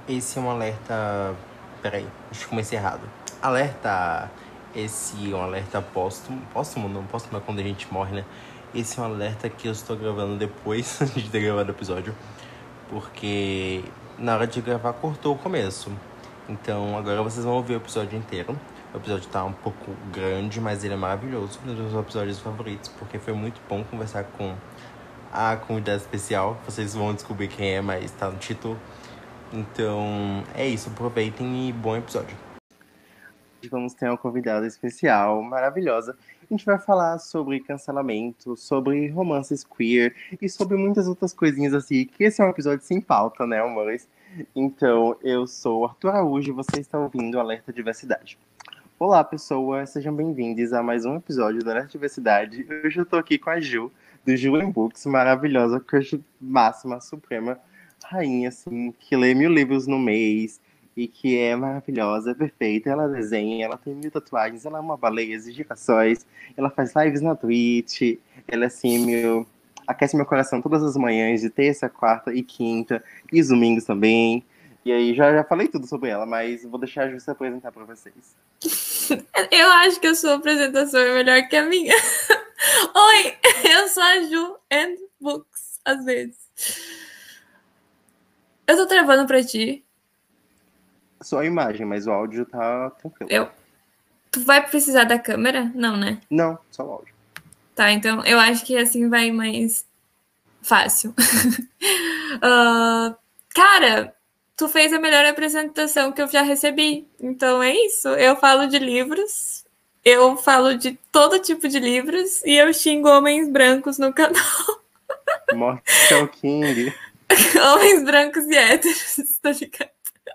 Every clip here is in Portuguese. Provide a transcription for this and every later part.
Esse é um alerta. Peraí, acho que comecei errado. Alerta. Esse é um alerta póstumo. Póstumo não, póstumo é quando a gente morre, né? Esse é um alerta que eu estou gravando depois de ter gravado o episódio. Porque na hora de gravar cortou o começo. Então agora vocês vão ouvir o episódio inteiro. O episódio tá um pouco grande, mas ele é maravilhoso. Um dos meus episódios favoritos. Porque foi muito bom conversar com a convidada especial. Vocês vão descobrir quem é, mas tá no título. Então, é isso. Aproveitem e bom episódio. Vamos ter uma convidada especial, maravilhosa. A gente vai falar sobre cancelamento, sobre romances queer e sobre muitas outras coisinhas assim, que esse é um episódio sem pauta, né, amores? Então, eu sou o Arthur Araújo e você está ouvindo o Alerta Diversidade. Olá, pessoas, sejam bem-vindos a mais um episódio do Alerta Diversidade. Hoje eu tô aqui com a Ju, do Ju Books, maravilhosa, crush máxima, suprema, rainha, assim, que lê 1000 livros no mês e que é maravilhosa, é perfeita. Ela desenha, ela tem 1000 tatuagens, ela ama baleias e girassóis, ela faz lives na Twitch, ela é assim, aquece meu coração todas as manhãs, de terça, quarta e quinta, e os domingos também. E aí, já falei tudo sobre ela, mas vou deixar a Ju se apresentar pra vocês. Eu acho que a sua apresentação é melhor que a minha. Oi, eu sou a Ju and Books, às vezes. Eu tô travando pra ti. Só a imagem, mas o áudio tá tranquilo. Tu vai precisar da câmera? Não, né? Não, só o áudio. Tá, então eu acho que assim vai mais fácil. Cara, tu fez a melhor apresentação que eu já recebi. Então é isso. Eu falo de livros, eu falo de todo tipo de livros e eu xingo homens brancos no canal. Morte ao King. Homens brancos e héteros, tá ligado?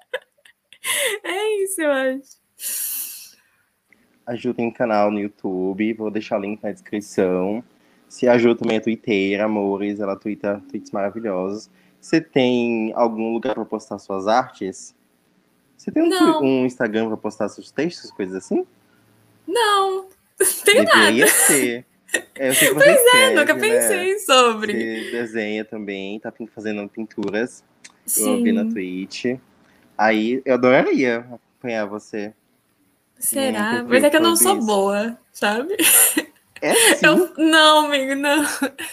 É isso, eu acho. A Ju tem canal no YouTube, vou deixar o link na descrição. Se a Ju também é twitteira, amores, ela twitta tweets maravilhosos. Você tem algum lugar pra postar suas artes? Você tem Não, um Instagram pra postar seus textos, coisas assim? não tenho nada. Deveria ter. Eu sei que você Pois é, nunca escreve, né? pensei sobre. Você desenha também, tá fazendo pinturas. Eu vi na Sim, Twitch. Aí eu adoraria acompanhar você num será? Mas perfil é que eu não sobre sou isso. boa, sabe? É sim, Não, amigo, não.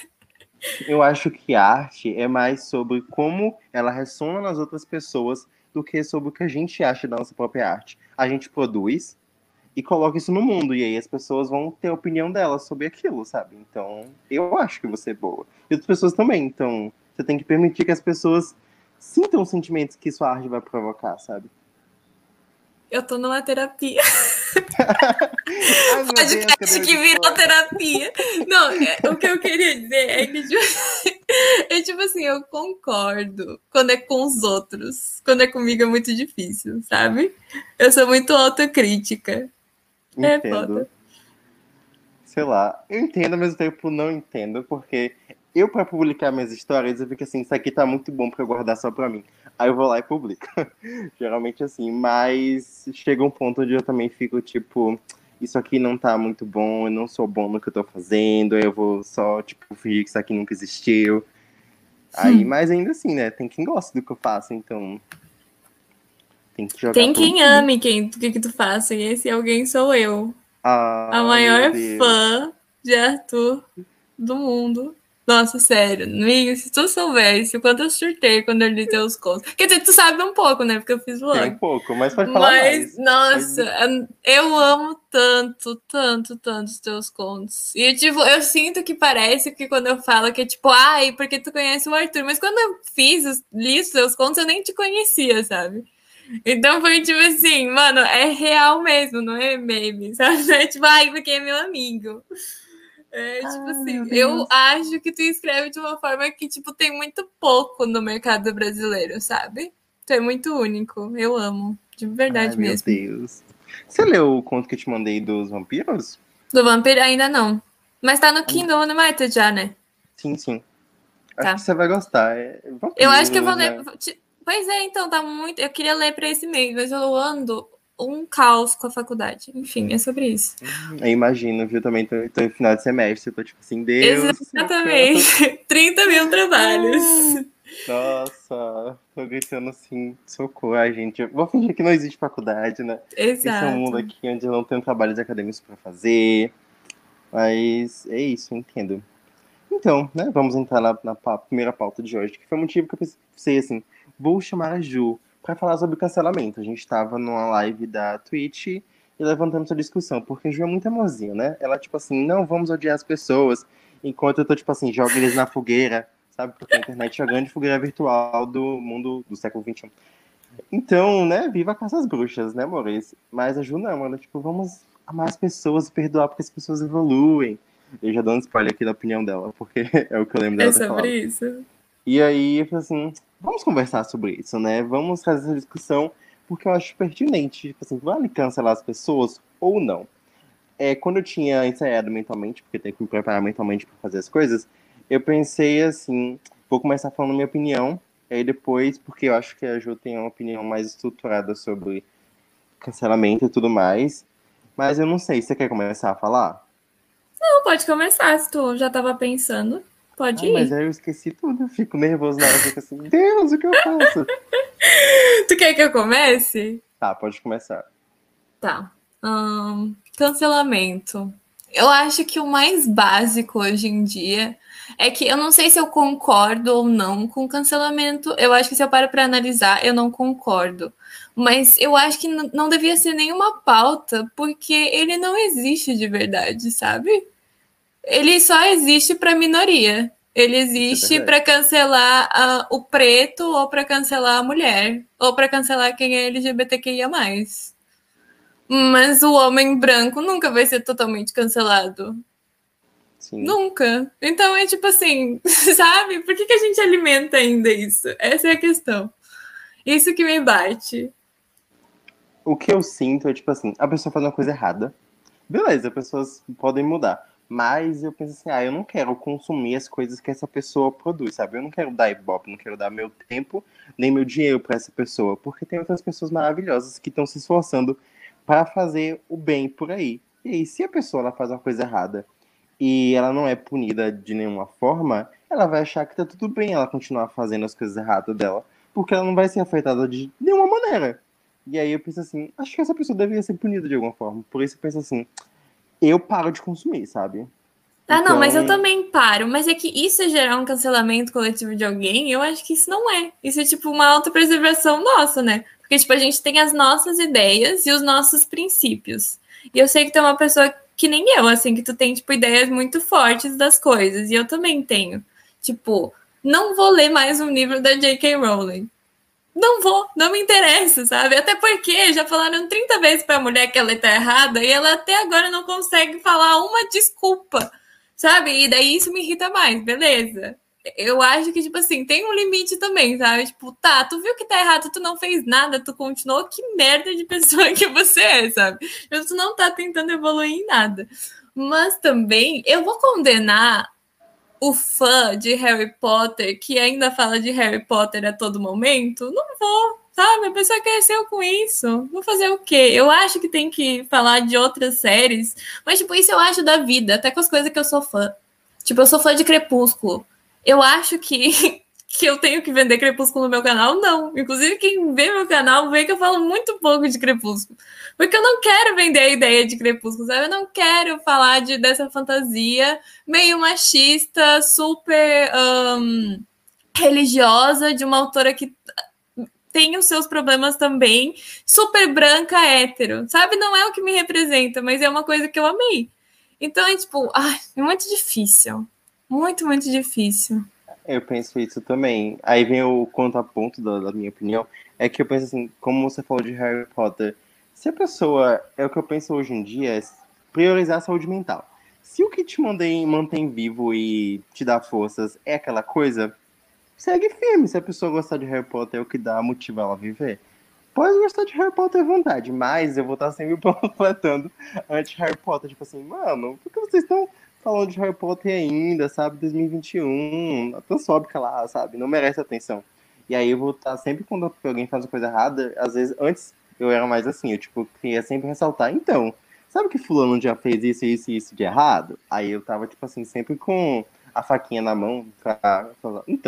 eu acho que arte é mais sobre como ela ressona nas outras pessoas do que sobre o que a gente acha da nossa própria arte. A gente produz e coloca isso no mundo, e aí as pessoas vão ter a opinião delas sobre aquilo, sabe? Então, eu acho que você é boa. E outras pessoas também, então você tem que permitir que as pessoas sintam os sentimentos que sua arte vai provocar, sabe? Eu tô numa terapia. Ai, meu Deus, cadê Podcast o que virou editor? terapia. Não, o que eu queria dizer é que, tipo, é tipo assim, eu concordo quando é com os outros. Quando é comigo é muito difícil, sabe? Eu sou muito autocrítica. É Entendo. foda. Sei lá, eu entendo, ao mesmo tempo não entendo, porque eu, pra publicar minhas histórias, eu fico assim, isso aqui tá muito bom pra eu guardar só pra mim. Aí eu vou lá e publico. Geralmente assim, mas chega um ponto onde eu também fico tipo, isso aqui não tá muito bom, eu não sou bom no que eu tô fazendo, aí eu vou só, tipo, fingir que isso aqui nunca existiu. Aí, mas ainda assim, né, tem quem gosta do que eu faço, então tem que jogar Tem pro quem mundo. ame o que tu faça, e esse alguém sou eu. A Ah, meu maior Deus. fã de Arthur do mundo. Nossa, sério, amigo, se tu soubesse o quanto eu surtei quando eu li teus contos. Quer dizer, tu sabe um pouco, né? Porque eu fiz Tem um vlog. pouco, mas pode falar Mas, mais. nossa, Pode. eu amo tanto, tanto, tanto os teus contos. E, tipo, eu sinto que parece que quando eu falo que é tipo, ai, porque tu conhece o Arthur. Mas quando eu li os teus contos, eu nem te conhecia, sabe? Então foi tipo assim, mano, é real mesmo, não é meme, sabe? Não é tipo, ai, porque é meu amigo. É tipo Ah, meu assim, eu Deus. acho que tu escreve de uma forma que, tipo, tem muito pouco no mercado brasileiro, sabe? Tu é muito único. Eu amo. De Ai, verdade meu mesmo. Deus. Você leu o conto que eu te mandei dos vampiros? Do Vampiro ainda não. Mas tá no Kindle Unlimited já, né? Sim, sim. Acho que Tá. você vai gostar. É Eu acho que eu vou vampiros, ler. né? Pois é, então, tá muito. Eu queria ler pra esse mês, mas eu ando um caos com a faculdade. Enfim, é sobre isso. Eu imagino, viu? Também tô em final de semestre. Eu tô tipo assim, Deus, eu quero. Exatamente. 30 mil trabalhos. Nossa, tô gritando assim, socorro, ai, gente. Eu vou fingir que não existe faculdade, né? Esse é um mundo Exato. aqui onde eu não tenho trabalhos acadêmicos pra fazer. Mas é isso, eu entendo. Então, né, vamos entrar na primeira pauta de hoje, que foi o motivo que eu pensei assim, vou chamar a Ju pra falar sobre cancelamento. A gente tava numa live da Twitch e levantamos essa discussão, porque a Ju é muito amorzinha, né? Ela, tipo assim, não vamos odiar as pessoas, enquanto eu tô, tipo assim, joga eles na fogueira, sabe? Porque a internet é a grande fogueira virtual do mundo do século XXI. Então, né, viva a caça às bruxas, né, Maurício? Mas a Ju não, ela, tipo, vamos amar as pessoas e perdoar porque as pessoas evoluem. Eu já dou um spoiler aqui da opinião dela, porque é o que eu lembro É dela ter sobre falado. isso? E aí eu falei assim, vamos conversar sobre isso, né? Vamos fazer essa discussão, porque eu acho pertinente, tipo assim, vale cancelar as pessoas ou não? Quando eu tinha ensaiado mentalmente, porque tem que me preparar mentalmente para fazer as coisas, eu pensei assim, vou começar falando minha opinião, aí depois, porque eu acho que a Ju tem uma opinião mais estruturada sobre cancelamento e tudo mais, mas eu não sei, você quer começar a falar? Não, pode começar, se tu já tava pensando. Pode Ai, mas ir. aí eu esqueci tudo, eu fico nervoso na hora, eu fico assim, Deus, o que eu faço? Tu quer que eu comece? Tá, pode começar. Tá. Cancelamento. Eu acho que o mais básico hoje em dia é que eu não sei se eu concordo ou não com cancelamento. Eu acho que se eu paro para analisar, eu não concordo. Mas eu acho que não devia ser nenhuma pauta, porque ele não existe de verdade, sabe? Ele só existe para minoria. Ele Isso é existe verdade. para cancelar o preto ou para cancelar a mulher ou para cancelar quem é LGBTQIA+. Mas o homem branco nunca vai ser totalmente cancelado. Sim. Nunca. Então é tipo assim, sabe? Por que a gente alimenta ainda isso? Essa é a questão. Isso que me bate. O que eu sinto é, tipo assim, a pessoa faz uma coisa errada. Beleza, pessoas podem mudar. Mas eu penso assim, eu não quero consumir as coisas que essa pessoa produz, sabe? Eu não quero dar ibope, não quero dar meu tempo, nem meu dinheiro pra essa pessoa. Porque tem outras pessoas maravilhosas que estão se esforçando para fazer o bem por aí. E aí, se a pessoa ela faz uma coisa errada e ela não é punida de nenhuma forma, ela vai achar que tá tudo bem ela continuar fazendo as coisas erradas dela, porque ela não vai ser afetada de nenhuma maneira. E aí eu penso assim, acho que essa pessoa deveria ser punida de alguma forma. Por isso eu penso assim, eu paro de consumir, sabe? Ah, não, mas eu Então, também paro. Mas é que isso é gerar um cancelamento coletivo de alguém? Eu acho que isso não é. Isso é tipo uma autopreservação nossa, né? Porque, tipo, a gente tem as nossas ideias e os nossos princípios. E eu sei que tu é uma pessoa que nem eu, assim, que tu tem, tipo, ideias muito fortes das coisas. E eu também tenho. Tipo, não vou ler mais um livro da J.K. Rowling. Não vou, não me interessa, sabe? Até porque já falaram 30 vezes pra mulher que ela tá errada e ela até agora não consegue falar uma desculpa, sabe? E daí isso me irrita mais, beleza. Eu acho que, tipo assim, tem um limite também, sabe? Tipo, tá, tu viu que tá errado, tu não fez nada, tu continuou, que merda de pessoa que você é, sabe? Tu não tá tentando evoluir em nada. Mas também, eu vou condenar o fã de Harry Potter que ainda fala de Harry Potter a todo momento, não vou, sabe? A pessoa cresceu com isso. Vou fazer o quê? Eu acho que tem que falar de outras séries, mas, tipo, isso eu acho da vida, até com as coisas que eu sou fã. Tipo, eu sou fã de Crepúsculo. Eu acho que, que eu tenho que vender Crepúsculo no meu canal, não. Inclusive, quem vê meu canal vê que eu falo muito pouco de Crepúsculo. Porque eu não quero vender a ideia de Crepúsculo, sabe? Eu não quero falar dessa fantasia meio machista, super religiosa, de uma autora que tem os seus problemas também, super branca, hétero, sabe? Não é o que me representa, mas é uma coisa que eu amei. Então é tipo, é muito difícil. Muito, muito difícil. eu penso isso também. Aí vem o contraponto da minha opinião, é que eu penso assim, como você falou de Harry Potter, se a pessoa, é o que eu penso hoje em dia, é priorizar a saúde mental. Se o que te mantém vivo e te dá forças é aquela coisa, segue firme. Se a pessoa gostar de Harry Potter é o que dá motivo a ela viver. Pode gostar de Harry Potter à vontade, mas eu vou estar sempre panfletando anti-Harry Potter. Tipo assim, mano, por que vocês estão falando de Harry Potter ainda, sabe? 2021, tão sóbrica lá, sabe? Não merece atenção. E aí eu vou estar sempre quando alguém faz uma coisa errada, às vezes, antes eu era mais assim, eu tipo, queria sempre ressaltar, então, sabe que fulano já fez isso, isso e isso de errado? Aí eu tava, tipo assim, sempre com a faquinha na mão pra falar, então,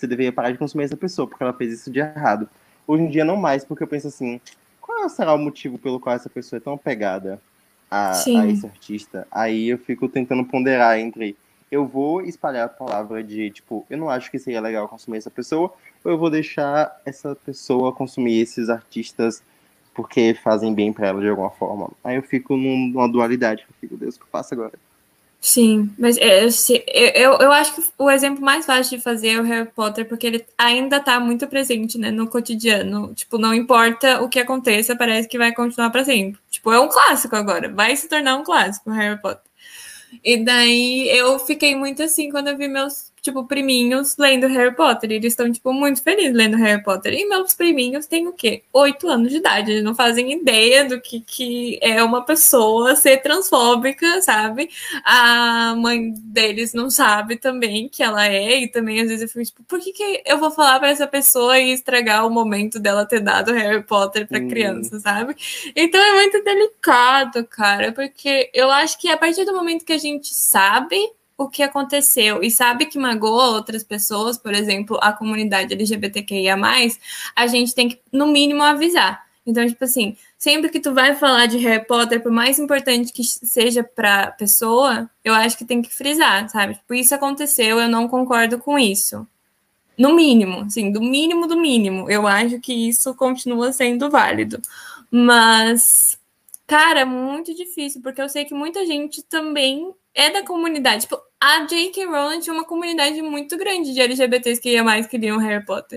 você deveria parar de consumir essa pessoa, porque ela fez isso de errado. Hoje em dia não mais, porque eu penso assim, qual será o motivo pelo qual essa pessoa é tão apegada a esse Sim. artista? Aí eu fico tentando ponderar entre eu vou espalhar a palavra de, tipo, eu não acho que seria legal consumir essa pessoa, ou eu vou deixar essa pessoa consumir esses artistas porque fazem bem pra ela de alguma forma. Aí eu fico numa dualidade, eu fico, Deus, o que eu faço agora? Sim, mas eu acho que o exemplo mais fácil de fazer é o Harry Potter, porque ele ainda tá muito presente, né, no cotidiano. Tipo, não importa o que aconteça, parece que vai continuar para sempre. Tipo, é um clássico agora, vai se tornar um clássico, o Harry Potter. E daí eu fiquei muito assim quando eu vi meus, tipo, priminhos lendo Harry Potter. E eles estão, tipo, muito felizes lendo Harry Potter. E meus priminhos têm o quê? 8 anos de idade. Eles não fazem ideia do que é uma pessoa ser transfóbica, sabe? A mãe deles não sabe também que ela é. E também, às vezes, eu fico, tipo, por que eu vou falar pra essa pessoa e estragar o momento dela ter dado Harry Potter pra criança, sabe? Então é muito delicado, cara, porque eu acho que a partir do momento que a gente sabe o que aconteceu e sabe que magoa outras pessoas, por exemplo, a comunidade LGBTQIA+, a gente tem que, no mínimo, avisar. Então, tipo assim, sempre que tu vai falar de Harry Potter, por mais importante que seja pra pessoa, eu acho que tem que frisar, sabe? Tipo, isso aconteceu, eu não concordo com isso. No mínimo, sim, do mínimo do mínimo. Eu acho que isso continua sendo válido. Mas, cara, é muito difícil, porque eu sei que muita gente também é da comunidade. Tipo, a J.K. Rowling tinha uma comunidade muito grande de LGBTs que ia mais que liam Harry Potter.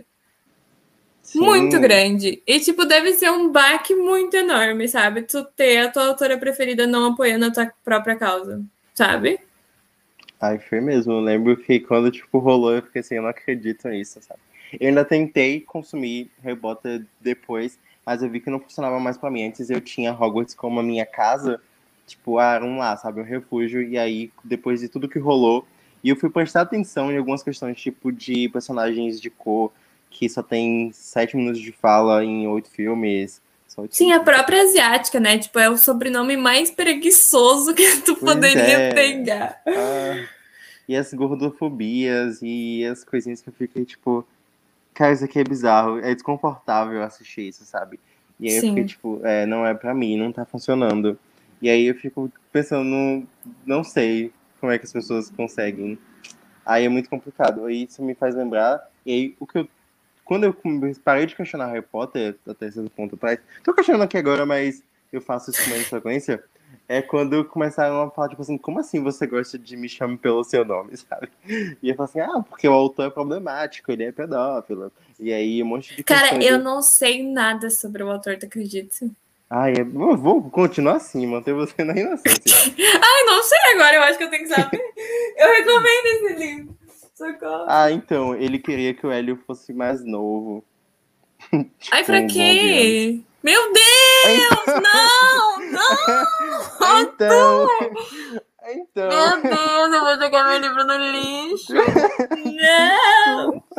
Muito Sim. grande. E, tipo, deve ser um baque muito enorme, sabe? Tu ter a tua autora preferida não apoiando a tua própria causa, sabe? Ai, foi mesmo. Eu lembro que quando, tipo, rolou, eu fiquei assim, eu não acredito nisso, sabe? Eu ainda tentei consumir Harry Potter depois, mas eu vi que não funcionava mais pra mim. Antes eu tinha Hogwarts como a minha casa, tipo, era um lá, sabe? Um refúgio. E aí, depois de tudo que rolou, e eu fui prestar atenção em algumas questões, tipo, de personagens de cor, que só tem 7 minutos de fala em 8 filmes. São oito Sim, a filmes? própria asiática, né? Tipo, é o sobrenome mais preguiçoso que tu Pois poderia é. pegar. Ah, e as gordofobias e as coisinhas que eu fiquei, tipo, cara, isso aqui é bizarro, é desconfortável assistir isso, sabe? E aí eu fiquei, Sim. tipo, não é pra mim, não tá funcionando. E aí eu fico pensando, não sei como é que as pessoas conseguem. Aí é muito complicado. Aí isso me faz lembrar, e aí quando eu parei de questionar Harry Potter, até esse ponto atrás, tô questionando aqui agora, mas eu faço isso com menos frequência, é quando começaram a falar, tipo assim, como assim você gosta de Me Chame Pelo Seu Nome, sabe? E eu falo assim, porque o autor é problemático, ele é pedófilo. E aí um monte de Cara, questões. eu não sei nada sobre o autor, tu acredita? Vou continuar assim, manter você na inocência. Ai, não sei agora, eu acho que eu tenho que saber. Eu recomendo esse livro. Socorro. Então, ele queria que o Hélio fosse mais novo, Ai, tipo, pra 11 anos. quê? Meu Então, Deus! Não! Não! então, Arthur! então, Meu Deus, eu vou jogar meu livro no lixo! Não! desculpa.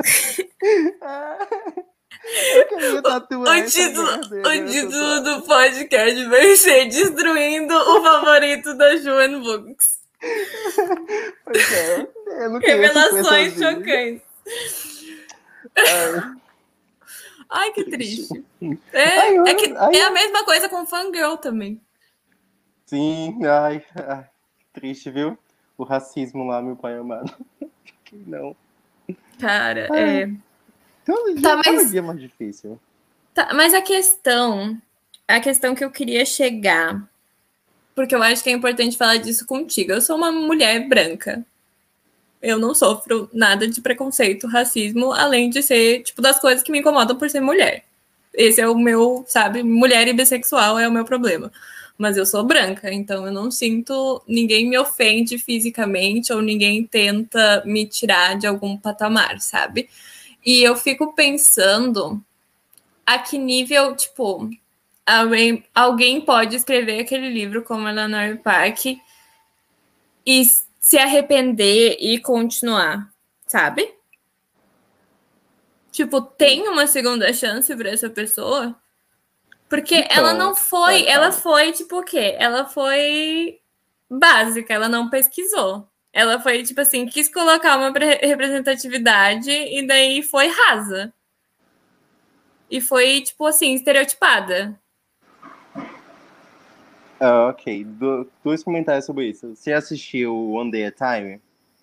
Eu queria tatuar essa merda e O agora eu título tatuava. do podcast vai ser Destruindo o Favorito da Joan Books. Pois é, eu não queria sofrer Revelações sozinho. chocantes. Ai, Ai, que triste. triste. Ai, É que ai, é a mesma coisa com Fangirl também. sim, ai, triste, viu? O racismo lá, meu pai amado. Não. Cara, Ai, Tá, cada dia mais difícil. mas a questão que eu queria chegar, porque eu acho que é importante falar disso contigo. Eu sou uma mulher branca. Eu não sofro nada de preconceito, racismo, além de ser, tipo, das coisas que me incomodam por ser mulher. Esse é o meu, sabe, mulher e bissexual é o meu problema. Mas eu sou branca, então eu não sinto, ninguém me ofende fisicamente ou ninguém tenta me tirar de algum patamar, sabe? E eu fico pensando a que nível, tipo, alguém pode escrever aquele livro como Eleanor Park e se arrepender e continuar, sabe? Tipo, tem uma segunda chance para essa pessoa? Porque ela não Então, foi, ela calma. foi tipo o quê? Ela foi básica, ela não pesquisou. Ela foi, tipo assim, quis colocar uma representatividade e daí foi rasa. E foi, tipo assim, estereotipada. Ah, ok. Dois comentários sobre isso. Você assistiu One Day at a Time?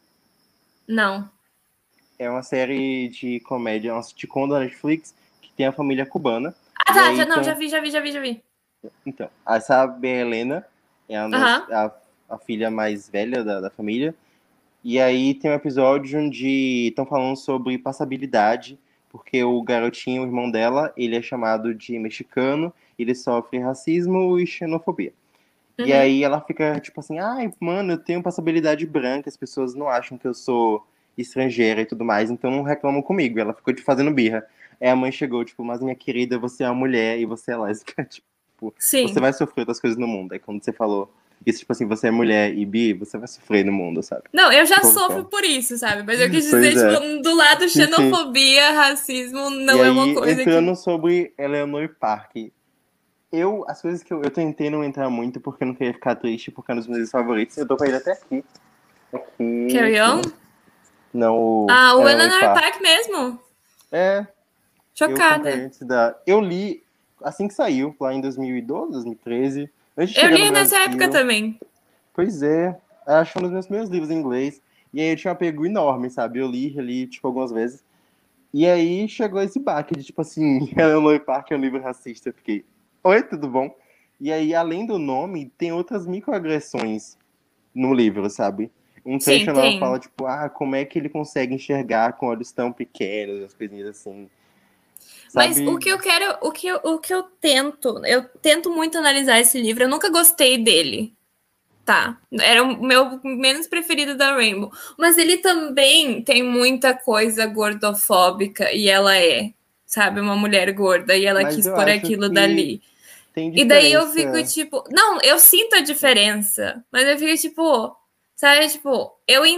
Não. É uma série de comédia, uma sitcom da Netflix que tem a família cubana. Ah, E tá, aí já, não, tem. já vi. Então, essa Helena é Aham. a filha mais velha da família. E aí tem um episódio onde estão falando sobre passabilidade, porque o garotinho, o irmão dela, ele é chamado de mexicano, ele sofre racismo e xenofobia. E Uhum. aí ela fica tipo assim, ai, mano, eu tenho passabilidade branca, as pessoas não acham que eu sou estrangeira e tudo mais, então não reclamam comigo. Ela ficou tipo fazendo birra. Aí a mãe chegou, tipo, mas minha querida, você é uma mulher e você é lésbica, tipo, você Sim. vai sofrer outras coisas no mundo. Aí quando você falou isso, tipo assim, você é mulher e bi, você vai sofrer no mundo, sabe? Não, eu De já qualquer sofro forma. por isso, sabe? Mas eu quis dizer, Pois tipo, é. do lado Sim, sim. xenofobia, racismo, E não é uma aí, coisa que. entrando sobre Eleanor Park, as coisas que eu tentei não entrar muito porque eu não queria ficar triste, porque é um dos meus favoritos. Eu tô com ele até aqui. Aqui, Carry aqui. on? Não, o Ah, o Eleanor Eleanor Park. Park mesmo. É, eu comprei Chocada. antes da. Eu li assim que saiu, lá em 2012, 2013, antes de Eu chegar no li nessa época Brasil. também. Pois é, acho um dos meus primeiros livros em inglês. E aí eu tinha um apego enorme, sabe? Eu li, reli, tipo, algumas vezes. E aí chegou esse baque de, tipo assim, Eleanor Park é um livro racista. Eu fiquei, oi, tudo bom? E aí, além do nome, tem outras microagressões no livro, sabe? Um trecho Sim, ela tem. fala, tipo, como é que ele consegue enxergar com olhos tão pequenos, as coisinhas assim, Mas o sabe? que eu quero, o que eu tento muito analisar esse livro. Eu nunca gostei dele. Tá, era o meu menos preferido da Rainbow. Mas ele também tem muita coisa gordofóbica e ela é, sabe, uma mulher gorda e ela Mas quis eu pôr acho aquilo que dali. tem E daí eu fico diferença. tipo, não, eu sinto a diferença, mas eu fico tipo, sabe, tipo,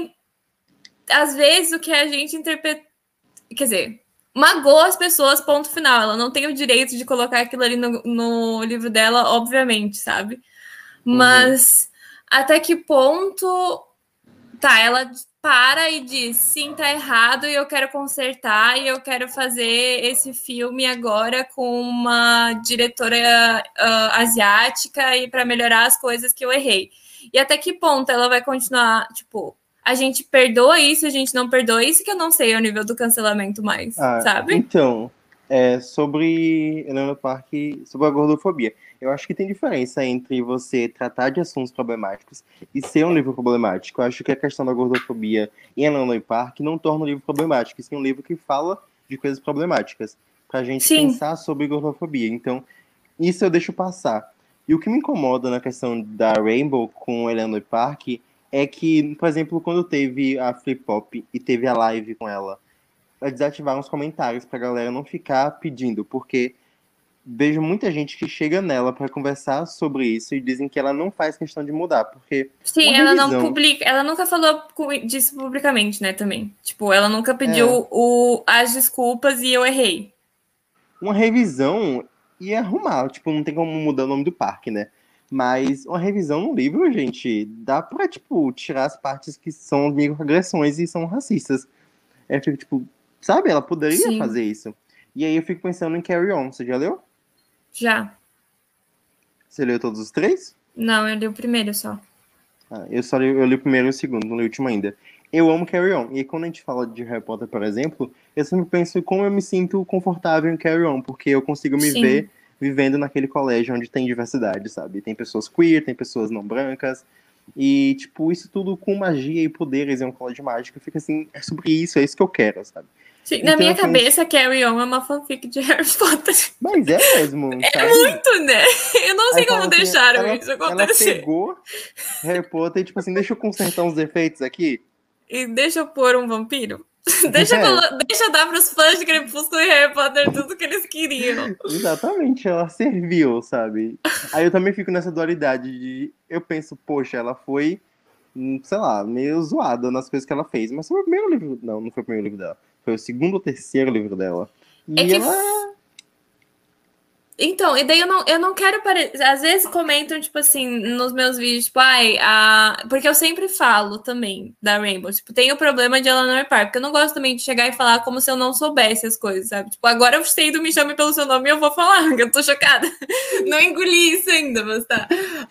às vezes o que a gente interpreta, quer dizer, magoa as pessoas, ponto final. Ela não tem o direito de colocar aquilo ali no livro dela, obviamente, sabe? Uhum. Mas até que ponto tá, ela para e diz: sim, tá errado e eu quero consertar e eu quero fazer esse filme agora com uma diretora asiática e para melhorar as coisas que eu errei. E até que ponto ela vai continuar, tipo, a gente perdoa isso, a gente não perdoa isso, que eu não sei o nível do cancelamento mais, sabe? Então, sobre Helena Park, sobre a gordofobia. Eu acho que tem diferença entre você tratar de assuntos problemáticos e ser um livro problemático. Eu acho que a questão da gordofobia em Helena Park não torna o livro problemático, e sim um livro que fala de coisas problemáticas, pra gente Sim, pensar sobre gordofobia. Então, isso eu deixo passar. E o que me incomoda na questão da Rainbow com Eleanor Park é que, por exemplo, quando teve a Flip Pop e teve a live com ela, desativaram os comentários pra galera não ficar pedindo, porque vejo muita gente que chega nela pra conversar sobre isso e dizem que ela não faz questão de mudar, porque sim, uma ela não revisão, publica, ela nunca falou disso publicamente, né, também. Tipo, ela nunca é, pediu as desculpas e eu errei. uma revisão ia arrumar, tipo, não tem como mudar o nome do parque, né? Mas uma revisão no livro, gente, dá pra, tipo, tirar as partes que são microagressões e são racistas. É, fico, tipo, sabe, ela poderia Sim, fazer isso. E aí eu fico pensando em Carry On. Você já leu? já. Você leu todos os três? Não, eu li o primeiro só. Eu li o primeiro e o segundo, não li o último ainda. Eu amo Carry On. E aí, quando a gente fala de Harry Potter, por exemplo, eu sempre penso como eu me sinto confortável em Carry On, porque eu consigo me ver Sim. vivendo naquele colégio onde tem diversidade, sabe? Tem pessoas queer, tem pessoas não brancas. E, tipo, isso tudo com magia e poderes é um colégio mágico. Fica assim, é sobre isso, é isso que eu quero, sabe? Sim, na Então minha eu penso, cabeça, Carry On é uma fanfic de Harry Potter. mas é mesmo, É sabe? muito, né? Eu não Aí sei como falam assim, deixaram ela, isso ela acontecer. pegou Harry Potter e, tipo assim, deixa eu consertar uns defeitos aqui. E deixa eu pôr um vampiro. Deixa eu dar pros fãs de Crepúsculo e Harry Potter tudo que eles queriam. Exatamente, ela serviu, sabe? Aí eu também fico nessa dualidade de. Eu penso, poxa, ela foi, sei lá, meio zoada nas coisas que ela fez. Mas foi o primeiro livro. Não, não foi o primeiro livro dela. Foi o segundo ou terceiro livro dela. É E que ela. Então, e daí eu não quero parecer. Às vezes comentam, tipo assim, nos meus vídeos, tipo, ai, porque eu sempre falo também da Rainbow. Tipo, tem o problema de Eleanor Park, porque eu não gosto também de chegar e falar como se eu não soubesse as coisas, sabe? Tipo, agora eu sei do Me Chame Pelo Seu Nome e eu vou falar, que eu tô chocada. Não engoli isso ainda, mas tá.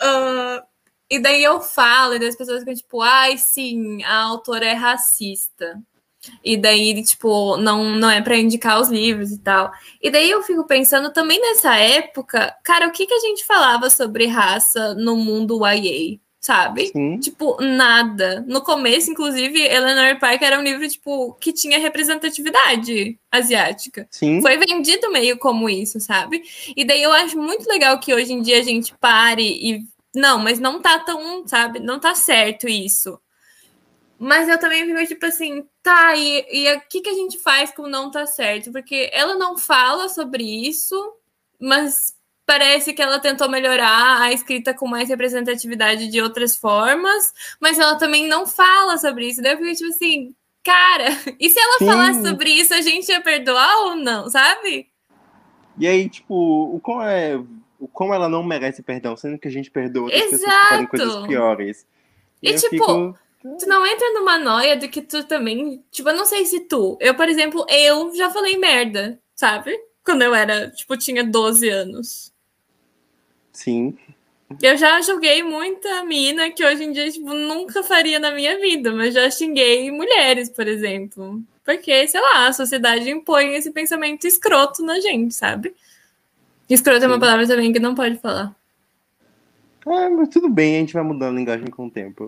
E daí eu falo, e daí as pessoas ficam tipo, ai, sim, a autora é racista. E daí, tipo, não é pra indicar os livros e tal. E daí eu fico pensando também nessa época, cara, o que a gente falava sobre raça no mundo YA, sabe? Sim, Tipo, nada. No começo, inclusive, Eleanor Park era um livro, tipo, que tinha representatividade asiática. sim, Foi vendido meio como isso, sabe? E daí eu acho muito legal que hoje em dia a gente pare e. Não, mas não tá tão, sabe? Não tá certo isso. Mas eu também fico tipo assim, tá, e o que a gente faz com não tá certo? Porque ela não fala sobre isso, mas parece que ela tentou melhorar a escrita com mais representatividade de outras formas, mas ela também não fala sobre isso. Daí eu fico tipo assim, cara, e se ela falasse sim. sobre isso, a gente ia perdoar ou não, sabe? E aí, tipo, o como ela não merece perdão, sendo que a gente perdoa outras pessoas que fazem coisas Exato! piores. E E eu tipo, fico. tu não entra numa noia de que tu também. Tipo, eu não sei se tu. Eu, por exemplo, eu já falei merda, sabe? Quando eu era, tipo, tinha 12 anos. Sim, Eu já julguei muita mina que hoje em dia, tipo, nunca faria na minha vida, mas já xinguei mulheres, por exemplo. Porque, sei lá, a sociedade impõe esse pensamento escroto na gente, sabe? Escroto é uma sim. palavra também que não pode falar. Ah, mas tudo bem, a gente vai mudando a linguagem com o tempo.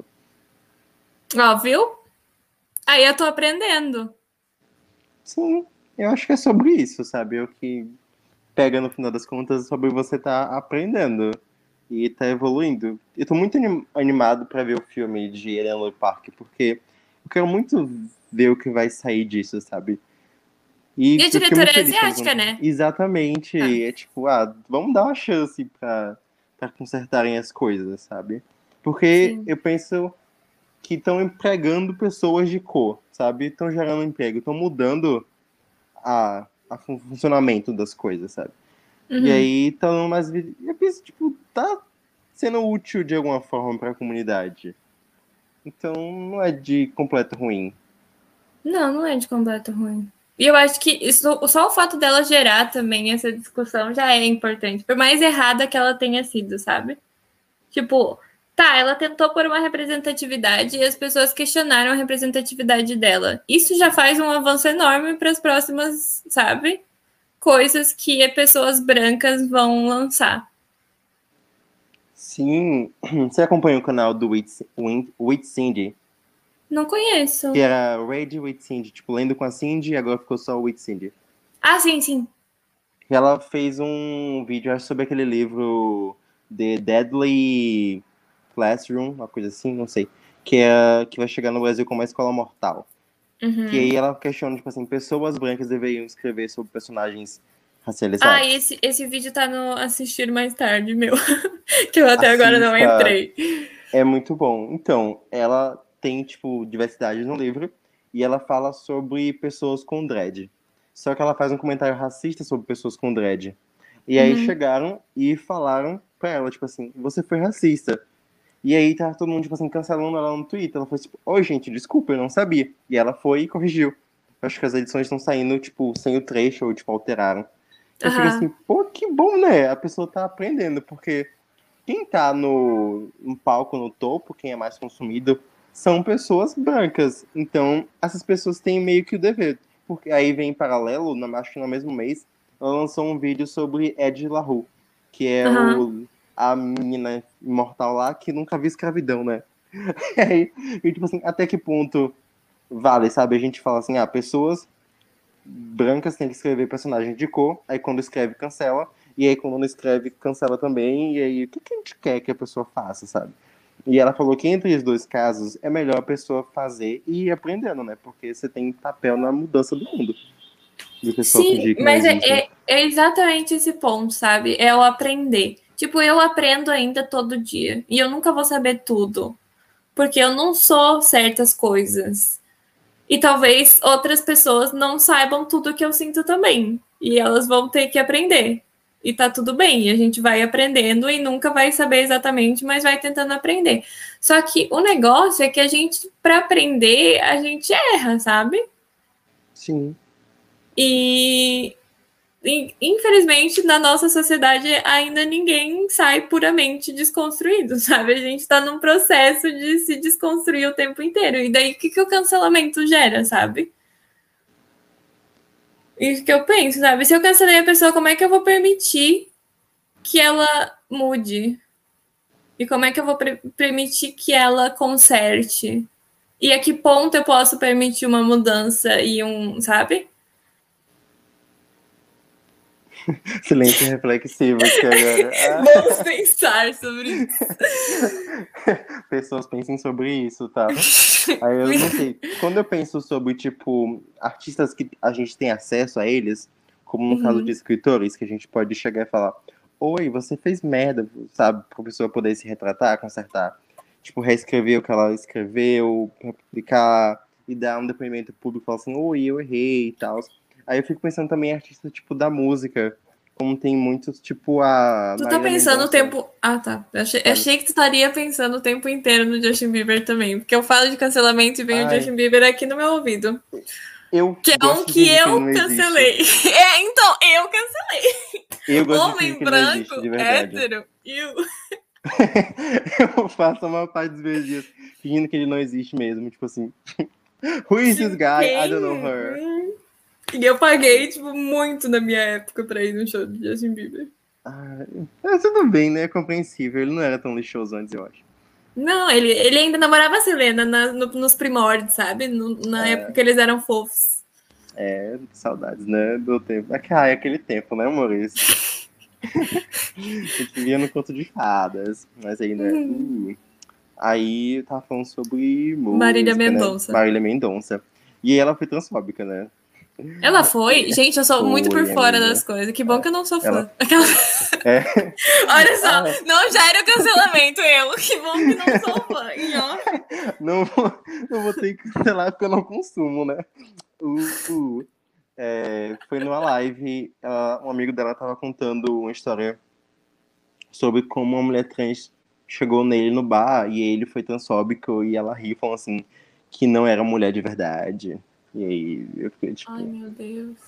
Ó, viu? Aí eu tô aprendendo. Sim, eu acho que é sobre isso, sabe? O que pega no final das contas é sobre você tá aprendendo e tá evoluindo. Eu tô muito animado pra ver o filme de Eleanor Park, porque eu quero muito ver o que vai sair disso, sabe? E E a eu fiquei muito diretora é feliz quando asiática, né? exatamente, Tá. é tipo, vamos dar uma chance pra consertarem as coisas, sabe? Porque Sim. eu penso que estão empregando pessoas de cor, sabe? Estão gerando emprego, estão mudando a funcionamento das coisas, sabe? E Uhum. aí estão mais. Eu penso, tipo, tá sendo útil de alguma forma para a comunidade. Então não é de completo ruim. Não, não é de completo ruim. E eu acho que isso, só o fato dela gerar também essa discussão já é importante. Por mais errada que ela tenha sido, sabe? Tipo, tá, ela tentou por uma representatividade e as pessoas questionaram a representatividade dela. Isso já faz um avanço enorme para as próximas, sabe? Coisas que pessoas brancas vão lançar. Sim, você acompanha o canal do With Cindy? Não Que conheço. era Read with Cindy, tipo, lendo com a Cindy e agora ficou só With Cindy. Ah, sim, sim. E ela fez um vídeo acho, sobre aquele livro The Deadly Classroom, uma coisa assim, não sei. Que vai chegar no Brasil como a Escola Mortal. Que Uhum. aí ela questiona, tipo assim, pessoas brancas deveriam escrever sobre personagens Ah, racializados. esse vídeo tá no assistir mais tarde, meu. Que eu até agora não Assista, entrei. é muito bom. Então, ela tem, tipo, diversidade no livro e ela fala sobre pessoas com dread. Só que ela faz um comentário racista sobre pessoas com dread. E aí Uhum. chegaram e falaram pra ela, tipo assim, você foi racista. E aí tá todo mundo, tipo assim, cancelando ela no Twitter. Ela foi tipo, oi, gente, desculpa, eu não sabia. E ela foi e corrigiu. Eu acho que as edições estão saindo, tipo, sem o trecho ou, tipo, alteraram. Eu fico assim, Aham. pô, que bom, né? A pessoa tá aprendendo, porque quem tá no palco, no topo, quem é mais consumido, são pessoas brancas. Então, essas pessoas têm meio que o dever. Porque aí vem em paralelo, acho que no mesmo mês, ela lançou um vídeo sobre Ed La Rue, que é Aham. a menina imortal lá que nunca viu escravidão, né? E aí, e, tipo assim, até que ponto vale, sabe? A gente fala assim, pessoas brancas têm que escrever personagens de cor, aí quando escreve, cancela, e aí quando não escreve, cancela também, e aí o que a gente quer que a pessoa faça, sabe? E ela falou que entre os dois casos é melhor a pessoa fazer e ir aprendendo, né? Porque você tem papel na mudança do mundo, do que só Sim, fingir que não mas existe. é exatamente esse ponto, sabe? É o aprender. Tipo, eu aprendo ainda todo dia. E eu nunca vou saber tudo. Porque eu não sou certas coisas. E talvez outras pessoas não saibam tudo que eu sinto também. E elas vão ter que aprender. E tá tudo bem, e a gente vai aprendendo e nunca vai saber exatamente, mas vai tentando aprender. Só que o negócio é que a gente, para aprender, a gente erra, sabe? Sim. E infelizmente, na nossa sociedade, ainda ninguém sai puramente desconstruído, sabe? A gente tá num processo de se desconstruir o tempo inteiro. E daí, o que o cancelamento gera, sabe? Isso que eu penso, sabe? Se eu cancelei a pessoa, como é que eu vou permitir que ela mude? E como é que eu vou permitir que ela conserte? E a que ponto eu posso permitir uma mudança e sabe? Silêncio reflexivo aqui agora. Vamos pensar sobre isso. Pessoas pensem sobre isso, tá? Aí eu não sei. Quando eu penso sobre, tipo, artistas que a gente tem acesso a eles, como no caso de escritores, que a gente pode chegar e falar: oi, você fez merda, sabe? Pra pessoa poder se retratar, consertar. Tipo, reescrever o que ela escreveu, publicar e dar um depoimento público, falar assim: oi, eu errei e tal. Aí eu fico pensando também em artistas, tipo, da música. Como tem muitos, tipo, a... Tu tá pensando o tempo... Ah, tá. Achei que tu estaria pensando o tempo inteiro no Justin Bieber também. Porque eu falo de cancelamento e vem o Justin Bieber aqui no meu ouvido. Que é um que eu cancelei. Então, eu cancelei. Eu gosto Homem de que branco, existe, de verdade. hétero, eu faço a maior parte dos meus dias fingindo que ele não existe mesmo. Tipo assim... Who is this guy? I don't know her. E eu paguei, tipo, muito na minha época pra ir no show de Justin Bieber. Tudo bem, né? É compreensível. Ele não era tão lixoso antes, eu acho. Não, ele ainda namorava a Selena nos primórdios, sabe? Na época que eles eram fofos. Saudades, né? Do tempo. É aquele tempo, né, Maurício? A gente vivia no conto de fadas. Mas aí, né? Aí eu tava falando sobre música, Marília Mendonça. Né? Marília Mendonça. E ela foi transfóbica, né? Ela foi? Gente, eu sou muito por fora das coisas. Que bom que eu não sou fã. Olha só, não gera cancelamento eu. Que bom que não sou fã. Não vou ter que cancelar porque eu não consumo, né? Foi numa live, um amigo dela tava contando uma história sobre como uma mulher trans chegou nele no bar e ele foi transfóbico e ela riu falando assim que não era mulher de verdade. E aí eu fiquei tipo... Ai, meu Deus.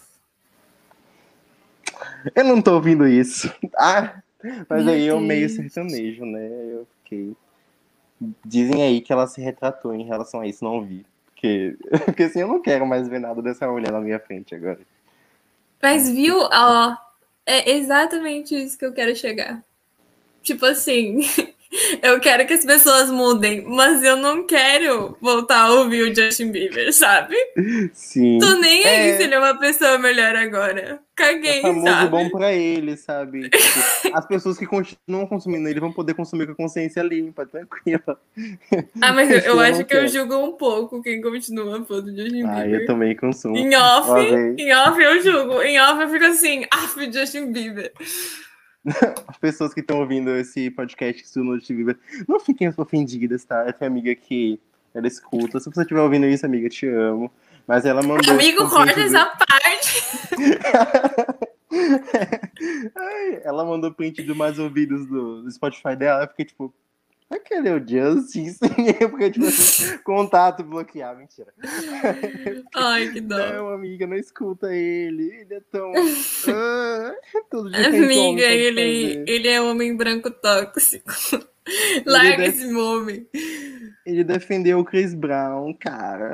Eu não tô ouvindo isso. Mas meu aí eu meio sertanejo, né? Eu fiquei... Dizem aí que ela se retratou em relação a isso, não vi. Porque assim, eu não quero mais ver nada dessa mulher na minha frente agora. Mas viu, é exatamente isso que eu quero chegar. Tipo assim... Eu quero que as pessoas mudem, mas eu não quero voltar a ouvir o Justin Bieber, sabe? Sim. Tô nem aí se ele é uma pessoa melhor agora. Caguei, famoso sabe? Bom pra ele, sabe? Tipo, as pessoas que continuam consumindo ele vão poder consumir com a consciência limpa, tranquila. Mas eu acho que eu julgo um pouco quem continua fã do Justin Bieber. Eu também consumo. Em off eu julgo. Em off eu fico assim, Justin Bieber. As pessoas que estão ouvindo esse podcast que no Justin Bieber, não fiquem ofendidas, tá? Eu tenho uma amiga que ela escuta. Se você estiver ouvindo isso, amiga, te amo. Mas ela mandou... Amigo, corta essa parte! Ela mandou print de mais ouvidos do Spotify dela. Eu fiquei tipo... Cadê o Justice? Porque, tipo assim, contato bloquear, mentira. Ai, que dó. Não, amiga, não escuta ele. Ele é tão... tudo de amiga, ele é homem branco tóxico. Larga esse homem. Ele defendeu o Chris Brown, cara.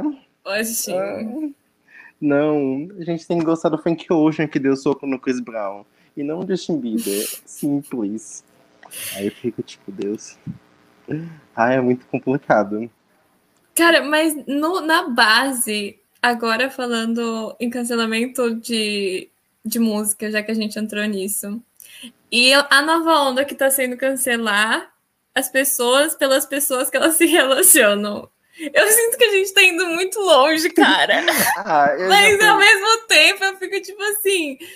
Não, a gente tem que gostar do Frank Ocean que deu soco no Chris Brown. E não o Justin Bieber. Simples. Aí eu fico tipo, Deus... é muito complicado. Cara, mas na base, agora falando em cancelamento de música, já que a gente entrou nisso, e a nova onda que tá sendo cancelar as pessoas pelas pessoas que elas se relacionam. Eu sinto que a gente tá indo muito longe, cara. Mas ao mesmo tempo eu fico tipo assim...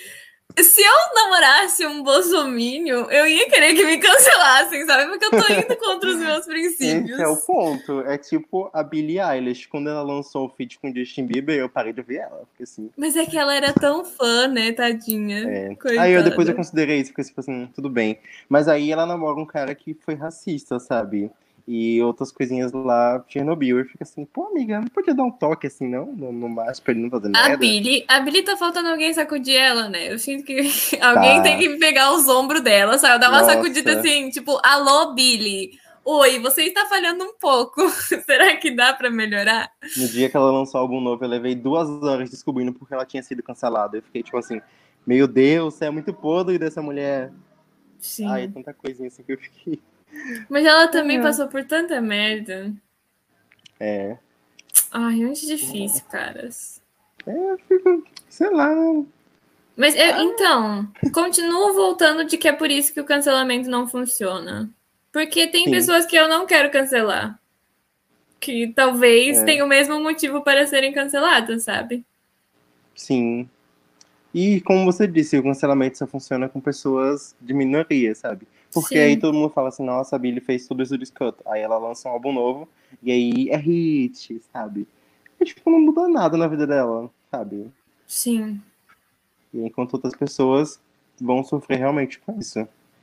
Se eu namorasse um bolsominion, eu ia querer que me cancelassem, sabe? Porque eu tô indo contra os meus Esse é o princípios. ponto. É tipo a Billie Eilish. Quando ela lançou o feat com o Justin Bieber, eu parei de ouvir ela. Porque assim. Mas é que ela era tão fã, né, tadinha? Aí depois eu Coitada. considerei isso, porque tipo assim, tudo bem. Mas aí ela namora um cara que foi racista, sabe? E outras coisinhas lá, Chernobyl. E fica assim, pô, amiga, não podia dar um toque assim, não? No máximo pra ele não fazer merda. A Billy tá faltando alguém sacudir ela, né? Eu sinto que alguém tem Tá. que pegar os ombros dela, sabe? Dar uma sacudida Nossa. assim, tipo, alô, Billy. Oi, você está falhando um pouco. Será que dá pra melhorar? No dia que ela lançou o álbum novo, eu levei 2 horas descobrindo porque ela tinha sido cancelada. Eu fiquei tipo assim, meu Deus, você é muito podre dessa mulher. Ai, é Sim. tanta coisinha assim que eu fiquei. Mas ela também passou por tanta merda. É. Ai, é muito difícil, caras. Eu fico, sei lá. Mas então, continuo voltando de que é por isso que o cancelamento não funciona. Porque tem Sim, pessoas que eu não quero cancelar. Que talvez é, tenham o mesmo motivo para serem canceladas, sabe? sim. E como você disse, o cancelamento só funciona com pessoas de minoria, sabe? Porque aí Sim, todo mundo fala assim, nossa, a Billie fez tudo isso de escuto. Aí ela lança um álbum novo, e aí é hit, sabe? E, tipo, não muda nada na vida dela, sabe? sim. E enquanto outras pessoas vão sofrer realmente com isso.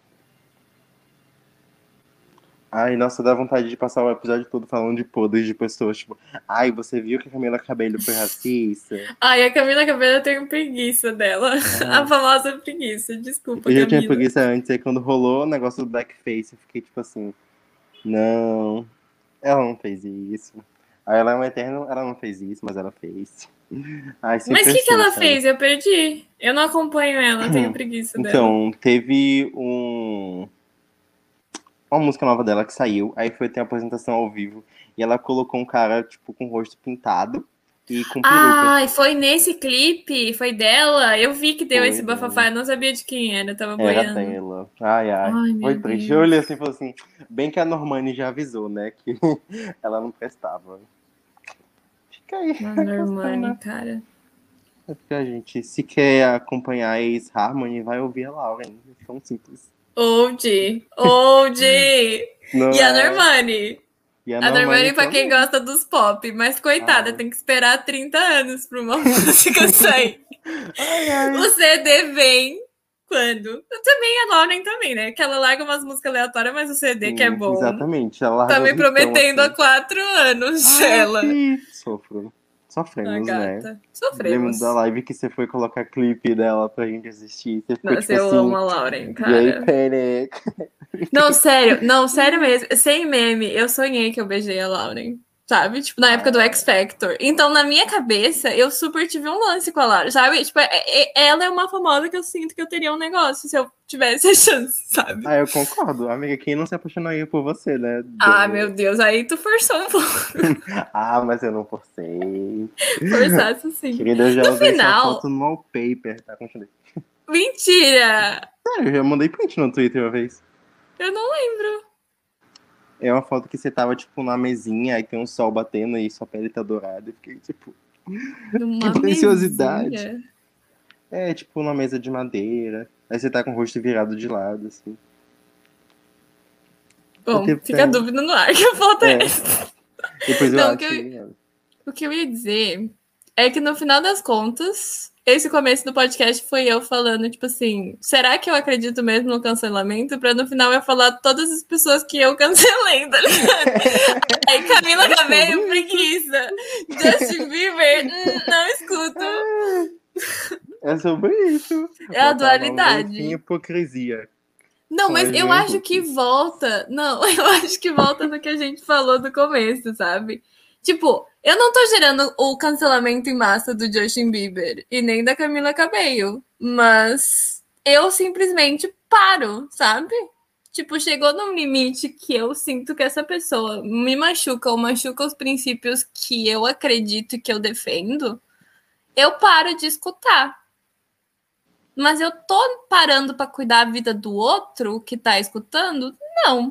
Ai, nossa, dá vontade de passar o episódio todo falando de podres de pessoas, tipo, ai, você viu que a Camila Cabello foi racista? Ai, a Camila Cabello, eu tenho preguiça dela. A Ai, famosa preguiça. Desculpa, eu já tinha Camila. preguiça antes, aí quando rolou o negócio do blackface, eu fiquei tipo assim, não, ela não fez isso. Aí ela é uma eterna, ela não fez isso, mas ela fez. Ai, Mas sempre o que assim, ela sabe? fez? Eu perdi. Eu não acompanho ela, eu tenho preguiça dela. Então, teve uma música nova dela que saiu, aí foi ter a apresentação ao vivo, e ela colocou um cara, tipo, com o rosto pintado e com peruca. Ai, foi nesse clipe? Foi dela? Eu vi que deu esse Foi bafafá, dela. eu não sabia de quem era, eu tava Era boiando. dela. Ai, ai. Ai, Foi meu triste. Eu olhei assim e Deus. falei assim, bem que a Normani já avisou, né, que ela não prestava. Fica aí A a questão, Normani, né? cara. É porque a gente, se quer acompanhar a ex-Harmony, vai ouvir a Lauren. É tão simples. Old, old. Não E a é? Normani? E a A Normani Normani pra quem também. gosta dos pop, mas coitada, Ai, tem que esperar 30 anos pra uma música sair. ai, O ai. CD vem quando? Eu também, a Lauren também, né? Que ela larga umas músicas aleatórias, mas o CD que é Sim, bom. exatamente. Ela Tá larga os me hitão prometendo há assim. 4 anos, Ah, ela. fi. Sofro. A Sofremos, né? gata. Lembro da Sofremos. live que você foi colocar clipe dela pra gente assistir. Você ficou Nossa, tipo eu amo assim, a Lauren, e aí, cara. Panic? Não, sério mesmo. Sem meme, eu sonhei que eu beijei a Lauren. Sabe? Tipo, na época do X Ah, Factor. Então, na minha cabeça, eu super tive um lance com a Lauren, sabe? Tipo, ela é uma famosa que eu sinto que eu teria um negócio se eu tivesse a chance, sabe? eu concordo. Amiga, quem não se apaixonaria por você, né? Ah, meu Deus, aí tu forçou um pouco. Ah, mas eu não forcei. Forçasse sim. Querida, eu já No usei sua foto final, no wallpaper, tá? Continue. mentira! Sério, eu já mandei print no Twitter uma vez. Eu não lembro. É uma foto que você tava, tipo, na mesinha, aí tem um sol batendo e sua pele tá dourada. Eu fiquei, tipo, que Numa preciosidade. mesinha. É, tipo, uma mesa de madeira. Aí você tá com o rosto virado de lado, assim. Eu Bom, tenho, fica a dúvida no ar que foto é é, essa. depois eu Não, acho. o que eu ia dizer é que no final das contas, esse começo do podcast foi eu falando, tipo assim, será que eu acredito mesmo no cancelamento? Pra no final eu falar todas as pessoas que eu cancelei, tá ligado? Aí Camila É sobre Cabello, isso. preguiça. Justin Bieber, não escuto. É sobre isso. É a Botar o nome no fim dualidade. hipocrisia. Não, Com mas as eu minhas acho que looks. volta. Não, eu acho que volta no que a gente falou do começo, sabe? Tipo, eu não tô gerando o cancelamento em massa do Justin Bieber e nem da Camila Cabello, mas eu simplesmente paro, sabe? Tipo, chegou num limite que eu sinto que essa pessoa me machuca ou machuca os princípios que eu acredito e que eu defendo, eu paro de escutar. Mas eu tô parando pra cuidar da vida do outro que tá escutando? Não.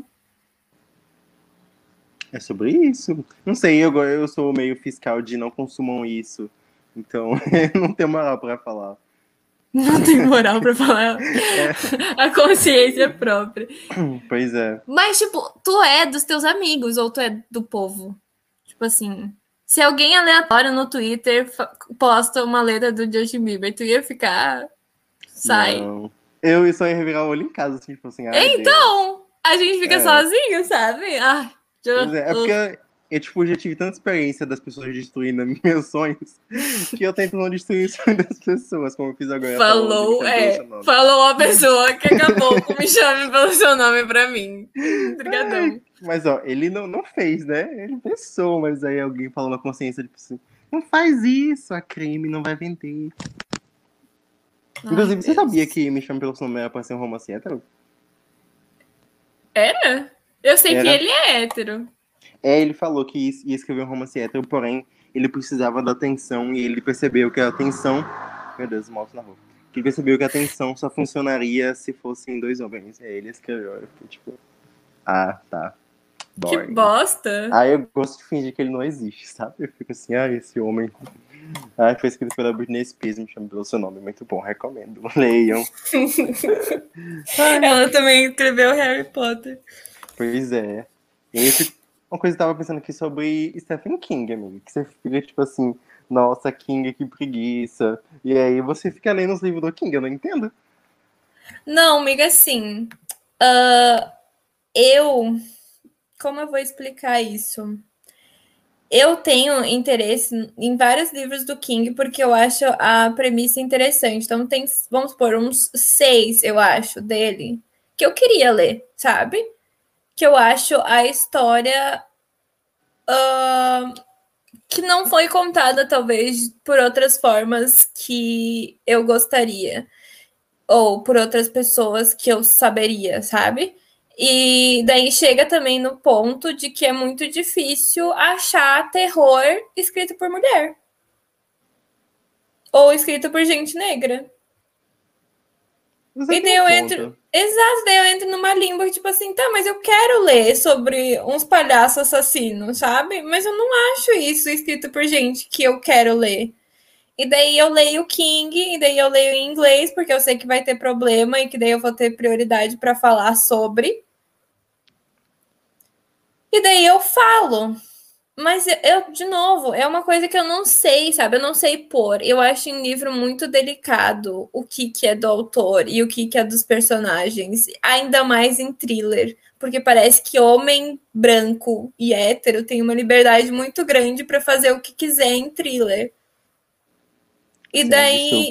É sobre isso. Não sei, eu sou meio fiscal de não consumam isso. Então, eu não tenho moral pra falar. Não tem moral pra falar a consciência própria. Pois é. Mas, tipo, tu é dos teus amigos ou tu é do povo? Tipo assim, se alguém aleatório no Twitter posta uma letra do Justin Bieber, tu ia ficar... Sai. Não. Eu só ia revirar o olho em casa, assim, tipo assim... Então, a gente fica sozinho, sabe? Ah, é porque eu, tipo, já tive tanta experiência das pessoas destruindo meus sonhos que eu tento não destruir os sonhos das pessoas, como eu fiz agora. Falou a pessoa que acabou com me chame pelo seu nome pra mim. Obrigadão. Mas, ó, ele não fez, né? Ele pensou, mas aí alguém falou na consciência, tipo assim, não faz isso, a crime não vai vender. Inclusive, você sabia que Me Chame Pelo Seu Nome era pra ser um romance hétero? Era? Eu sei que ele é hétero. Ele falou que ia escrever um romance hétero, porém, ele precisava da atenção e ele percebeu que a atenção... Meu Deus, moto na rua. Que ele percebeu que a atenção só funcionaria se fossem 2 homens. Aí ele escreveu, eu fiquei tipo... Ah, tá. Boring. Que bosta. Aí eu gosto de fingir que ele não existe, sabe? Eu fico assim, esse homem... foi escrito pela Britney Spears, Me Chame Pelo Seu Nome. Muito bom, recomendo. Leiam. Ela também escreveu Harry Potter. Pois é. E aí, uma coisa que eu tava pensando aqui sobre Stephen King, amigo. Que você fica tipo assim, nossa, King, que preguiça. E aí você fica lendo os livros do King, eu não entendo. Não, amiga, assim... Como eu vou explicar isso? Eu tenho interesse em vários livros do King porque eu acho a premissa interessante. Então tem, vamos supor, uns 6, eu acho, dele, que eu queria ler, sabe? Que eu acho a história que não foi contada, talvez, por outras formas que eu gostaria. Ou por outras pessoas que eu saberia, sabe? E daí chega também no ponto de que é muito difícil achar terror escrito por mulher. Ou escrito por gente negra. E daí eu entro... Exato, daí eu entro numa língua tipo assim, tá, mas eu quero ler sobre uns palhaços assassinos, sabe? Mas eu não acho isso escrito por gente que eu quero ler. E daí eu leio King, e daí eu leio em inglês, porque eu sei que vai ter problema e que daí eu vou ter prioridade para falar sobre. E daí eu falo. Mas eu, de novo, é uma coisa que eu não sei, sabe? Eu não sei pôr. Eu acho em livro muito delicado o que é do autor e o que é dos personagens. Ainda mais em thriller. Porque parece que homem branco e hétero tem uma liberdade muito grande para fazer o que quiser em thriller. E sim, daí...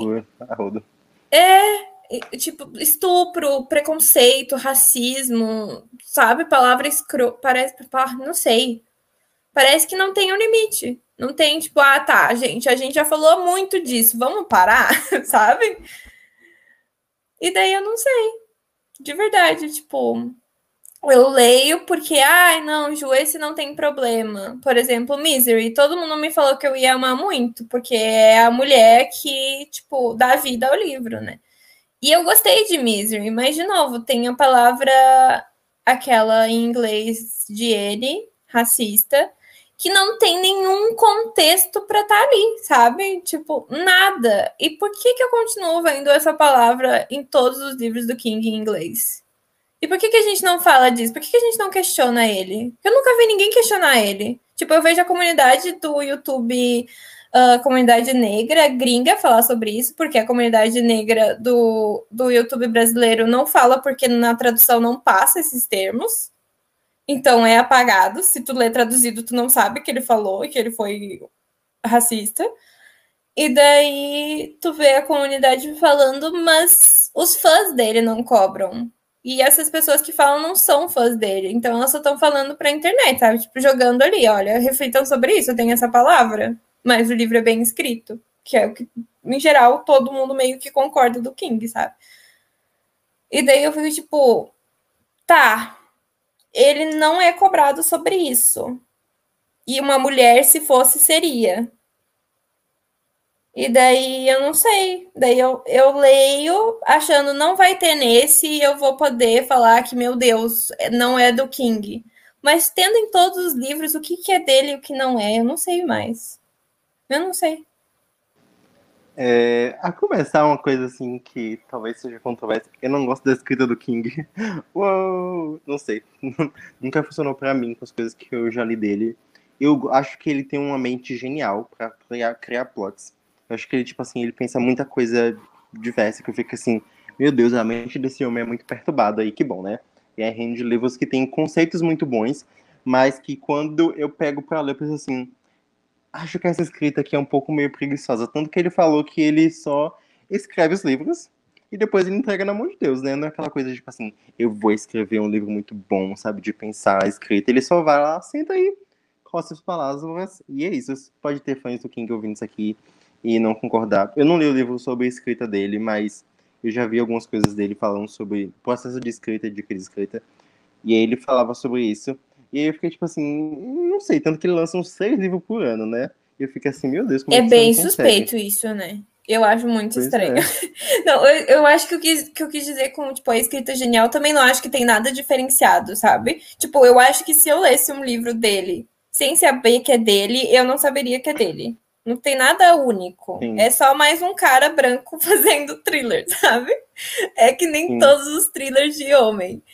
tipo, estupro, preconceito, racismo, sabe? Palavra escrota, parece, não sei. Parece que não tem um limite. Não tem, tipo, tá, a gente já falou muito disso, vamos parar, sabe? E daí eu não sei. De verdade, tipo... Eu leio porque, não, Ju, esse não tem problema. Por exemplo, Misery. Todo mundo me falou que eu ia amar muito, porque é a mulher que, tipo, dá vida ao livro, né? E eu gostei de Misery, mas, de novo, tem a palavra, aquela em inglês de ele, racista, que não tem nenhum contexto para estar ali, sabe? Tipo, nada. E por que eu continuo vendo essa palavra em todos os livros do King em inglês? E por que a gente não fala disso? Por que a gente não questiona ele? Eu nunca vi ninguém questionar ele. Tipo, eu vejo a comunidade do YouTube, a comunidade negra, gringa, falar sobre isso, porque a comunidade negra do YouTube brasileiro não fala, porque na tradução não passa esses termos. Então é apagado. Se tu lê traduzido, tu não sabe que ele falou e que ele foi racista. E daí tu vê a comunidade falando, mas os fãs dele não cobram. E essas pessoas que falam não são fãs dele. Então elas só estão falando pra internet, sabe? Tipo, jogando ali, olha, reflitam sobre isso, tem essa palavra. Mas o livro é bem escrito. Que é o que, em geral, todo mundo meio que concorda do King, sabe? E daí eu fico tipo, tá, ele não é cobrado sobre isso. E uma mulher, se fosse, seria. E daí eu não sei. Daí eu leio achando não vai ter nesse e eu vou poder falar que, meu Deus, não é do King. Mas tendo em todos os livros o que é dele e o que não é, eu não sei mais. Eu não sei. A começar uma coisa assim que talvez seja controversa. Eu não gosto da escrita do King. Uou! Não sei. Nunca funcionou pra mim com as coisas que eu já li dele. Eu acho que ele tem uma mente genial pra criar plots. Eu acho que ele, tipo assim, ele pensa muita coisa diversa que eu fico assim, meu Deus, a mente desse homem é muito perturbada e que bom, né? E aí rende livros que têm conceitos muito bons, mas que quando eu pego pra ler, eu penso assim, acho que essa escrita aqui é um pouco meio preguiçosa. Tanto que ele falou que ele só escreve os livros e depois ele entrega na mão de Deus, né? Não é aquela coisa de, tipo assim, eu vou escrever um livro muito bom, sabe? De pensar a escrita. Ele só vai lá, senta aí, costa as palavras e é isso. Você pode ter fãs do King ouvindo isso aqui e não concordar. Eu não li o livro sobre a escrita dele, mas eu já vi algumas coisas dele falando sobre processo de escrita e dica de escrita. E aí ele falava sobre isso. E aí eu fiquei tipo assim, não sei, tanto que ele lança uns 6 livros por ano, né? E eu fiquei assim, meu Deus, como é É que esse homem bem consegue? suspeito isso, né? Eu acho muito Pois estranho. é. Não, eu acho que eu quis dizer com, tipo, a escrita genial, também não acho que tem nada diferenciado, sabe? Tipo, eu acho que se eu lesse um livro dele sem saber que é dele, eu não saberia que é dele. Não tem nada único. Sim, É só mais um cara branco fazendo thriller, sabe? É que nem sim, todos os thrillers de homem.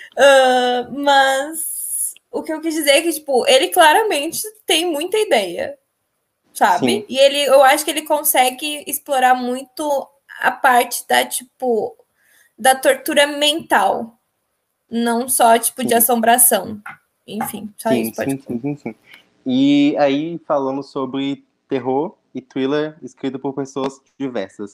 Mas o que eu quis dizer é que, tipo, ele claramente tem muita ideia, sabe? sim, E ele, eu acho que ele consegue explorar muito a parte da, tipo, da tortura mental, não só, tipo, de sim, assombração. Enfim, só sim, isso, pode sim, falar. sim, sim, sim. E aí, falando sobre terror e thriller escrito por pessoas diversas.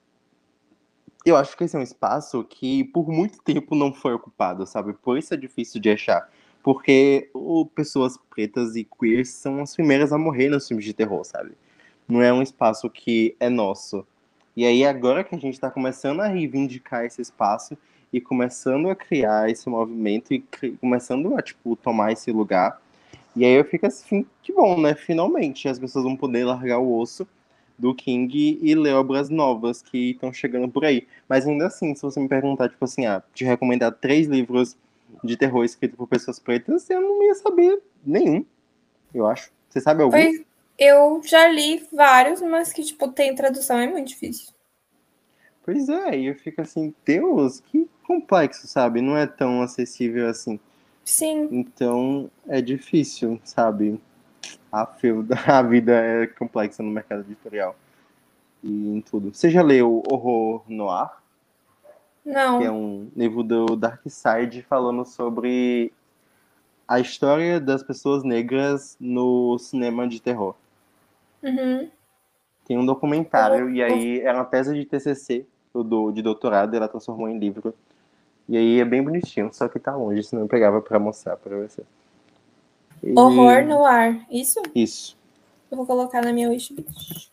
Eu acho que esse é um espaço que por muito tempo não foi ocupado, sabe? Por isso é difícil de achar. Porque pessoas pretas e queers são as primeiras a morrer nos filmes de terror, sabe? Não é um espaço que é nosso. E aí, agora que a gente está começando a reivindicar esse espaço e começando a criar esse movimento e começando a, tipo, tomar esse lugar. E aí eu fico assim, que bom, né? Finalmente as pessoas vão poder largar o osso do King e ler obras novas que estão chegando por aí. Mas ainda assim, se você me perguntar, tipo assim, te recomendar 3 livros de terror escritos por pessoas pretas, eu não ia saber nenhum, eu acho. Você sabe algum? Pois eu já li vários, mas que, tipo, tem tradução é muito difícil. Pois é, e eu fico assim, Deus, que complexo, sabe? Não é tão acessível assim. Sim. Então, é difícil, sabe? A vida é complexa no mercado editorial e em tudo. Você já leu Horror Noir? Que é Não. um livro do Dark Side falando sobre a história das pessoas negras no cinema de terror. Uhum. Tem um Eu vou, documentário, e aí é uma tese de TCC, de doutorado, e ela transformou em livro. E aí é bem bonitinho, só que tá longe, senão eu pegava pra mostrar pra você. Horror E no ar. Isso? isso. Eu vou colocar na minha wishlist.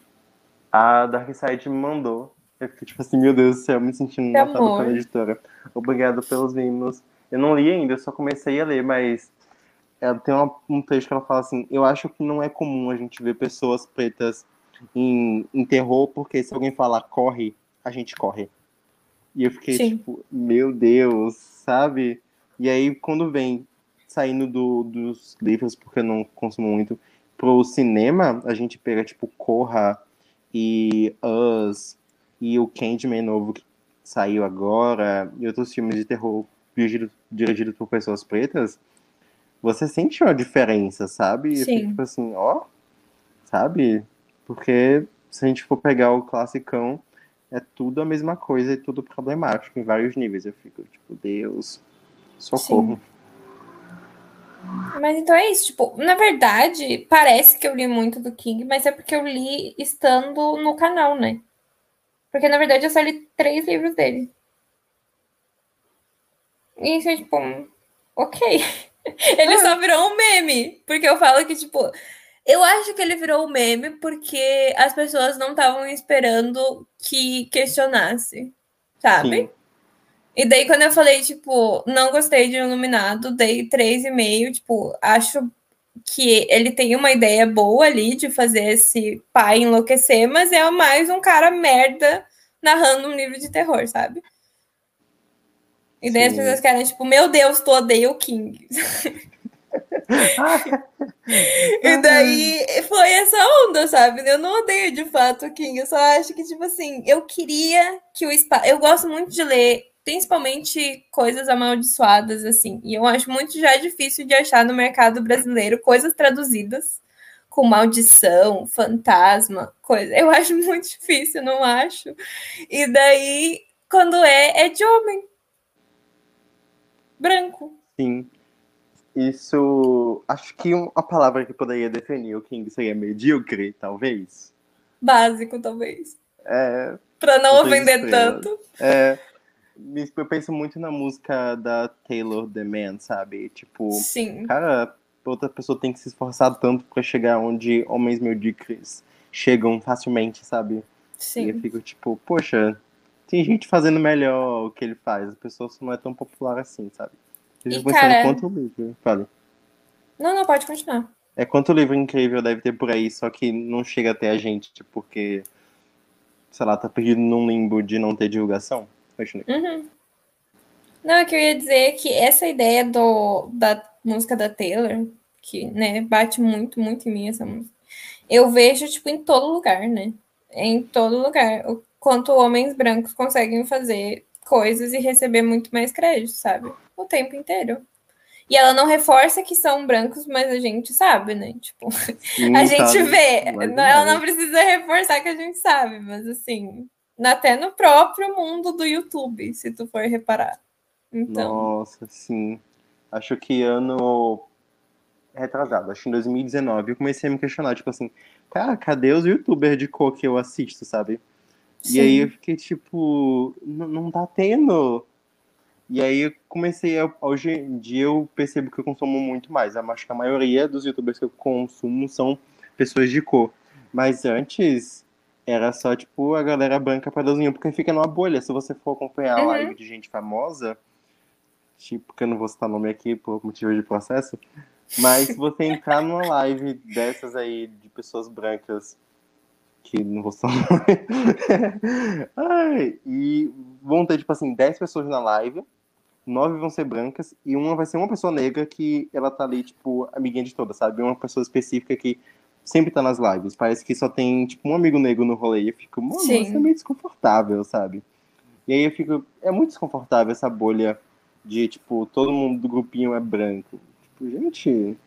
A Dark Side me mandou. Eu fiquei tipo assim, meu Deus do céu, me sentindo Que notado pela amor. editora. Obrigado pelos mimos. Eu não li ainda, eu só comecei a ler, mas ela tem um trecho que ela fala assim: eu acho que não é comum a gente ver pessoas pretas em terror, porque se alguém falar corre, a gente corre. E eu fiquei Sim. tipo, meu Deus, sabe? E aí, quando vem saindo dos livros, porque eu não consumo muito, pro cinema, a gente pega tipo Corra e Us e o Candyman novo que saiu agora, e outros filmes de terror dirigidos por pessoas pretas. Você sente uma diferença, sabe? Eu fico tipo Sim. assim, ó, sabe? Porque se a gente for pegar o classicão, é tudo a mesma coisa e tudo problemático em vários níveis. Eu fico tipo, Deus, socorro. Sim. Mas então é isso, tipo, na verdade, parece que eu li muito do King, mas é porque eu li estando no canal, né? Porque na verdade eu só li 3 livros dele. E isso é tipo, ok. Ele só virou um meme. Porque eu falo que, tipo, eu acho que ele virou um meme porque as pessoas não estavam esperando que questionasse, Sim, sabe? E daí, quando eu falei, tipo, não gostei de Iluminado, dei 3,5, tipo, acho que ele tem uma ideia boa ali de fazer esse pai enlouquecer, mas é mais um cara merda narrando um livro de terror, sabe? E daí as pessoas sim. querem, tipo, meu Deus, tu odeia o King. E daí foi essa onda, sabe? Eu não odeio de fato o King, eu só acho que, tipo assim, eu queria que o espaço. Eu gosto muito de ler, principalmente coisas amaldiçoadas, assim. E eu acho muito já difícil de achar no mercado brasileiro coisas traduzidas com maldição, fantasma, coisa. Eu acho muito difícil, não acho. E daí, quando é de homem. Branco. Sim. Isso. Acho que a palavra que poderia definir o King seria medíocre, talvez. Básico, talvez. É. Pra não Três ofender estrelas. tanto. Eu penso muito na música da Taylor The Man, sabe? Tipo, Sim. cara, outra pessoa tem que se esforçar tanto pra chegar onde homens medíocres chegam facilmente, sabe? Sim. E eu fico tipo, poxa, tem gente fazendo melhor o que ele faz, a pessoa só não é tão popular assim, sabe? Eu fico pensando cara... quanto livro. Fale. Não, pode continuar. Quanto livro incrível deve ter por aí, só que não chega até a gente, porque, sei lá, tá perdido num limbo de não ter divulgação. Uhum. Não, eu queria dizer que essa ideia da música da Taylor, que, né, bate muito, muito em mim essa música, eu vejo, tipo, em todo lugar, né? Em todo lugar. O quanto homens brancos conseguem fazer coisas e receber muito mais crédito, sabe? O tempo inteiro. E ela não reforça que são brancos, mas a gente sabe, né? Tipo, Sim, a gente sabe? vê. Mas Ela não precisa reforçar que a gente sabe, mas assim, até no próprio mundo do YouTube, se tu for reparar. Então. Nossa, sim. Acho que ano retrasado, acho que em 2019, eu comecei a me questionar, tipo assim, cara, cadê os youtubers de cor que eu assisto, sabe? Sim. E aí eu fiquei tipo, não tá tendo. E aí eu comecei hoje em dia eu percebo que eu consumo muito mais. Eu acho que a maioria dos youtubers que eu consumo são pessoas de cor. Mas antes era só tipo a galera branca padrãozinha, porque fica numa bolha. Se você for acompanhar a live de gente famosa, tipo, que eu não vou citar nome aqui por motivo de processo, mas se você entrar numa live dessas aí de pessoas brancas, que não vou citar nome, e vão ter, tipo assim, 10 pessoas na live, 9 vão ser brancas, e uma vai ser uma pessoa negra que ela tá ali, tipo, amiguinha de todas, sabe? Uma pessoa específica que sempre tá nas lives. Parece que só tem, tipo, um amigo negro no rolê. E eu fico, mano, isso é meio desconfortável, sabe? E aí eu fico, é muito desconfortável essa bolha de, tipo, todo mundo do grupinho é branco. Tipo, gente,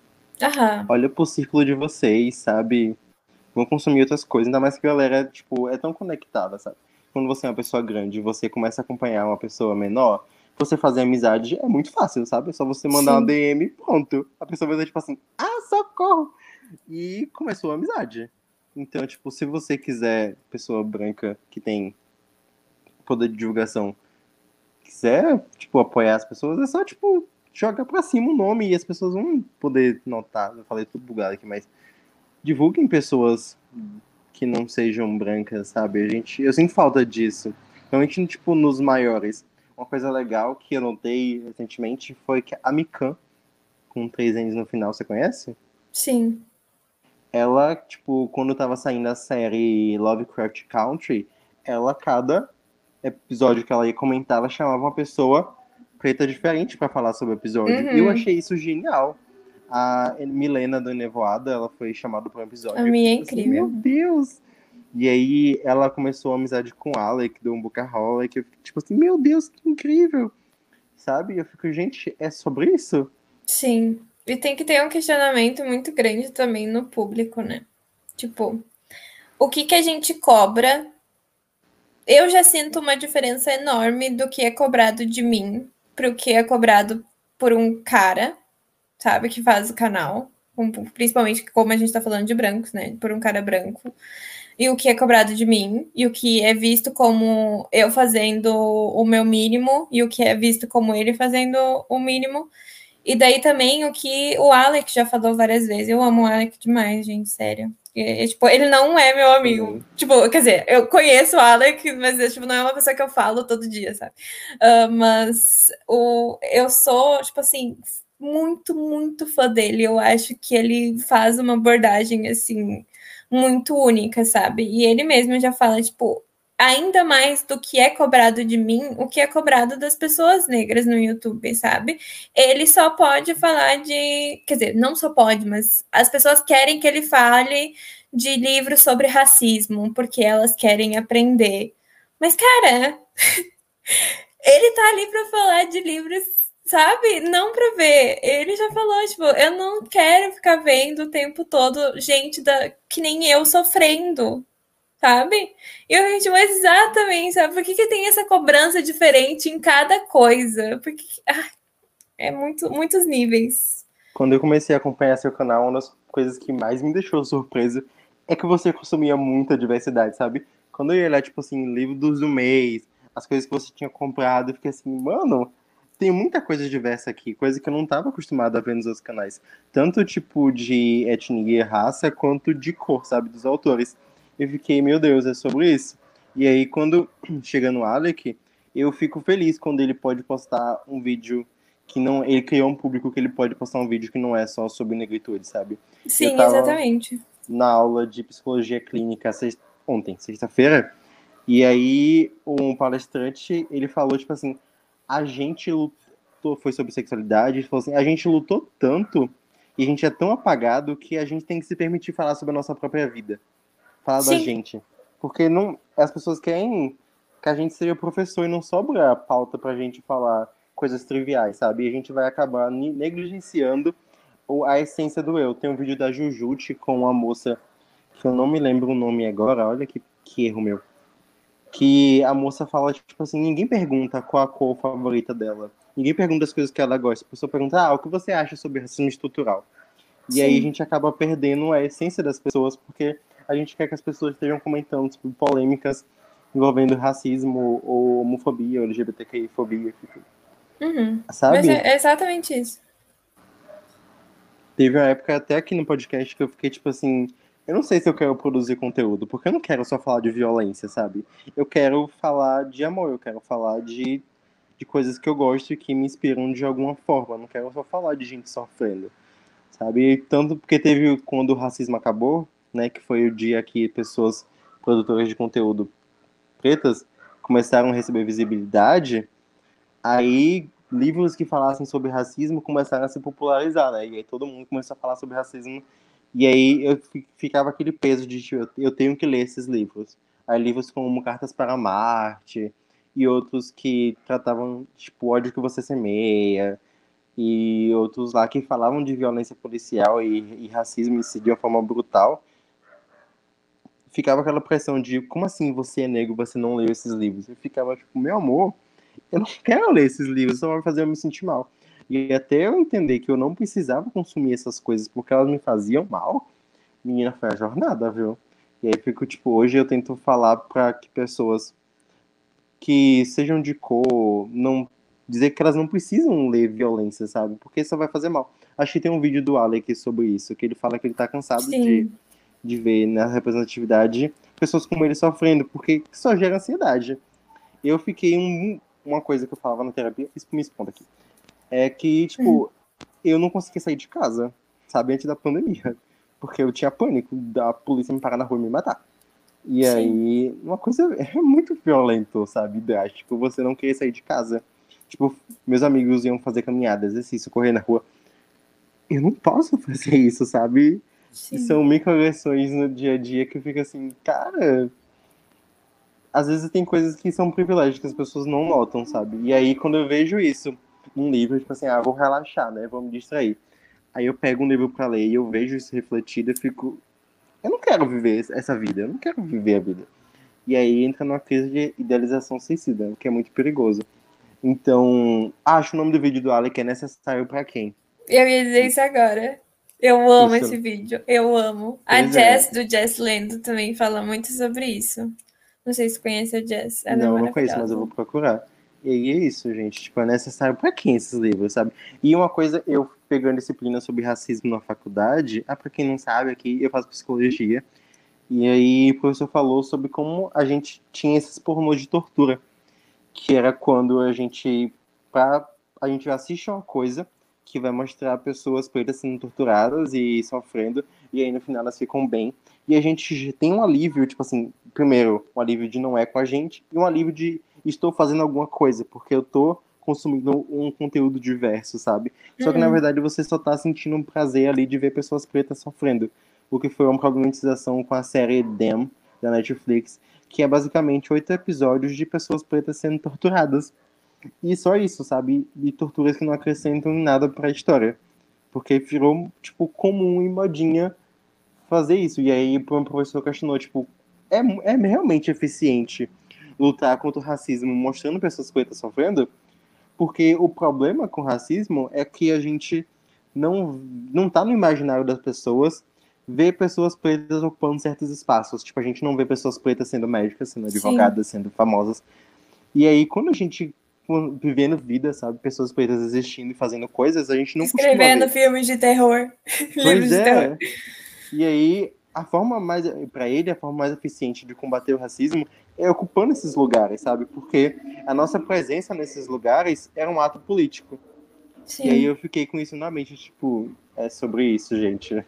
olha pro círculo de vocês, sabe? Vão consumir outras coisas, ainda mais que a galera, tipo, é tão conectada, sabe? Quando você é uma pessoa grande e você começa a acompanhar uma pessoa menor, você fazer amizade é muito fácil, sabe? É só você mandar uma DM e pronto. A pessoa vai dizer, tipo assim, socorro! E começou a amizade. Então, tipo, se você quiser, pessoa branca que tem poder de divulgação, quiser, tipo, apoiar as pessoas, é só, tipo, joga pra cima o nome e as pessoas vão poder notar. Eu falei tudo bugado aqui, mas divulguem pessoas que não sejam brancas, sabe? Eu sinto falta disso. Realmente, tipo, nos maiores. Uma coisa legal que eu notei recentemente foi que a Mikan, com 3 anos no final, você conhece? Sim. Ela, tipo, quando tava saindo a série Lovecraft Country, ela, cada episódio que ela ia comentar, ela chamava uma pessoa preta diferente para falar sobre o episódio. E eu achei isso genial. A Milena do Nevoada, ela foi chamada para um episódio. A minha é tipo assim, incrível. meu Deus! E aí ela começou a amizade com o Alec, do Umbucarolic. Eu fico tipo assim, meu Deus, que incrível! Sabe? Eu fico, gente, é sobre isso? Sim. E tem que ter um questionamento muito grande também no público, né? Tipo, o que a gente cobra? Eu já sinto uma diferença enorme do que é cobrado de mim pro que é cobrado por um cara, sabe, que faz o canal. Principalmente como a gente tá falando de brancos, né? Por um cara branco. E o que é cobrado de mim, e o que é visto como eu fazendo o meu mínimo, e o que é visto como ele fazendo o mínimo. E daí também o que o Alec já falou várias vezes. Eu amo o Alec demais, gente, sério. Tipo, ele não é meu amigo. Tipo, quer dizer, eu conheço o Alec, mas tipo, não é uma pessoa que eu falo todo dia, sabe? Mas eu sou, tipo assim, muito, muito fã dele. Eu acho que ele faz uma abordagem, assim, muito única, sabe? E ele mesmo já fala, tipo, ainda mais do que é cobrado de mim, o que é cobrado das pessoas negras no YouTube, sabe? Ele só pode falar de... Quer dizer, não só pode, mas as pessoas querem que ele fale de livros sobre racismo, porque elas querem aprender. Mas, cara, ele tá ali pra falar de livros, sabe? Não pra ver. Ele já falou, tipo, eu não quero ficar vendo o tempo todo gente que nem eu sofrendo, sabe? E eu fico, tipo, exatamente, sabe? Por que tem essa cobrança diferente em cada coisa? Porque é muitos níveis. Quando eu comecei a acompanhar seu canal, uma das coisas que mais me deixou surpresa é que você consumia muita diversidade, sabe? Quando eu ia olhar, tipo assim, livros do mês, as coisas que você tinha comprado, eu fiquei assim, mano, tem muita coisa diversa aqui, coisa que eu não estava acostumado a ver nos outros canais. Tanto tipo de etnia e raça, quanto de cor, sabe? Dos autores. Eu fiquei, meu Deus, é sobre isso? E aí, quando chega no Alec, eu fico feliz quando ele pode postar um vídeo que não... Ele criou um público que ele pode postar um vídeo que não é só sobre negritude, sabe? Eu Sim, tava exatamente. na aula de psicologia clínica ontem, sexta-feira, e aí um palestrante, ele falou, tipo assim, a gente lutou, foi sobre sexualidade, ele falou assim, a gente lutou tanto e a gente é tão apagado que a gente tem que se permitir falar sobre a nossa própria vida. Falar da Sim. gente. Porque não, as pessoas querem que a gente seja professor e não sobra a pauta pra gente falar coisas triviais, sabe? E a gente vai acabar negligenciando a essência do eu. Tem um vídeo da Jujute com uma moça que eu não me lembro o nome agora, olha que erro meu. Que a moça fala, tipo assim, ninguém pergunta qual a cor favorita dela. Ninguém pergunta as coisas que ela gosta. A pessoa pergunta, o que você acha sobre racismo estrutural? E Sim. aí a gente acaba perdendo a essência das pessoas, porque a gente quer que as pessoas estejam comentando sobre polêmicas envolvendo racismo ou homofobia, ou LGBTQI-fobia. Sabe? Mas é exatamente isso. Teve uma época até aqui no podcast que eu fiquei tipo assim, eu não sei se eu quero produzir conteúdo, porque eu não quero só falar de violência, sabe? Eu quero falar de amor, eu quero falar de coisas que eu gosto e que me inspiram de alguma forma. Eu não quero só falar de gente sofrendo, sabe? Tanto porque teve quando o racismo acabou, né, que foi o dia que pessoas produtoras de conteúdo pretas começaram a receber visibilidade, aí livros que falassem sobre racismo começaram a se popularizar, né? E aí todo mundo começou a falar sobre racismo. E aí eu ficava aquele peso de tipo, eu tenho que ler esses livros. Aí livros como Cartas para Marte e outros que tratavam tipo o ódio que você semeia e outros lá que falavam de violência policial e racismo em si de uma forma brutal. Ficava aquela pressão de como assim você é negro, você não leu esses livros? Eu ficava tipo, meu amor, eu não quero ler esses livros, só vai fazer eu me sentir mal. E até eu entender que eu não precisava consumir essas coisas porque elas me faziam mal, menina, foi a jornada, viu? E aí fico, tipo, hoje eu tento falar para que pessoas que sejam de cor, não dizer que elas não precisam ler violência, sabe? Porque isso vai fazer mal. Acho que tem um vídeo do Alec sobre isso, que ele fala que ele tá cansado de ver na representatividade pessoas como ele sofrendo, porque só gera ansiedade. Eu fiquei uma coisa que eu falava na terapia, fiz por me expondo aqui, é que, tipo, eu não conseguia sair de casa, sabe, antes da pandemia, porque eu tinha pânico da polícia me parar na rua e me matar. E aí, uma coisa é muito violento, sabe, drástico, você não querer sair de casa. Tipo, meus amigos iam fazer caminhada, exercício, correr na rua. Eu não posso fazer isso, sabe? E são microagressões no dia a dia que fica assim, cara, às vezes tem coisas que são privilégios que as pessoas não notam, sabe? E aí, quando eu vejo isso num livro, tipo assim, vou relaxar, né? Vou me distrair. Aí eu pego um livro pra ler e eu vejo isso refletido e fico... Eu não quero viver essa vida, eu não quero viver a vida. E aí entra numa crise de idealização suicida, o que é muito perigoso. Então, acho o nome do vídeo do Alec é necessário pra quem? Eu ia dizer isso agora. Eu amo Isso. esse vídeo, eu amo. A Pois Jess, do Jess Lendo, também fala muito sobre isso. Não sei se conhece a Jess, ela é Não maravilhosa. conheço, mas eu vou procurar. E aí é isso, gente. Tipo, é necessário pra quem esses livros, sabe? E uma coisa, eu pegando disciplina sobre racismo na faculdade, pra quem não sabe, aqui eu faço psicologia. E aí o professor falou sobre como a gente tinha esses pornôs de tortura. Que era quando a gente assiste uma coisa que vai mostrar pessoas pretas sendo torturadas e sofrendo, e aí no final elas ficam bem. E a gente tem um alívio, tipo assim, primeiro, um alívio de não é com a gente, e um alívio de estou fazendo alguma coisa, porque eu tô consumindo um conteúdo diverso, sabe? Só que na verdade você só tá sentindo um prazer ali de ver pessoas pretas sofrendo. O que foi uma problematização com a série Them, da Netflix, que é basicamente 8 episódios de pessoas pretas sendo torturadas. E só isso, sabe? E torturas que não acrescentam em nada pra história. Porque virou, tipo, comum e modinha fazer isso. E aí o professor questionou, tipo, é realmente eficiente lutar contra o racismo mostrando pessoas pretas sofrendo? Porque o problema com o racismo é que a gente não tá no imaginário das pessoas ver pessoas pretas ocupando certos espaços. Tipo, a gente não vê pessoas pretas sendo médicas, sendo advogadas, sendo famosas. E aí, quando a gente vivendo vida, sabe? Pessoas pretas existindo e fazendo coisas, a gente não costuma Escrevendo ver. filmes de terror, livros Pois de terror. E aí, para ele, a forma mais eficiente de combater o racismo é ocupando esses lugares, sabe? Porque a nossa presença nesses lugares era um ato político. Sim. E aí eu fiquei com isso na mente, tipo, é sobre isso, gente.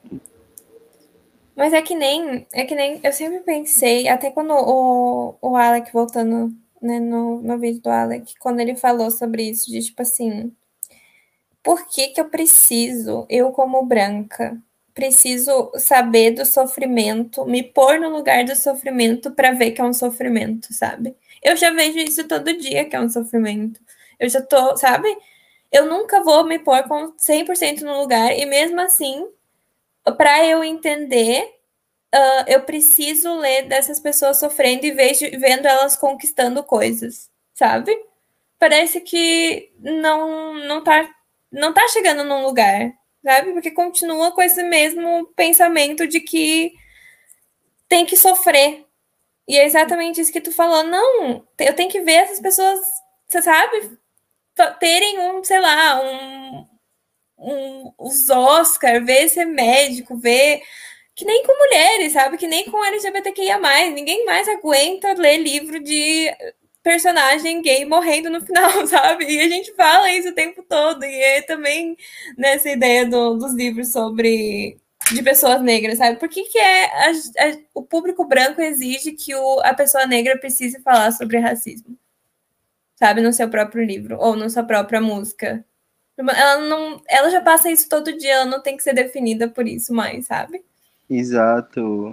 Mas é que nem eu sempre pensei, até quando o Alec, voltando, né, no vídeo do Alec, quando ele falou sobre isso, de tipo assim, por que eu preciso, eu como branca, preciso saber do sofrimento, me pôr no lugar do sofrimento para ver que é um sofrimento, sabe? Eu já vejo isso todo dia que é um sofrimento. Eu já tô, sabe? Eu nunca vou me pôr com 100% no lugar, e mesmo assim, para eu entender, eu preciso ler dessas pessoas sofrendo e vendo elas conquistando coisas, sabe? Parece que não tá chegando num lugar, sabe? Porque continua com esse mesmo pensamento de que tem que sofrer. E é exatamente isso que tu falou. Não, eu tenho que ver essas pessoas, você sabe, terem sei lá, os Oscar, ver ser médico, ver que nem com mulheres, sabe? Que nem com LGBTQIA+. Ninguém mais aguenta ler livro de personagem gay morrendo no final, sabe? E a gente fala isso o tempo todo. E é também nessa ideia dos livros de pessoas negras, sabe? Por que o público branco exige que a pessoa negra precise falar sobre racismo? Sabe? No seu próprio livro ou na sua própria música. Ela já passa isso todo dia, ela não tem que ser definida por isso mais, sabe? Exato.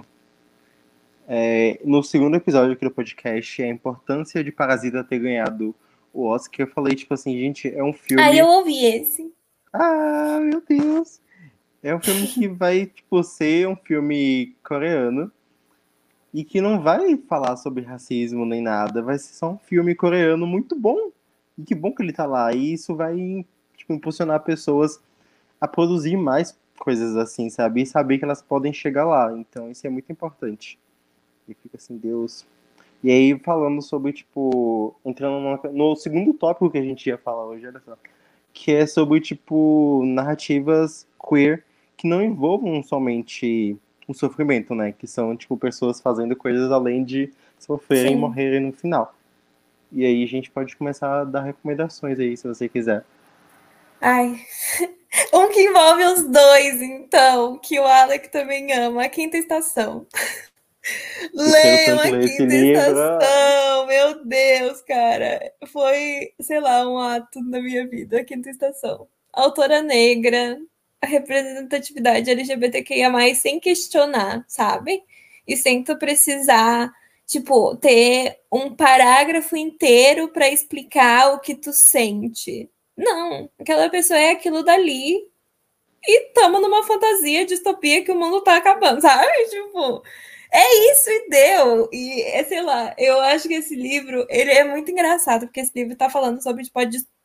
No segundo episódio aqui do podcast, a importância de Parasita ter ganhado o Oscar, eu falei, tipo assim, gente, é um filme... Ah, eu ouvi esse. Ah, meu Deus! É um filme que vai, tipo, ser um filme coreano e que não vai falar sobre racismo nem nada, vai ser só um filme coreano muito bom. E que bom que ele tá lá. E isso vai, tipo, impulsionar pessoas a produzir mais coisas assim, sabe? E saber que elas podem chegar lá. Então, isso é muito importante. E fica assim, Deus. E aí, falando sobre, tipo, entrando no segundo tópico que a gente ia falar hoje, olha só, que é sobre, tipo, narrativas queer que não envolvam somente o sofrimento, né? Que são, tipo, pessoas fazendo coisas além de sofrerem e morrerem no final. E aí a gente pode começar a dar recomendações aí, se você quiser. Ai, um que envolve os dois, então, que o Alec também ama, A Quinta Estação. Leiam A Quinta Estação, meu Deus, cara. Foi, sei lá, um ato na minha vida, A Quinta Estação. Autora negra, a representatividade LGBTQIA+, sem questionar, sabe? E sem tu precisar, tipo, ter um parágrafo inteiro para explicar o que tu sente. Não, aquela pessoa é aquilo dali e tamo numa fantasia, distopia que o mundo tá acabando, sabe? Tipo, é isso e deu. E, sei lá, eu acho que esse livro, ele é muito engraçado, porque esse livro tá falando sobre, tipo, a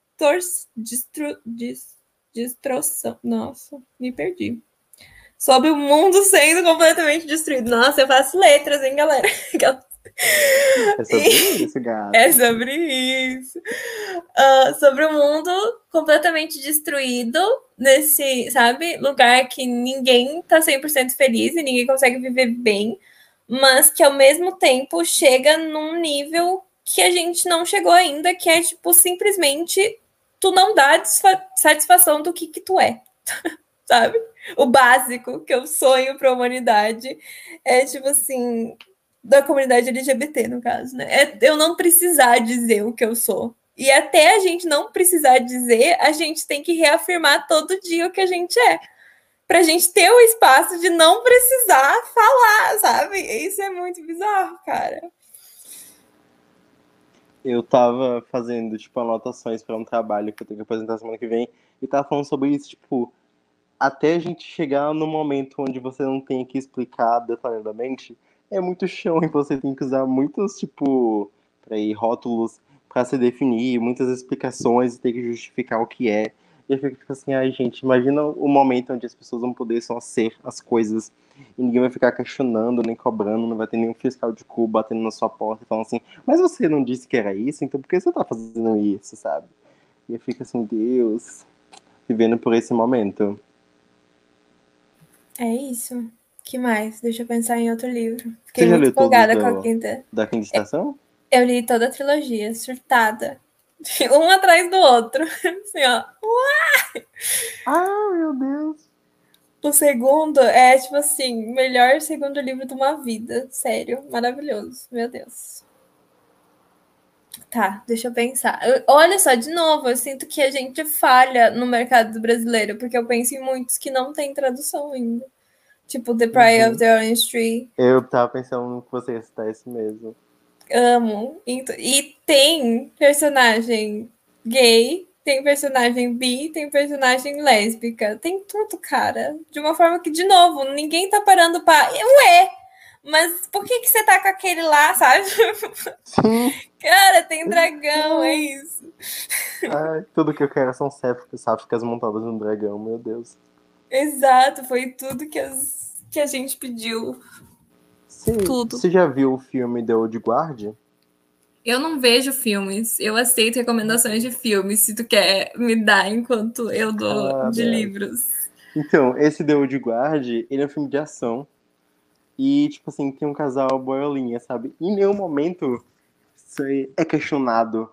distorção. Nossa, me perdi. Sobre o mundo sendo completamente destruído. Nossa, eu faço letras, hein, galera? É sobre isso, gata. É sobre isso. Sobre o mundo completamente destruído nesse, sabe, lugar que ninguém tá 100% feliz e ninguém consegue viver bem, mas que ao mesmo tempo chega num nível que a gente não chegou ainda, que é, tipo, simplesmente tu não dá satisfação do que tu é, sabe? O básico que eu sonho para a humanidade é, tipo assim, da comunidade LGBT, no caso, né? É eu não precisar dizer o que eu sou. E até a gente não precisar dizer, a gente tem que reafirmar todo dia o que a gente é. Pra gente ter o espaço de não precisar falar, sabe? Isso é muito bizarro, cara. Eu tava fazendo, tipo, anotações para um trabalho que eu tenho que apresentar semana que vem, e tava falando sobre isso, tipo, até a gente chegar no momento onde você não tem que explicar detalhadamente, é muito chão e você tem que usar muitos, tipo, rótulos para se definir, muitas explicações e ter que justificar o que é. E eu fico tipo assim, ai gente, imagina o momento onde as pessoas vão poder só ser as coisas e ninguém vai ficar questionando, nem cobrando, não vai ter nenhum fiscal de Cuba batendo na sua porta e falando assim, mas você não disse que era isso, então por que você tá fazendo isso, sabe? E eu fico assim, Deus, vivendo por esse momento. É isso. Que mais? Deixa eu pensar em outro livro. Você Fiquei já muito leu empolgada com a todos quinta. da Quinta Estação? Eu li toda a trilogia, surtada. Um atrás do outro. Assim, ó. Ah, meu Deus. O segundo é, tipo assim, melhor segundo livro de uma vida. Sério, maravilhoso. Meu Deus. Tá, deixa eu pensar. Olha só, de novo, eu sinto que a gente falha no mercado brasileiro, porque eu penso em muitos que não tem tradução ainda. Tipo, The Pride of the Orange Tree. Eu tava pensando que você ia citar esse mesmo. Amo. E tem personagem gay, tem personagem bi, tem personagem lésbica. Tem tudo, cara. De uma forma que, de novo, ninguém tá parando pra... Ué, mas por que você tá com aquele lá, sabe? Sim. Cara, tem dragão, é isso. Ai, tudo que eu quero são sáficas montadas num dragão, meu Deus. Exato, foi tudo que a gente pediu. Tudo. Você já viu o filme The Old Guard? Eu não vejo filmes. Eu aceito recomendações de filmes se tu quer me dar enquanto eu dou de livros. Então, esse The Old Guard, ele é um filme de ação. E, tipo assim, tem um casal boiolinha, sabe? Em nenhum momento isso é questionado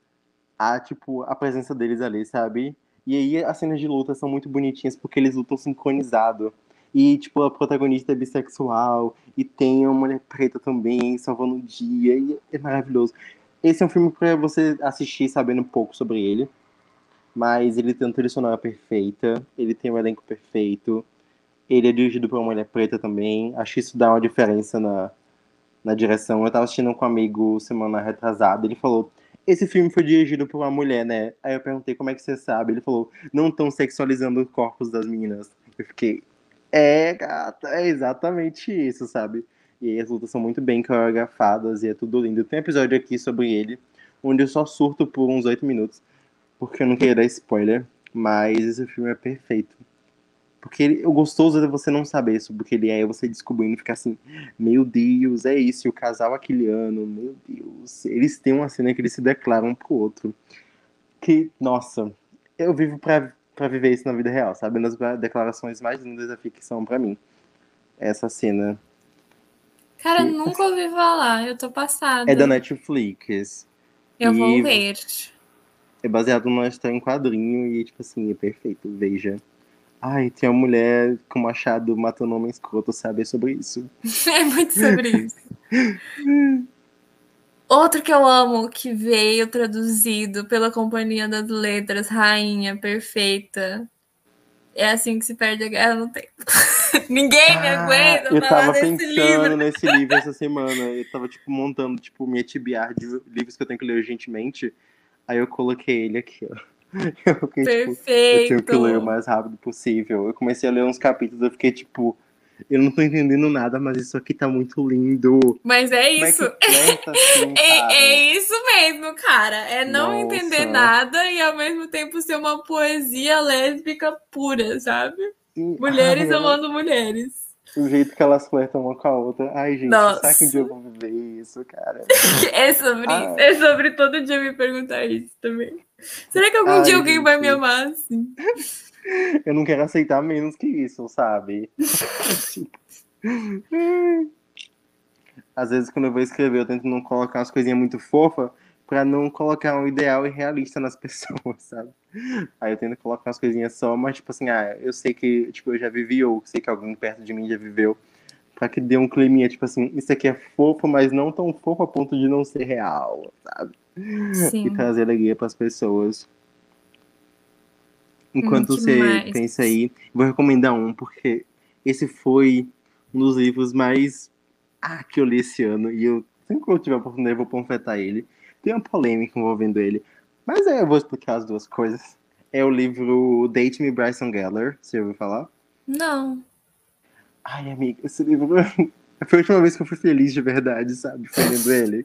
a presença deles ali, sabe? E aí as cenas de luta são muito bonitinhas porque eles lutam sincronizado. E, tipo, a protagonista é bissexual e tem uma mulher preta também salvando o dia. E é maravilhoso. Esse é um filme pra você assistir sabendo um pouco sobre ele. Mas ele tem uma trilha sonora perfeita. Ele tem um elenco perfeito. Ele é dirigido por uma mulher preta também. Acho que isso dá uma diferença na direção. Eu tava assistindo com um amigo semana retrasada. Ele falou... Esse filme foi dirigido por uma mulher, né? Aí eu perguntei como é que você sabe. Ele falou, não estão sexualizando os corpos das meninas. Eu fiquei, gata, é exatamente isso, sabe? E aí as lutas são muito bem coreografadas e é tudo lindo. Tem um episódio aqui sobre ele, onde eu só surto por uns 8 minutos, porque eu não queria dar spoiler, mas esse filme é perfeito. Porque o gostoso é você não saber sobre o que ele é, você descobrindo e ficar assim, meu Deus, é isso, e o casal aquiliano, meu Deus. Eles têm uma cena que eles se declaram um pro outro. Que, nossa, eu vivo pra viver isso na vida real, sabe? Nas declarações mais lindas da ficção pra mim. Essa cena. Cara, nunca ouvi falar, eu tô passada. É da Netflix. Eu vou ver. É baseado numa história em quadrinho e, tipo assim, é perfeito, veja. Ai, tem uma mulher com machado matando um homem escroto, sabe? É sobre isso. É muito sobre isso. Outro que eu amo, que veio traduzido pela Companhia das Letras, Rainha Perfeita. É assim que se perde a guerra no tempo. Ninguém me aguenta falar desse livro. Eu tava pensando nesse livro essa semana. Eu tava, tipo, montando, tipo, minha TBR de livros que eu tenho que ler urgentemente. Aí eu coloquei ele aqui, ó. Eu fiquei, perfeito. Tipo, eu tenho que ler o mais rápido possível. Eu comecei a ler uns capítulos, eu fiquei tipo, eu não tô entendendo nada, mas isso aqui tá muito lindo. Mas é isso. Assim, é isso mesmo, cara. É não entender nada e ao mesmo tempo ser uma poesia lésbica pura, sabe? Sim. Mulheres amando mulheres. O jeito que elas flertam uma com a outra. Ai, gente, será que um dia eu vou viver isso, cara? É sobre isso. É sobre todo dia me perguntar isso também. Será que algum dia alguém vai me amar assim? Eu não quero aceitar menos que isso, sabe? Às vezes, quando eu vou escrever, eu tento não colocar umas coisinhas muito fofas, pra não colocar um ideal irrealista nas pessoas, sabe? Aí eu tento colocar umas coisinhas só, mas tipo assim, eu sei que tipo, eu já vivi, ou sei que alguém perto de mim já viveu, pra que dê um climinha, tipo assim, isso aqui é fofo, mas não tão fofo a ponto de não ser real, sabe? E Sim. trazer alegria pras pessoas. Enquanto você Demais. pensa aí, vou recomendar um, porque esse foi um dos livros mais que eu li esse ano, e eu sempre que eu tiver a oportunidade eu vou panfletar ele. Tem uma polêmica envolvendo ele, mas aí eu vou explicar as duas coisas. É o livro Date Me, Bryson Geller, você já ouviu falar? Não. Ai, amiga, esse livro foi a última vez que eu fui feliz de verdade, sabe? Foi lendo ele.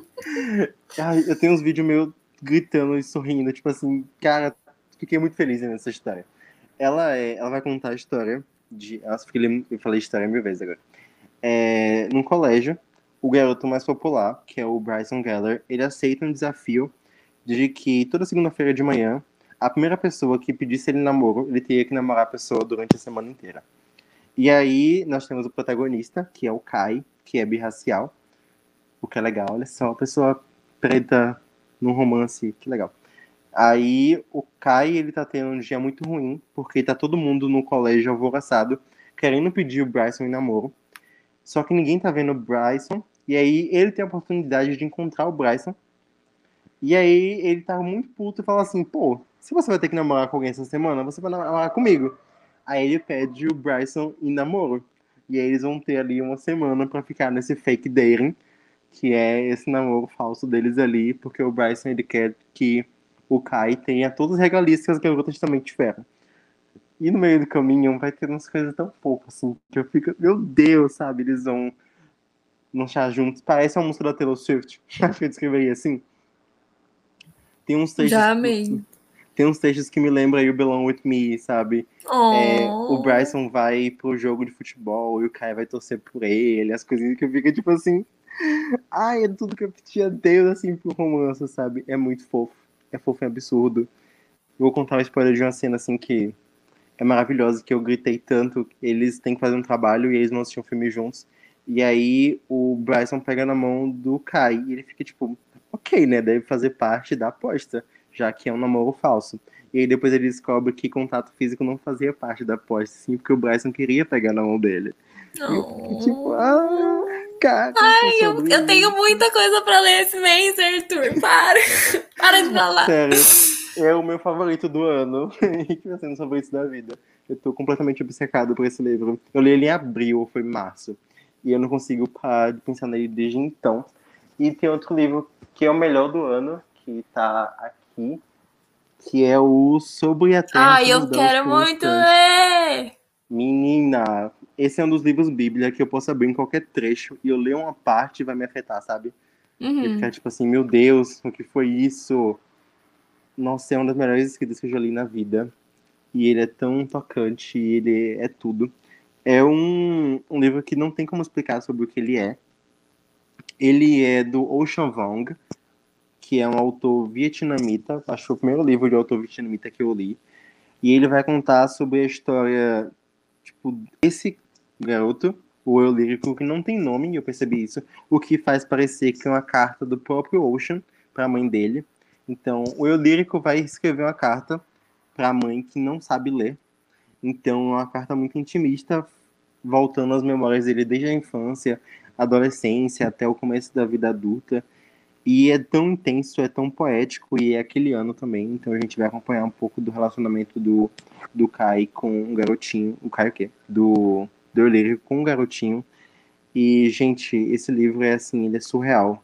Ai, eu tenho uns vídeos meio gritando e sorrindo, tipo assim, cara, fiquei muito feliz nessa história. Ela vai contar a história de. Nossa, eu falei história mil vezes agora. Num colégio, o garoto mais popular, que é o Bryson Geller, ele aceita um desafio de que toda segunda-feira de manhã, a primeira pessoa que pedisse ele namoro, ele teria que namorar a pessoa durante a semana inteira. E aí nós temos o protagonista, que é o Kai, que é birracial, o que é legal, olha só, uma pessoa preta num romance, que legal. Aí o Kai, ele tá tendo um dia muito ruim, porque tá todo mundo no colégio alvoroçado, querendo pedir o Bryson em namoro. Só que ninguém tá vendo o Bryson. E aí ele tem a oportunidade de encontrar o Bryson. E aí ele tá muito puto e fala assim, pô, se você vai ter que namorar com alguém essa semana, você vai namorar comigo. Aí ele pede o Bryson em namoro. E aí eles vão ter ali uma semana pra ficar nesse fake dating, que é esse namoro falso deles ali, porque o Bryson ele quer que o Kai tenha todas as regalias que as garotas também tiveram. E no meio do caminho vai ter umas coisas tão fofas, assim, que eu fico, meu Deus, sabe? Eles vão lanchar juntos. Parece uma música da Taylor Swift. Acho que eu descreveria assim. Tem uns trechos, Já amei. tem uns trechos que me lembram aí o Belong With Me, sabe? O Oh. Bryson vai pro jogo de futebol e o Kai vai torcer por ele, as coisinhas que eu fico tipo assim, é tudo que eu pedia a Deus, assim, pro romance, sabe? É muito fofo. É fofo e absurdo. Eu vou contar uma spoiler de uma cena, assim, que é maravilhosa, que eu gritei tanto. Eles têm que fazer um trabalho e eles vão assistir um filme juntos. E aí o Bryson pega na mão do Kai e ele fica tipo, ok, né? Deve fazer parte da aposta, já que é um namoro falso. E aí depois ele descobre que contato físico não fazia parte da aposta, sim, porque o Bryson queria pegar na mão dele. E eu fiquei tipo, Oh. cara, é Ai, sobre eu tenho isso. muita coisa pra ler esse mês, Arthur. Para. Para de falar. Sério, é o meu favorito do ano e que vai ser o favorito da vida. Eu tô completamente obcecado por esse livro. Eu li ele em abril, ou foi março, e eu não consigo parar de pensar nele desde então. E tem outro livro que é o melhor do ano, que tá aqui, que é o Sobre a Terra Ai, Somos eu Belos quero por um muito Instante. ler. Menina, esse é um dos livros bíblia que eu posso abrir em qualquer trecho e eu ler uma parte e vai me afetar, sabe? E ficar Uhum. tipo assim, meu Deus, o que foi isso? Nossa, é uma das melhores escritas que eu já li na vida. E ele é tão tocante, e ele é tudo. É um livro que não tem como explicar sobre o que ele é. Ele é do Ocean Vuong, que é um autor vietnamita. Acho que foi o primeiro livro de autor vietnamita que eu li. E ele vai contar sobre a história, tipo, desse garoto, o eu lírico, que não tem nome, e eu percebi isso, o que faz parecer que é uma carta do próprio Ocean para a mãe dele. Então, o eu lírico vai escrever uma carta para a mãe que não sabe ler. Então, é uma carta muito intimista, voltando às memórias dele desde a infância, adolescência, até o começo da vida adulta. E é tão intenso, é tão poético, e é aquele ano também. Então, a gente vai acompanhar um pouco do relacionamento do Kai com um garotinho. O Kai o quê? Do Euler com um garotinho. E, gente, esse livro é assim, ele é surreal.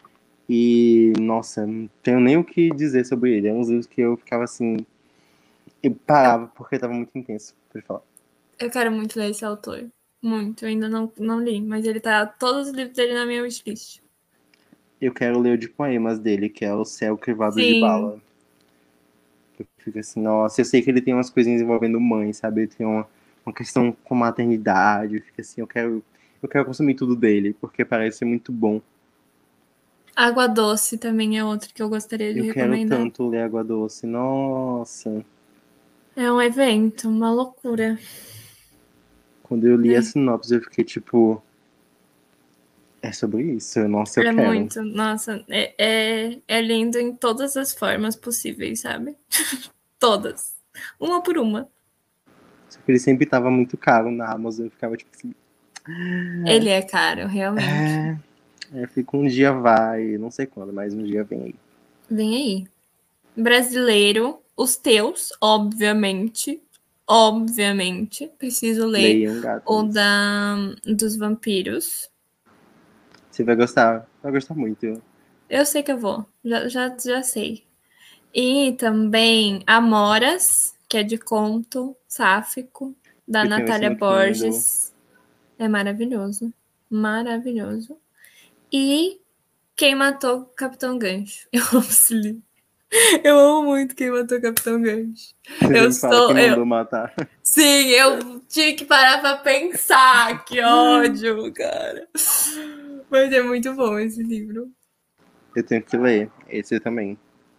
E, nossa, não tenho nem o que dizer sobre ele. É um livro que eu ficava assim, eu parava porque estava muito intenso, pode falar. Eu quero muito ler esse autor. Muito. Eu ainda não li, mas ele tá todos os livros dele na minha wishlist. Eu quero ler o de poemas dele, que é O Céu Crivado de Sim. Bala. Eu fico assim, nossa, eu sei que ele tem umas coisinhas envolvendo mãe, sabe? Ele tem uma questão com maternidade. Eu fico assim, eu quero consumir tudo dele, porque parece ser muito bom. Água Doce também é outro que eu gostaria de Eu quero recomendar. tanto ler Água Doce, nossa. É um evento, uma loucura. Quando eu li a É. sinopse, eu fiquei tipo, É sobre isso. Nossa, eu É quero. muito, nossa, é lindo em todas as formas possíveis, sabe? Todas. Uma por uma. Só que ele sempre tava muito caro na Amazon. Eu ficava tipo assim. Ele é caro, realmente. Fica um dia vai, não sei quando, mas um dia vem aí. Vem aí. Brasileiro, os teus, obviamente. Obviamente. Preciso ler Leiam, o gatas. dos vampiros. Você vai gostar. Vai gostar muito. Eu sei que eu vou. Já sei. E também Amoras, que é de conto sáfico, da Eu tenho esse Natália no Kindle. Borges. É maravilhoso. Maravilhoso. E Quem Matou o Capitão Gancho. Eu amo esse livro. Eu amo muito Quem Matou o Capitão Gancho. Você Eu sempre fala que sou. mandou matar. Sim, eu tive que parar pra pensar. Que ódio, cara. Mas é muito bom esse livro. Eu tenho que ler. Esse também.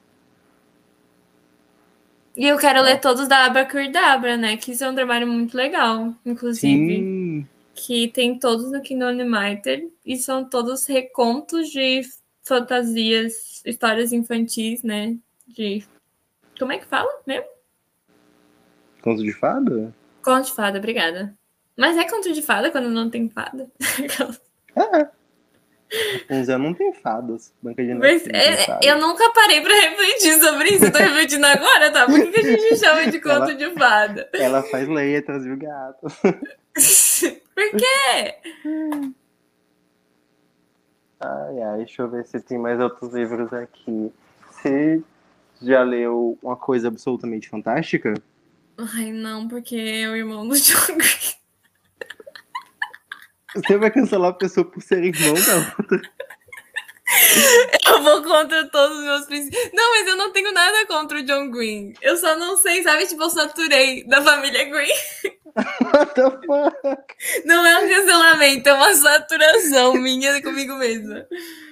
E eu quero ler todos da Abracadabra, né? Que isso é um trabalho muito legal, inclusive. Sim. Que tem todos no Kindle Unlimited. E são todos recontos de fantasias, histórias infantis, né? De. Como é que fala mesmo? Conto de fada? Conto de fada, obrigada. Mas é conto de fada quando não tem fada? Rapunzel não tem fadas. Branca de Neve Mas não tem fadas. eu nunca parei pra refletir sobre isso. Eu tô refletindo agora, tá? Por que a gente chama de conto de fada? Ela faz letras, viu, gato? Por quê? Ai, deixa eu ver se tem mais outros livros aqui. Você já leu Uma Coisa Absolutamente Fantástica? Ai, não, porque é o irmão do John Green. Você vai cancelar a pessoa por ser irmão da outra? Eu vou contra todos os meus princípios. Não, mas eu não tenho nada contra o John Green. Eu só não sei, sabe? Tipo, eu saturei da família Green. What the fuck? Não é um cancelamento, é uma saturação minha comigo mesma.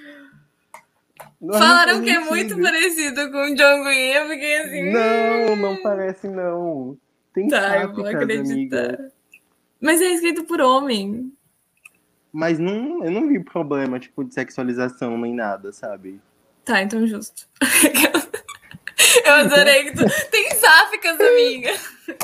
Não Falaram faz que é sentido. muito parecido com o John Green. Eu fiquei assim. Não parece não. Tem Tá, eu vou sáficas, acreditar. amiga. Mas é escrito por homem. Mas não, eu não vi problema, tipo, de sexualização nem nada, sabe? Tá, então justo. Eu adorei que tu. Tem sáficas, amiga.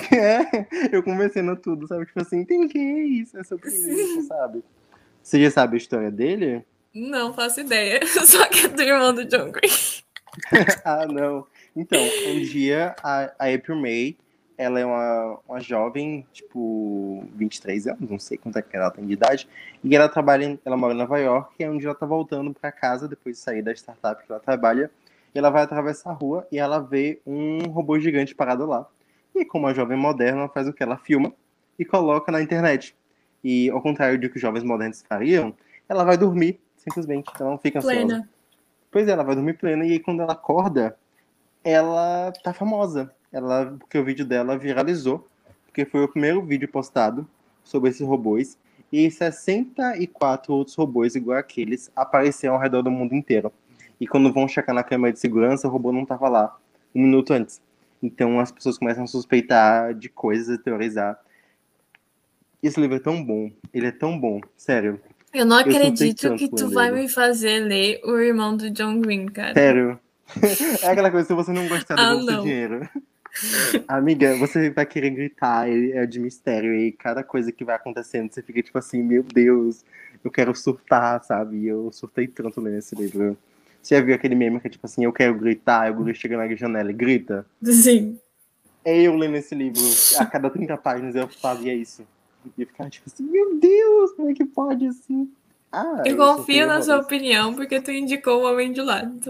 Eu conversando tudo, sabe? Tipo assim, tem que isso, é sobre isso, sabe? Você já sabe a história dele? Não faço ideia. Só que é do irmão do John Green. Ah, não. Então, um dia a April May, ela é uma jovem, tipo, 23 anos, não sei quanto é que ela tem de idade, e ela mora em Nova York, e é onde ela tá voltando pra casa depois de sair da startup que ela trabalha, e ela vai atravessar a rua e ela vê um robô gigante parado lá. E como a jovem moderna, ela faz o que? Ela filma e coloca na internet. E ao contrário do que os jovens modernos fariam, ela vai dormir, simplesmente, então ela não fica ansiosa. Plena. Pois é, ela vai dormir plena e aí quando ela acorda, ela tá famosa. Porque o vídeo dela viralizou, porque foi o primeiro vídeo postado sobre esses robôs. E 64 outros robôs igual aqueles apareceram ao redor do mundo inteiro. E quando vão checar na câmera de segurança, o robô não tava lá, um minuto antes. Então as pessoas começam a suspeitar de coisas, a teorizar. Esse livro é tão bom, ele é tão bom, sério. Eu não surtei acredito tanto que tu lendo vai ele. me fazer ler o irmão do John Green, cara. Sério. É aquela coisa, se você não gostar, devolve seu não. dinheiro. Amiga, você vai querer gritar, é de mistério, e cada coisa que vai acontecendo, você fica tipo assim, meu Deus, eu quero surtar, sabe? E eu surtei tanto lendo esse livro. Você já viu aquele meme que é tipo assim, eu quero gritar, eu chega na janela e grita? Sim. É eu lendo esse livro, a cada 30 páginas eu fazia isso. E eu ficava tipo assim, meu Deus, como é que pode assim? Eu confio na sua opinião, porque tu indicou o Homem de Lado.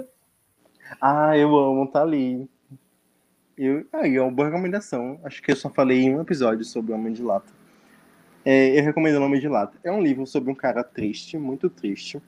Eu amo, tá ali. É uma boa recomendação. Acho que eu só falei em um episódio sobre o Homem de Lata. Eu recomendo o Homem de Lata. É um livro sobre um cara triste, muito triste.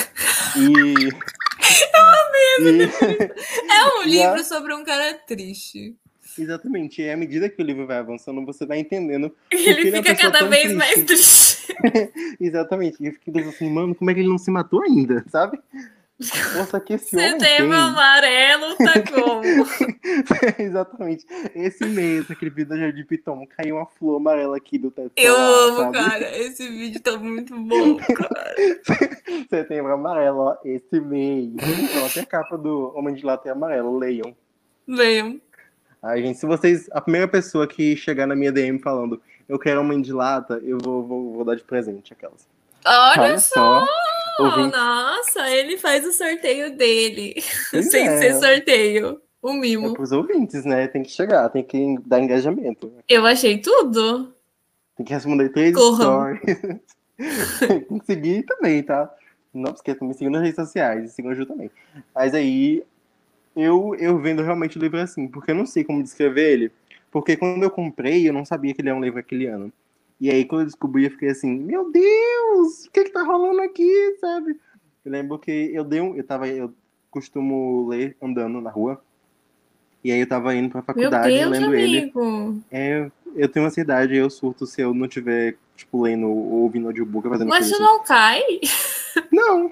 É um livro sobre um cara triste. Exatamente. E à medida que o livro vai avançando, você vai entendendo. Ele fica cada vez mais triste. Exatamente. E eu fiquei pensando assim, mano, como é que ele não se matou ainda, sabe? Nossa, que esse homem Setembro tem. amarelo tá como? Exatamente. Esse mês, aquele vídeo da Jardim Piton, caiu uma flor amarela aqui do teto Eu solar, amo, sabe? cara. Esse vídeo tá muito bom, cara. Setembro amarelo, ó, esse mês. Então, até a capa do Homem de Lata é amarelo, leiam. Leiam. Ai, gente, se vocês. A primeira pessoa que chegar na minha DM falando eu quero Homem de Lata, eu vou dar de presente aquelas. Olha Olha só, só! ouvintes. Nossa, ele faz o sorteio dele. Pois Sem ser é, sorteio. O é mimo. pros ouvintes, né? Tem que chegar, tem que dar engajamento. Eu achei tudo. Tem que responder 3 Corram. stories. Tem que seguir também, tá? Não esqueça, me sigam nas redes sociais e sigam a Ju também. Mas aí, eu vendo realmente o livro assim, porque eu não sei como descrever ele. Porque quando eu comprei, eu não sabia que ele é um livro aquele ano. E aí, quando eu descobri, eu fiquei assim, meu Deus, o que tá rolando aqui, sabe? Eu lembro que eu costumo ler andando na rua. E aí eu tava indo pra Meu faculdade Deus, lendo ele. amigo. Eu tenho ansiedade, eu surto se eu não tiver, tipo, lendo ou ouvindo audiobook, fazendo Mas coisa tu assim. não cai? Não.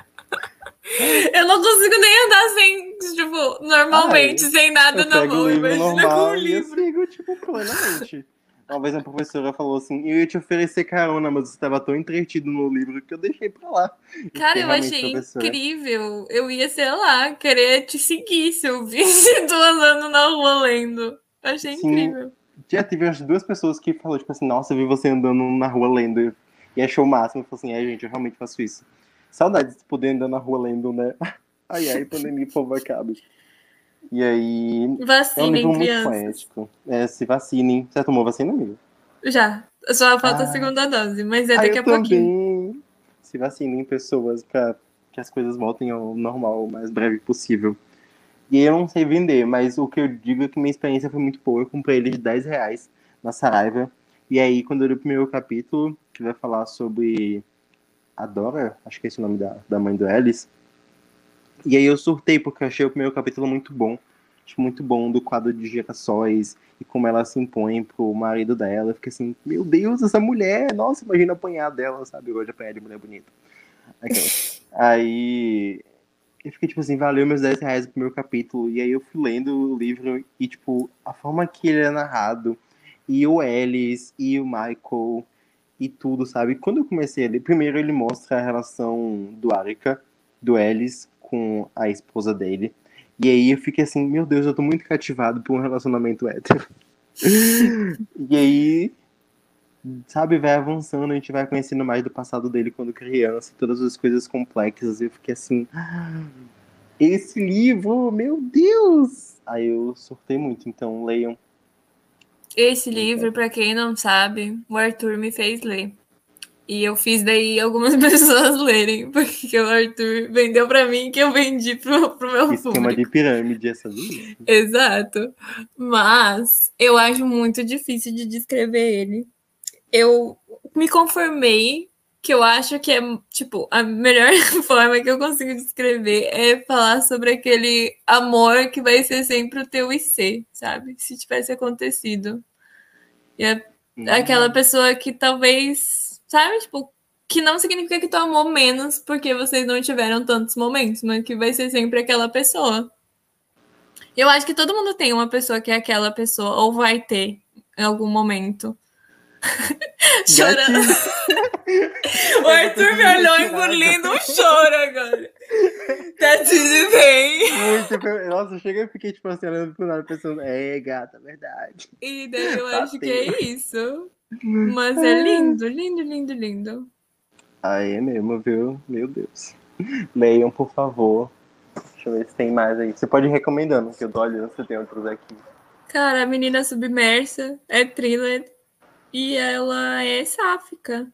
Eu não consigo nem andar sem, tipo, normalmente, Ai, sem nada eu na pego o mão. livro Imagina com um normal e eu livro. sigo, tipo, plenamente. Uma vez a professora falou assim, eu ia te oferecer carona, mas você estava tão entretido no livro que eu deixei pra lá. E Cara, fiquei eu realmente, achei professora. incrível. Eu ia, sei lá, querer te seguir se eu visse tu andando na rua lendo. Eu achei Sim, incrível. já tive as 2 pessoas que falaram, tipo assim, nossa, eu vi você andando na rua lendo. E achou o máximo. Eu falei assim, gente, eu realmente faço isso. Saudades de poder andar na rua lendo, né? Ai, ai, pandemia, por favor, acabe. E aí, é um livro Vacinem, muito crianças. poético. Se vacinem. Você já tomou vacina, amigo? Já. Só falta a Ah, segunda dose, mas é daqui eu a pouquinho. também. Se vacinem pessoas para que as coisas voltem ao normal o mais breve possível. E eu não sei vender, mas o que eu digo é que minha experiência foi muito boa. Eu comprei ele de R$ 10 na Saraiva. E aí, quando eu li o primeiro capítulo, que vai falar sobre a Dora, acho que é esse o nome da mãe do Alice. E aí eu surtei, porque eu achei o primeiro capítulo muito bom. Acho muito bom do quadro de girassóis e como ela se impõe pro marido dela. Eu fiquei assim, meu Deus, essa mulher! Nossa, imagina apanhar dela, sabe? Eu gosto de apanhar de mulher bonita. Aquelas. Aí eu fiquei tipo assim, valeu meus R$ 10 no primeiro capítulo. E aí eu fui lendo o livro e, tipo, a forma que ele é narrado, e o Ellis, e o Michael, e tudo, sabe? Quando eu comecei a ler, primeiro ele mostra a relação do Arika, do Ellis, com a esposa dele. E aí eu fiquei assim, meu Deus, eu tô muito cativado por um relacionamento hétero. E aí, sabe, vai avançando, a gente vai conhecendo mais do passado dele quando criança, todas as coisas complexas. E eu fiquei assim, esse livro, meu Deus! Aí eu surtei muito, então leiam. Esse livro, pra quem não sabe, o Arthur me fez ler. E eu fiz daí algumas pessoas lerem, porque o Arthur vendeu pra mim que eu vendi pro meu Esquema de público. pirâmide, essa isso. Exato. Mas eu acho muito difícil de descrever ele. Eu me conformei que eu acho que é, tipo, a melhor forma que eu consigo descrever é falar sobre aquele amor que vai ser sempre o teu IC, sabe? Se tivesse acontecido. E é aquela pessoa que talvez, sabe, tipo, que não significa que tu amou menos porque vocês não tiveram tantos momentos, mas que vai ser sempre aquela pessoa. Eu acho que todo mundo tem uma pessoa que é aquela pessoa, ou vai ter em algum momento. Chorando. Gatilho! O Eu Arthur me preciso olhou respirar engolindo um agora. choro agora. Tá tudo bem. Muito. Nossa, chega e fiquei tipo assim, olhando pro nada, pensando, gata, verdade. E daí eu acho que Bateu. é isso. Mas é lindo, lindo, lindo, lindo. Aí é mesmo, viu? Meu Deus. Leiam, por favor. Deixa eu ver se tem mais aí. Você pode ir recomendando, que eu tô olhando se tem outros aqui. Cara, a menina submersa é thriller e ela é sáfica.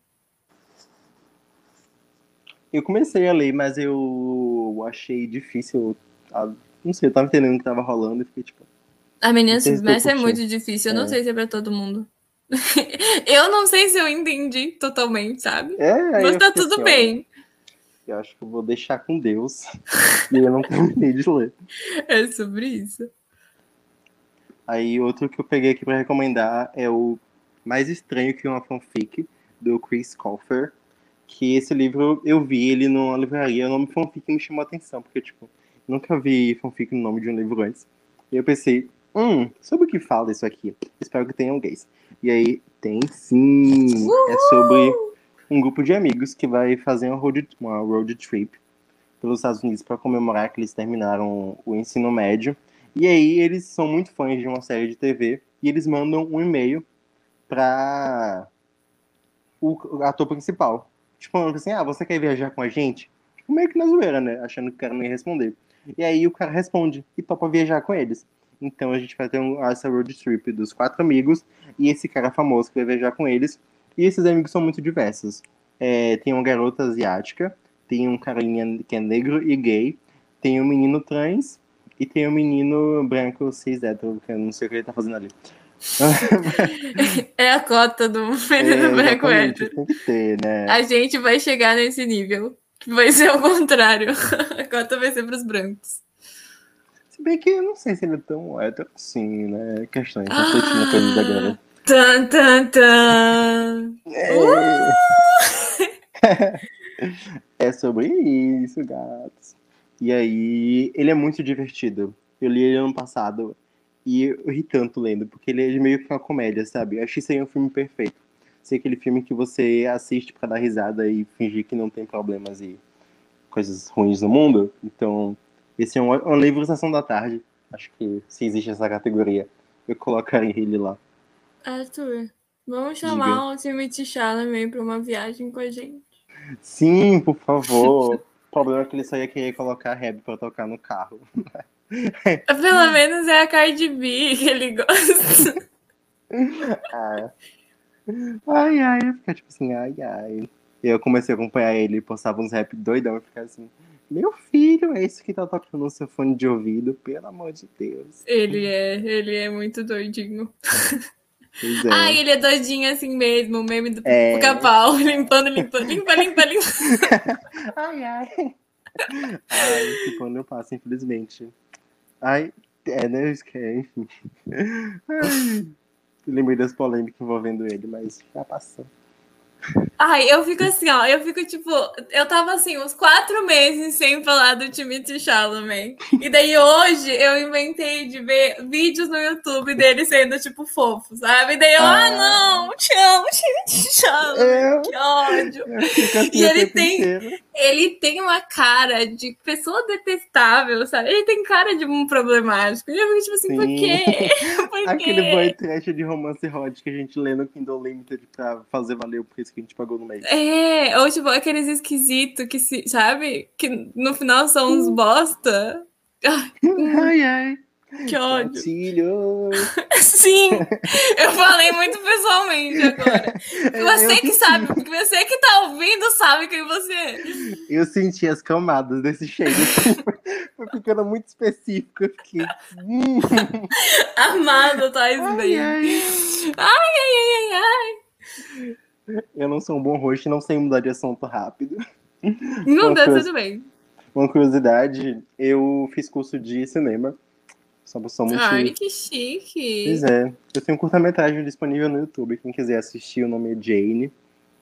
Eu comecei a ler, mas eu achei difícil. Não sei, eu tava entendendo o que tava rolando e fiquei tipo. A Não menina sei se tô submersa é curtindo. muito difícil. Eu não É, sei se é pra todo mundo. Eu não sei se eu entendi totalmente, sabe? aí Mas eu tá fiquei tudo assim, ó. bem. Eu acho que eu vou deixar com Deus. E eu não terminei de ler. É sobre isso. Aí outro que eu peguei aqui pra recomendar é o Mais Estranho que uma Fanfic, do Chris Colfer, que esse livro eu vi ele numa livraria, o nome fanfic me chamou a atenção, porque, tipo, nunca vi fanfic no nome de um livro antes. E eu pensei, sobre o que fala isso aqui? Espero que tenham gays. E aí, tem sim! É sobre um grupo de amigos que vai fazer uma road trip pelos Estados Unidos para comemorar que eles terminaram o ensino médio. E aí, eles são muito fãs de uma série de TV e eles mandam um e-mail para o ator principal. Tipo, falando assim, você quer viajar com a gente? Tipo, meio que na zoeira, né? Achando que o cara não ia responder. E aí o cara responde e topa viajar com eles. Então a gente vai ter essa road trip dos 4 amigos e esse cara famoso que vai viajar com eles. E esses amigos são muito diversos. Tem uma garota asiática, tem um carinha que é negro e gay, tem um menino trans e tem um menino branco cis hétero, que eu não sei o que ele tá fazendo ali. É a cota do menino branco hétero. Tem que ter, né? A gente vai chegar nesse nível. Vai ser o contrário. A cota vai ser pros brancos. Se bem que eu não sei se ele é tão hétero assim, né? Questões, refletindo coisas agora. Tan, tan, tan. É sobre isso, gatos. E aí, ele é muito divertido. Eu li ele ano passado e eu ri tanto lendo, porque ele é meio que uma comédia, sabe? Eu achei isso aí um filme perfeito. Sei aquele filme que você assiste pra dar risada e fingir que não tem problemas e coisas ruins no mundo. Então, esse é um livro Sessão da Tarde. Acho que se existe essa categoria, eu colocaria ele lá. Arthur, vamos chamar o Timothée Chalamet pra uma viagem com a gente. Sim, por favor. O problema é que ele só ia querer colocar a Reb pra tocar no carro. Pelo menos é a Cardi B que ele gosta. Ai, eu ficava tipo assim, ai. Eu comecei a acompanhar ele, postava uns rap doidão e ficava assim, meu filho, é esse que tá tocando no seu fone de ouvido, pelo amor de Deus. Ele é muito doidinho. Pois é. Ai, ele é doidinho assim mesmo, o meme do pica-pau, limpando. Ai, esse quando eu passo, infelizmente. Ai, né, enfim. Ai, lembrei das polêmicas envolvendo ele, mas já passou. Ai, eu fico assim, ó, eu tava assim, uns 4 meses sem falar do Timothée Chalamet. E daí hoje eu inventei de ver vídeos no YouTube dele sendo, tipo, fofo, sabe? E daí eu, não, te amo, Timothée Chalamet, que ódio. Assim e ele tem uma cara de pessoa detestável, sabe? Ele tem cara de um problemático. E eu fico tipo assim, por quê? Aquele boy trash de romance hot que a gente lê no Kindle Limited pra fazer valer o preço que a gente pagou no mês. Ou tipo, aqueles esquisitos que sabe? Que no final são uns bosta. Ai. Que ódio. Gatilho. Sim, eu falei muito pessoalmente agora. Você que sabe, você que tá ouvindo sabe quem você é. Eu senti as camadas desse cheiro. Foi ficando muito específico. Eu fiquei. Amado, tá bem. Ai. Eu não sou um bom host e não sei mudar de assunto rápido. Não dá, tudo bem. Uma curiosidade, eu fiz curso de cinema. Sou muito... Ai, que chique. Pois é. Eu tenho um curta-metragem disponível no YouTube. Quem quiser assistir, o nome é Jane.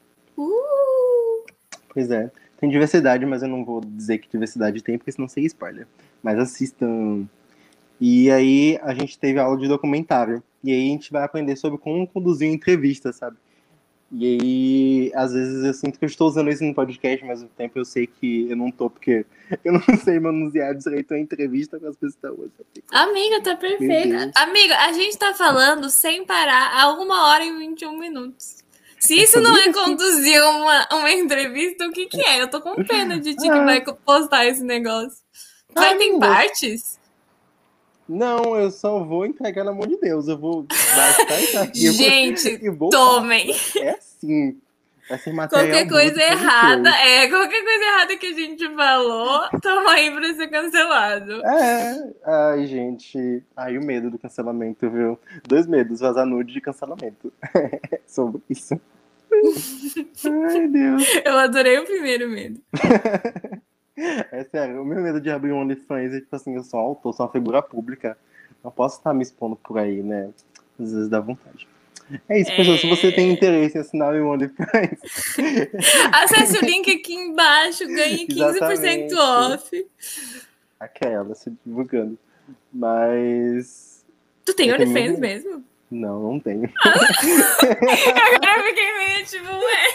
Pois é. Tem diversidade, mas eu não vou dizer que diversidade tem, porque senão seria spoiler. Mas assistam. E aí, a gente teve aula de documentário. E aí, a gente vai aprender sobre como conduzir uma entrevista, sabe? E aí, às vezes eu sinto que eu estou usando isso no podcast, mas ao tempo eu sei que eu não tô, porque eu não sei manusear direito a entrevista com as pessoas. Amiga, tá perfeita. Amiga, a gente tá falando sem parar há 1h e 21 minutos. Se isso não é conduzir uma entrevista, o que é? Eu tô com pena de ti que vai postar esse negócio. Vai ter partes? Não, eu só vou entregar, pelo amor de Deus. Eu vou baixar esse arquivo. Gente, e vou tomem. É assim. Vai ser material qualquer coisa errada, qualquer coisa errada que a gente falou, toma aí pra ser cancelado. Ai, gente. Ai, o medo do cancelamento, viu? 2 medos, vazar nude e cancelamento. Sobre isso. Ai, Deus. Eu adorei o primeiro medo. É sério, o meu medo de abrir um OnlyFans é tipo assim, eu sou um autor, sou uma figura pública. Não posso estar me expondo por aí, né? Às vezes dá vontade. É isso, pessoal. Se você tem interesse em assinar o OnlyFans. Acesse o link aqui embaixo, ganhe 15% off. Aquela, se divulgando. Mas. Tu tem OnlyFans mesmo? Não, não tenho. Agora eu fiquei meio tipo,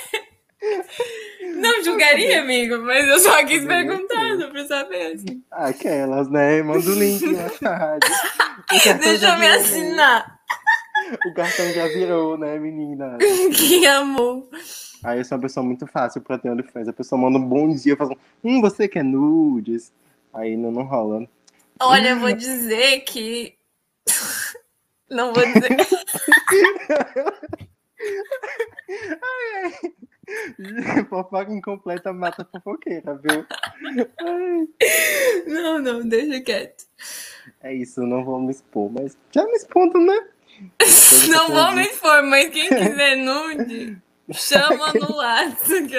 Não julgaria, amigo, mas eu só quis perguntar, só pra saber, assim. Aquelas, né? Manda o link na chat. Deixa eu me assinar. O cartão já virou, né, menina? Que amor. Aí eu sou uma pessoa muito fácil pra ter OnlyFans. A pessoa manda um bom dia, fala você quer nudes? Aí não rola. Olha, eu vou dizer que... Não vou dizer. Fofoca incompleta mata fofoqueira, viu? Não, deixa quieto. É isso, não vou me expor, mas já me expondo, né? Não vou me expor, mas quem quiser nude, chama no WhatsApp.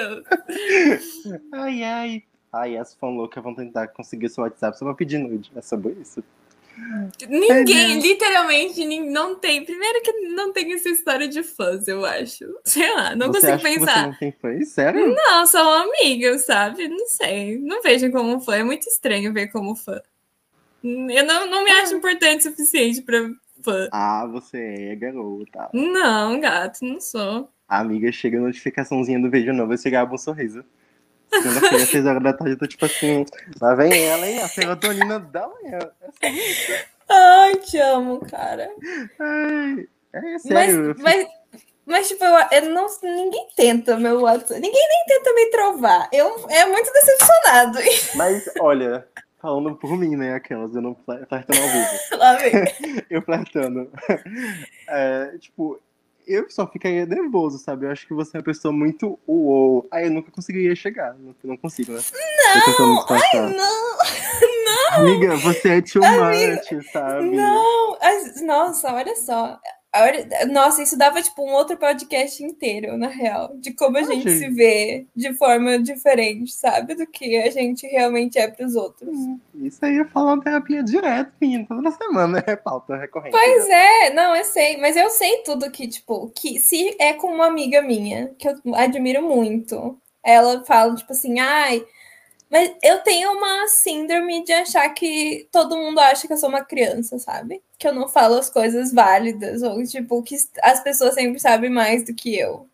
Ai, as fãs loucas vão tentar conseguir o seu WhatsApp só pra pedir nude. É sobre isso. Ninguém, literalmente, não tem. Primeiro que não tem essa história de fãs, eu acho. Sei lá, não você consigo acha pensar. Que você não tem fãs? Sério? Não, são amigas, sabe? Não sei. Não vejo como fã. É muito estranho ver como fã. Eu não me acho importante o suficiente pra fã. Ah, você é garota. Não, gato, não sou. A amiga chega a notificaçãozinha do vídeo novo, você ganha um sorriso. Segunda-feira, 6 horas da tarde, eu tô tipo assim, lá vem ela, hein? A serotonina da manhã. É sobre isso. Ai, te amo, cara. Ai, é sério. Mas tipo, eu não, ninguém tenta meu WhatsApp. Ninguém nem tenta me trovar. É muito decepcionado. Mas, olha, falando por mim, né? Aquelas, eu não flertando ao vivo. Lá vem. Eu flertando. Tipo, eu só ficaria nervoso, sabe? Eu acho que você é uma pessoa muito uou. Aí eu nunca conseguiria chegar. Não consigo, né? Não! Ai, não! Amiga, você é too much, sabe? Não! Nossa, olha só. Nossa, isso dava tipo um outro podcast inteiro, na real. De como a gente se vê de forma diferente, sabe? Do que a gente realmente é pros outros. Isso aí eu falo uma terapia direto, menina, toda semana, é pauta recorrente. Pois é, não, eu sei, mas eu sei tudo que, tipo, que se é com uma amiga minha, que eu admiro muito, ela fala, tipo assim, ai, mas eu tenho uma síndrome de achar que todo mundo acha que eu sou uma criança, sabe? Que eu não falo as coisas válidas, ou tipo, que as pessoas sempre sabem mais do que eu.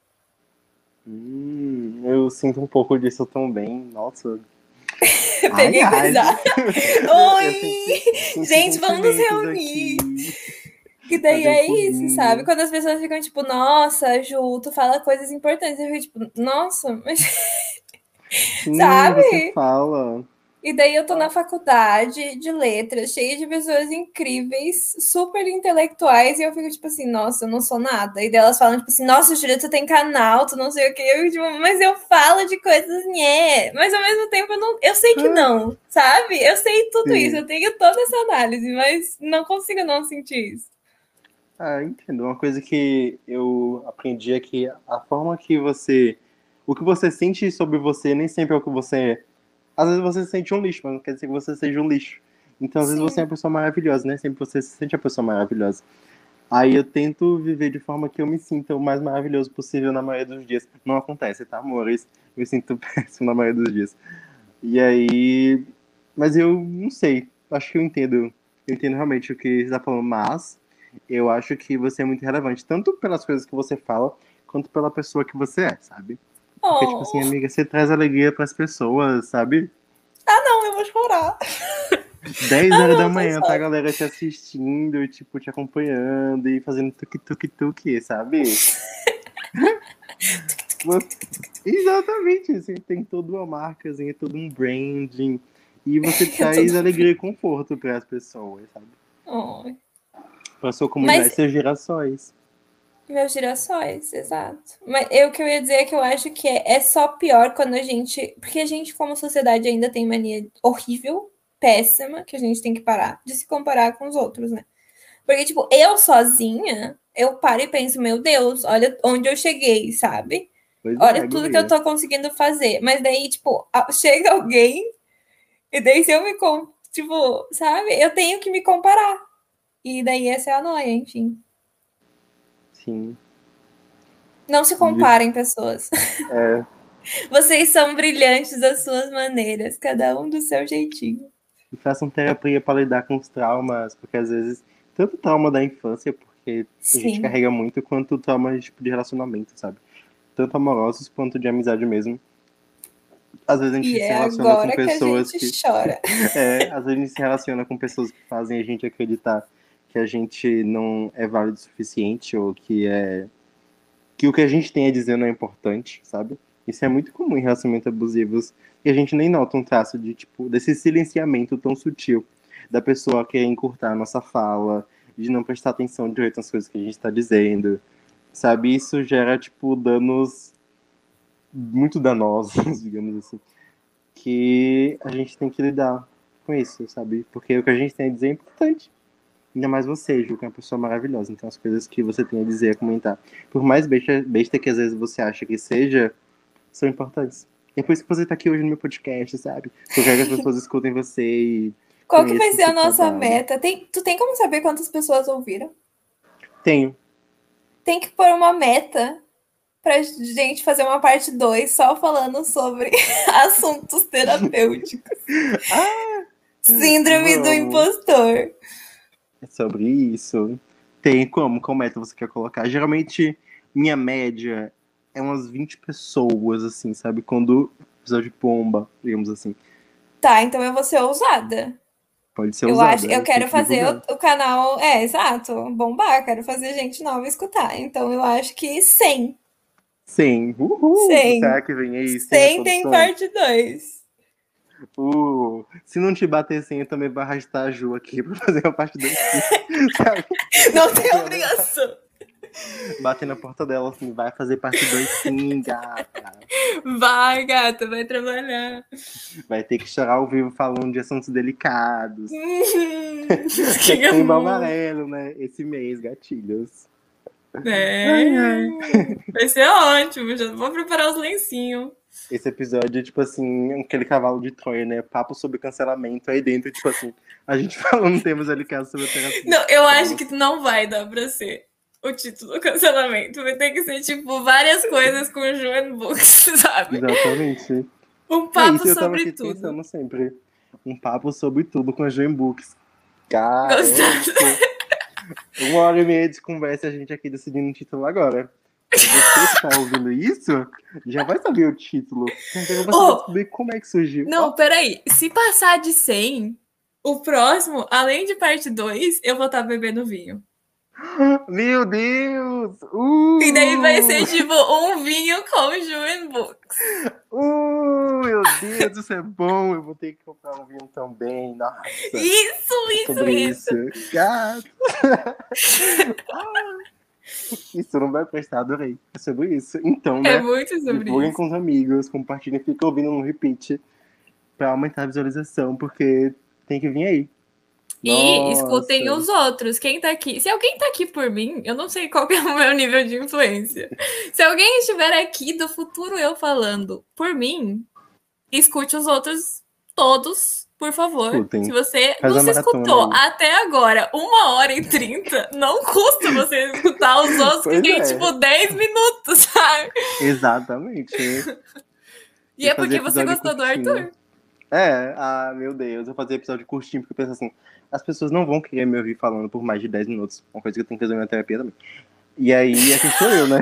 Eu sinto um pouco disso também, nossa. Peguei pesado. Oi! Gente, vamos nos reunir. E daí é isso, sabe? Quando as pessoas ficam tipo, nossa, Ju, tu fala coisas importantes. Eu fico tipo, nossa, mas... Sim, sabe? você fala. E daí eu tô na faculdade de letras, cheia de pessoas incríveis, super intelectuais, e eu fico tipo assim, nossa, eu não sou nada. E daí elas falam tipo assim, nossa, Júlia, tu tem canal, tu não sei o que. Eu tipo, mas eu falo de coisas, né? Mas ao mesmo tempo eu sei que não, sabe? Eu sei tudo isso, eu tenho toda essa análise, mas não consigo não sentir isso. Entendo. Uma coisa que eu aprendi é que a forma que você... O que você sente sobre você nem sempre é o que você é. Às vezes você se sente um lixo, mas não quer dizer que você seja um lixo. Então, às vezes você é uma pessoa maravilhosa, né? Sempre você se sente a pessoa maravilhosa. Aí eu tento viver de forma que eu me sinta o mais maravilhoso possível na maioria dos dias. Não acontece, tá, amores? Eu me sinto péssimo na maioria dos dias. E aí... Mas eu não sei. Acho que eu entendo. Eu entendo realmente o que você tá falando, mas... Eu acho que você é muito relevante, tanto pelas coisas que você fala, quanto pela pessoa que você é, sabe? Porque, tipo assim, amiga, você traz alegria pras pessoas, sabe? Não, eu vou chorar. 10 horas da manhã, tá a galera te assistindo, tipo, te acompanhando e fazendo tuk-tuk-tuk, sabe? Exatamente, você tem toda uma marcazinha, todo um branding, e você traz alegria e conforto pras pessoas, sabe? Pra sua comunidade, seus girassóis. Meus girassóis, exato. Mas o que eu ia dizer é que eu acho que é só pior quando a gente... Porque a gente, como sociedade, ainda tem mania horrível, péssima, que a gente tem que parar de se comparar com os outros, né? Porque, tipo, eu sozinha, eu paro e penso, meu Deus, olha onde eu cheguei, sabe? Olha tudo que eu tô conseguindo fazer. Mas daí, tipo, chega alguém e daí se eu me... Tipo, sabe? Eu tenho que me comparar. E daí essa é a noia, enfim. Sim. Não se comparem, pessoas. É. Vocês são brilhantes das suas maneiras, cada um do seu jeitinho. E façam terapia para lidar com os traumas, porque às vezes, tanto trauma da infância, porque a gente Sim. carrega muito, quanto trauma tipo, de relacionamento, sabe? Tanto amorosos quanto de amizade mesmo. Às vezes a gente E se é relaciona agora com pessoas que a gente chora. às vezes a gente se relaciona com pessoas que fazem a gente acreditar que a gente não é válido o suficiente, ou que o que a gente tem a dizer não é importante, sabe? Isso é muito comum em relacionamentos abusivos, e a gente nem nota um traço de, tipo, desse silenciamento tão sutil da pessoa querer encurtar a nossa fala, de não prestar atenção direito nas coisas que a gente está dizendo, sabe? Isso gera, tipo, danos muito danosos, digamos assim, que a gente tem que lidar com isso, sabe? Porque o que a gente tem a dizer é importante. Ainda mais você, Ju, que é uma pessoa maravilhosa. Então, as coisas que você tem a dizer, a comentar, por mais besta que às vezes você acha que seja, são importantes. E é por isso que você tá aqui hoje no meu podcast, sabe? Eu quero que as pessoas escutem você e Qual que vai conheçam ser a seu nossa trabalho. meta? Tu tem como saber quantas pessoas ouviram? Tenho. Tem que pôr uma meta pra gente fazer uma parte 2 só falando sobre assuntos terapêuticos. Síndrome do Vamos. impostor. É sobre isso. Tem como? Qual meta você quer colocar? Geralmente, minha média é umas 20 pessoas, assim, sabe? Quando o episódio bomba, digamos assim. Tá, então eu vou ser ousada. Pode ser Eu usada. eu tem quero que fazer divulgar. o canal. É, exato. Bombar, quero fazer gente nova escutar. Então eu acho que 100. 100. Uhul! 100. Será que vem aí 100 100 tem reproduções? parte 2. Se não te bater 100, eu também vou arrastar a Ju aqui pra fazer uma parte 2. Sabe? Não tem obrigação. Bater na porta dela assim, vai fazer parte 2 sim, gata. Vai, gata, vai trabalhar. Vai ter que chorar ao vivo falando de assuntos delicados. Que Tem amor. amarelo, né? Esse mês, gatilhos. É. Vai ser ótimo, já vou preparar os lencinhos. Esse episódio é tipo assim, aquele cavalo de Troia, né? Papo sobre cancelamento. Aí dentro, tipo assim, a gente falando temas delicados sobre a terapia. Não, eu acho que não vai dar pra ser o título do cancelamento. Vai ter que ser, tipo, várias coisas com o Joan Books, sabe? Exatamente. Um papo eu tava sobre aqui tudo. pensando sempre. Um papo sobre tudo com a Joan Books. Cara, Gostado. 1h30 de conversa e a gente aqui decidindo o título agora. Você que tá ouvindo isso, já vai saber o título. Então você vai descobrir como é que surgiu. Não, peraí. Se passar de 100, o próximo, além de parte 2, eu vou estar bebendo vinho. Meu Deus! E daí vai ser tipo um vinho com Joan Books. Meu Deus, isso é bom. Eu vou ter que comprar um vinho também. Nossa. Isso. Gato. Isso não vai prestar, adorei. É sobre isso. Então, né? É muito sobre divulguem isso. com os amigos, compartilhem, fiquem ouvindo no repeat pra aumentar a visualização, porque tem que vir aí. E escutem os outros. Quem tá aqui? Se alguém tá aqui por mim, eu não sei qual que é o meu nível de influência. Se alguém estiver aqui do futuro eu falando por mim, escute os outros todos, por favor. Escutem. Se você Faz não a se escutou maratona aí. até agora 1h30, não custa você escutar os outros Pois que tem é. tipo 10 minutos, sabe? Exatamente. E é porque você gostou do Arthur. Meu Deus, eu fazia episódio curtinho porque eu penso assim, as pessoas não vão querer me ouvir falando por mais de 10 minutos. Uma coisa que eu tenho que fazer na terapia também. E aí, aqui sou eu, né?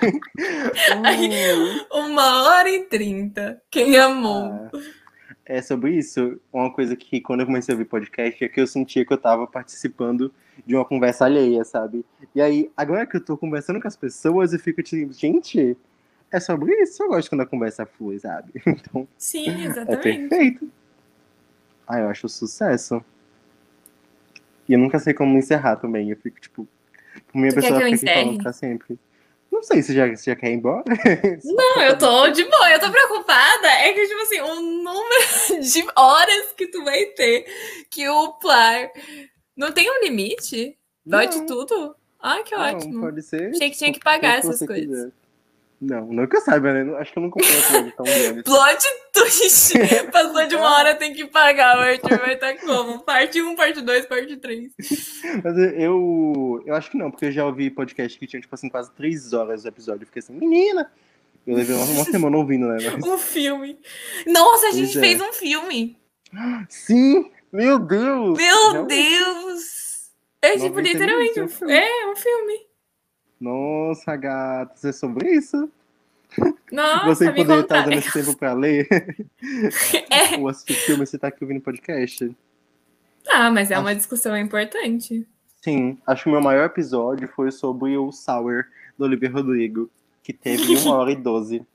1h30. Quem amou? É sobre isso. Uma coisa que quando eu comecei a ouvir podcast é que eu sentia que eu tava participando de uma conversa alheia, sabe? E aí, agora que eu tô conversando com as pessoas, eu fico tipo, gente, é sobre isso. Eu gosto quando a conversa flui, sabe? Então, Sim, é exatamente. perfeito. Eu acho sucesso. E eu nunca sei como encerrar também. Eu fico, tipo, por minha Tu quer pessoa que eu fica aqui falando encerre? pra sempre. Não sei se já quer ir embora. Não, eu tô de boa, eu tô preocupada. É que, tipo assim, o número de horas que tu vai ter que upar. Não tem um limite? Pode Não. tudo? Ai, que Não, ótimo. pode ser. Achei que tinha que pagar o que essas você coisas. quiser. Não que eu saiba, né? Acho que eu não comprei um tão grande. Plot twist! Passou de 1 hora, tem que pagar. O Arthur vai estar como? Parte 1, parte 2, parte 3. Mas eu acho que não, porque eu já ouvi podcast que tinha, tipo assim, quase 3 horas o episódio. Eu fiquei assim, menina! Eu levei uma semana ouvindo, né? Mas... Um filme. Nossa, a Pois gente é. fez um filme. Sim! Meu Deus! Meu Realmente. Deus! É tipo, 90 literalmente, minutos, é um filme. é um filme. Nossa, gata, você é sobre isso? Nossa, Você que me poderia estar contar. usando esse tempo pra ler É. ou assistir filme, você tá aqui ouvindo podcast. Ah, mas é uma Acho- discussão importante. Sim, acho que o meu maior episódio foi sobre o Sour do Oliver Rodrigo, que teve 1 hora e 12.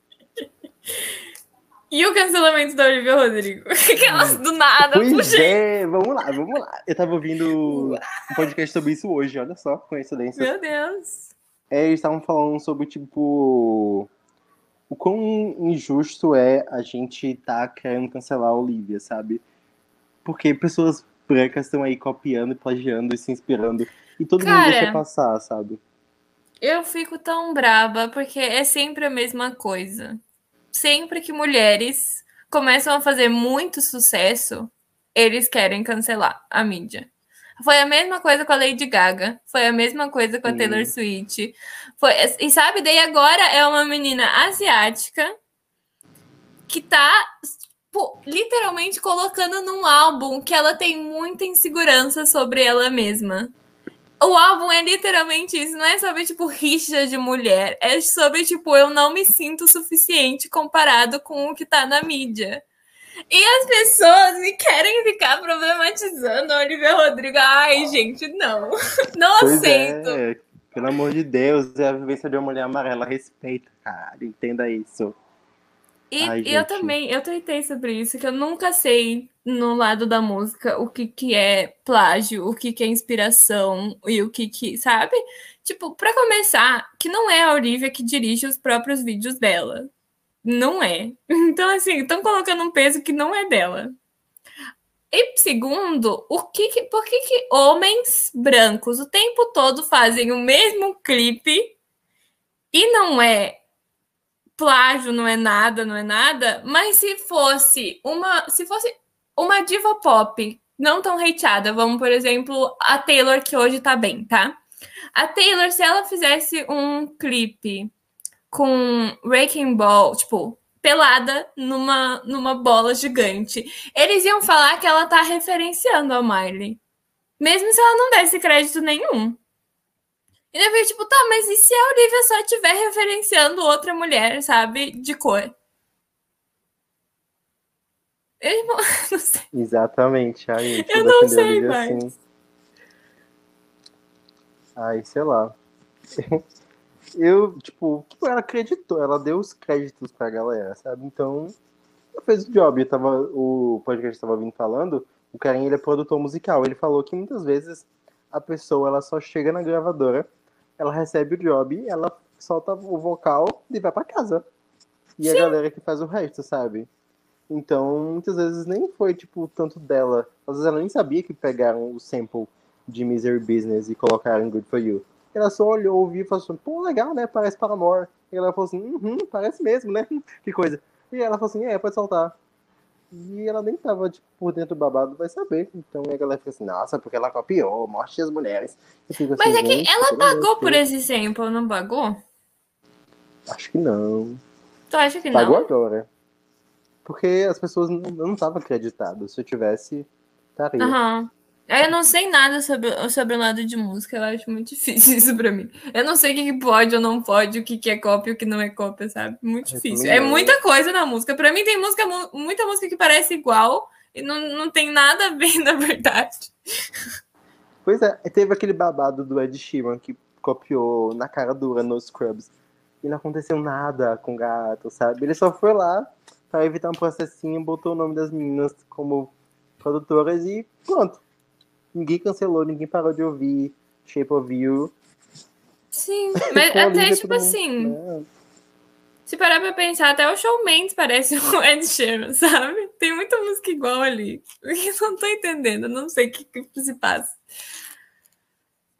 E o cancelamento da Olivia Rodrigo? Aquelas do nada, Pois puxei. é, vamos lá. Eu tava ouvindo um podcast sobre isso hoje, olha só, coincidência. Meu Deus. Eles estavam falando sobre, tipo, o quão injusto é a gente tá querendo cancelar a Olivia, sabe? Porque pessoas brancas estão aí copiando, plagiando e se inspirando. E todo mundo deixa Cara, passar, sabe? eu fico tão braba porque é sempre a mesma coisa. Sempre que mulheres começam a fazer muito sucesso, eles querem cancelar a mídia. Foi a mesma coisa com a Lady Gaga, foi a mesma coisa com a Taylor Swift. E sabe, daí agora é uma menina asiática que tá literalmente colocando num álbum que ela tem muita insegurança sobre ela mesma. O álbum é literalmente isso, não é sobre, tipo, rixa de mulher. É sobre, tipo, eu não me sinto suficiente comparado com o que tá na mídia. E as pessoas me querem ficar problematizando a Olivia Rodrigo. Ai, gente, não. Não Pois aceito. é, pelo amor de Deus, é a vivência de uma mulher amarela. Respeita, cara, entenda isso. Ai, E eu gente. também, eu tuitei sobre isso, que eu nunca sei, no lado da música, o que é plágio, o que é inspiração e o que, sabe? Tipo, pra começar, que não é a Olivia que dirige os próprios vídeos dela. Não é. Então, assim, estão colocando um peso que não é dela. E segundo, por que homens brancos o tempo todo fazem o mesmo clipe e não é plágio, não é nada, não é nada, mas se fosse uma diva pop não tão hateada, vamos, por exemplo, a Taylor, que hoje tá bem, tá? A Taylor, se ela fizesse um clipe com Wrecking Ball, tipo, pelada numa bola gigante, eles iam falar que ela tá referenciando a Miley. Mesmo se ela não desse crédito nenhum. E eu fiquei tipo, tá, mas e se a Olivia só estiver referenciando outra mulher, sabe, de cor? Eu não sei. Exatamente, ai, gente, Eu vou não defender a sei Olivia mais. assim. Ai, sei lá. Eu, tipo, ela acreditou, ela deu os créditos pra galera, sabe? Então, ela fez o job. O podcast estava vindo falando, o carinha, ele é produtor musical. Ele falou que muitas vezes a pessoa, ela só chega na gravadora, ela recebe o job, ela solta o vocal e vai pra casa. E a galera que faz o resto, sabe? Então, muitas vezes nem foi, tipo, tanto dela. Às vezes ela nem sabia que pegaram o sample de Misery Business e colocaram em Good For You. Ela só olhou, ouviu e falou assim, pô, legal, né? Parece Paramore. E ela falou assim, parece mesmo, né? Que coisa. E ela falou assim, pode soltar. E ela nem tava, tipo, por dentro do babado, vai saber. Então a galera fica assim, nossa, porque ela copiou, morte as mulheres. Eu fico assim, Mas é que gente, ela pelo amor de pagou por Deus. esse sample, não pagou? Acho que não. Tu acha que Pagou não? agora. Porque as pessoas não estavam acreditadas. Se eu tivesse, estaria. Aham. Eu não sei nada sobre o lado de música, eu acho muito difícil isso pra mim. Eu não sei o que pode ou não pode, o que é cópia e o que não é cópia, sabe? Muito Eu difícil. também É não. muita coisa na música. Pra mim tem muita música que parece igual e não tem nada a ver, na verdade. Pois é, teve aquele babado do Ed Sheeran que copiou na cara dura no Scrubs. E não aconteceu nada com o gato, sabe? Ele só foi lá pra evitar um processinho, botou o nome das meninas como produtoras e pronto. Ninguém cancelou, ninguém parou de ouvir Shape of You. Sim, mas Com até Olivia, tipo todo mundo, assim, né? se parar pra pensar, até o Shawn Mendes parece o Ed Sheeran, sabe? Tem muita música igual ali. Eu não tô entendendo, eu não sei o que se passa.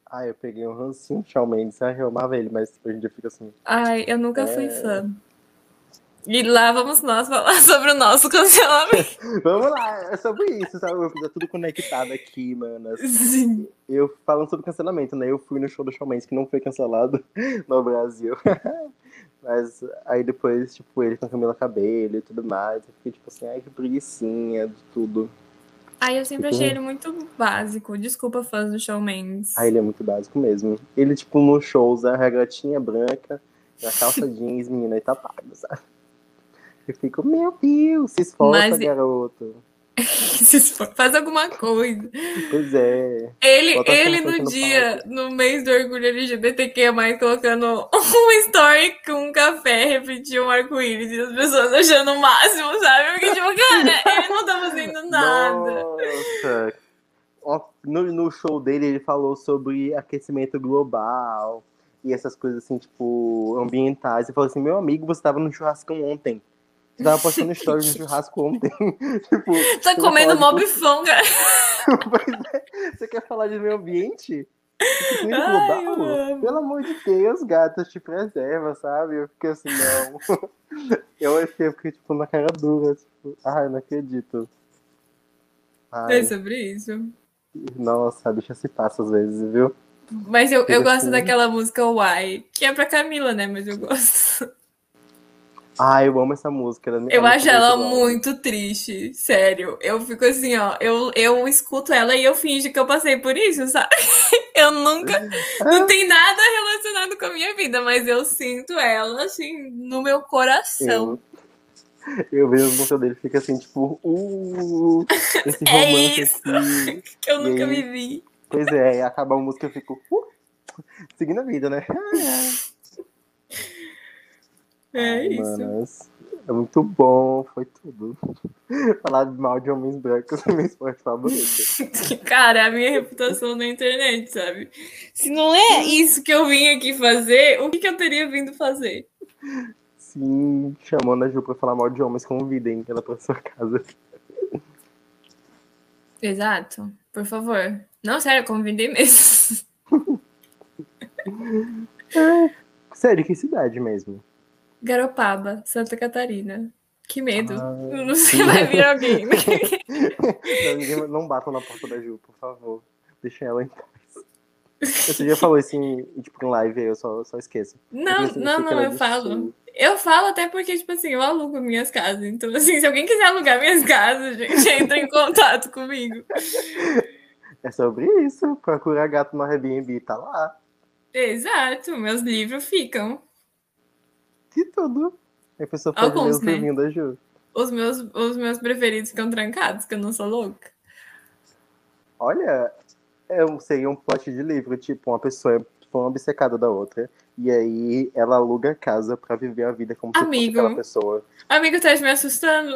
Ai, eu peguei um rancinho de Shawn Mendes, eu amava ele, mas hoje em dia fica assim. Ai, eu nunca fui fã. E lá vamos nós falar sobre o nosso cancelamento. Vamos lá, é sobre isso, sabe? Tá tudo conectado aqui, mano. Sim. Eu falando sobre cancelamento, né? Eu fui no show do Shawn Mendes, que não foi cancelado no Brasil. Mas aí depois, tipo, ele com a Camila Cabello e tudo mais. Eu fiquei tipo assim, ai, que preguicinha de tudo. Ai, eu sempre achei ele muito básico. Desculpa, fãs do Shawn Mendes. Ai, ele é muito básico mesmo. Ele, tipo, no show usa a regatinha branca, a calça jeans, menina, e tá pago, sabe? Eu fico, meu Deus, se esforça, garoto. Faz alguma coisa. Pois é. Ele no dia, no mês do orgulho LGBTQ+, colocando um story com um café, repetiu um arco-íris e as pessoas achando o máximo, sabe? Porque, tipo, cara, ele não tá fazendo nada. Nossa. No show dele, ele falou sobre aquecimento global e essas coisas assim, tipo, ambientais. Ele falou assim, meu amigo, você tava no churrasco ontem. Você tava postando stories no churrasco ontem. Tipo, tá comendo mó bifão, cara. Pois é. Você quer falar de meio ambiente? Ai, global? Pelo amor de Deus, gata, te preserva, sabe? Eu fiquei assim, não. Eu fiquei, tipo, na cara dura. Tipo, ai, não acredito. Ai. É sobre isso. Nossa, a bicha se passa às vezes, viu? Mas eu gosto assim daquela música Why, que é pra Camila, né? Mas eu gosto. Ah, eu amo essa música. Eu acho ela muito triste, sério. Eu fico assim, ó, eu escuto ela e eu finjo que eu passei por isso, sabe? Eu nunca... Não tem nada relacionado com a minha vida, mas eu sinto ela, assim, no meu coração. Eu vejo a música dele, fica assim, tipo... esse romance aqui. Que eu nunca vivi. Pois é, e acaba a música eu fico... seguindo a vida, né? É isso. Manas, é muito bom, foi tudo. Falar mal de homens brancos é meu esporte favorito. Cara, a minha reputação na internet, sabe? Se não é isso que eu vim aqui fazer, o que eu teria vindo fazer? Sim, chamando a Ju pra falar mal de homens, convidem ela pra sua casa. Exato, por favor. Não, sério, convidei mesmo. Sério, que cidade mesmo? Garopaba, Santa Catarina. Que medo. Não sei, vai vir alguém. Não batam na porta da Ju, por favor. Deixa ela em paz. Você já falou isso tipo, em live, eu só esqueço. Eu falo. Eu falo até porque, tipo assim, eu alugo minhas casas. Então, assim, se alguém quiser alugar minhas casas, gente, entra em contato comigo. É sobre isso. Procurar gato no Airbnb, tá lá. Exato, meus livros ficam. Que tudo. A pessoa pode ler o livrinho da Ju. Os meus preferidos ficam trancados, que eu não sou louca. Olha, seria um plot de livro, tipo, uma pessoa foi uma obcecada da outra, e aí ela aluga a casa pra viver a vida como se fosse aquela pessoa. Amigo, tá me assustando?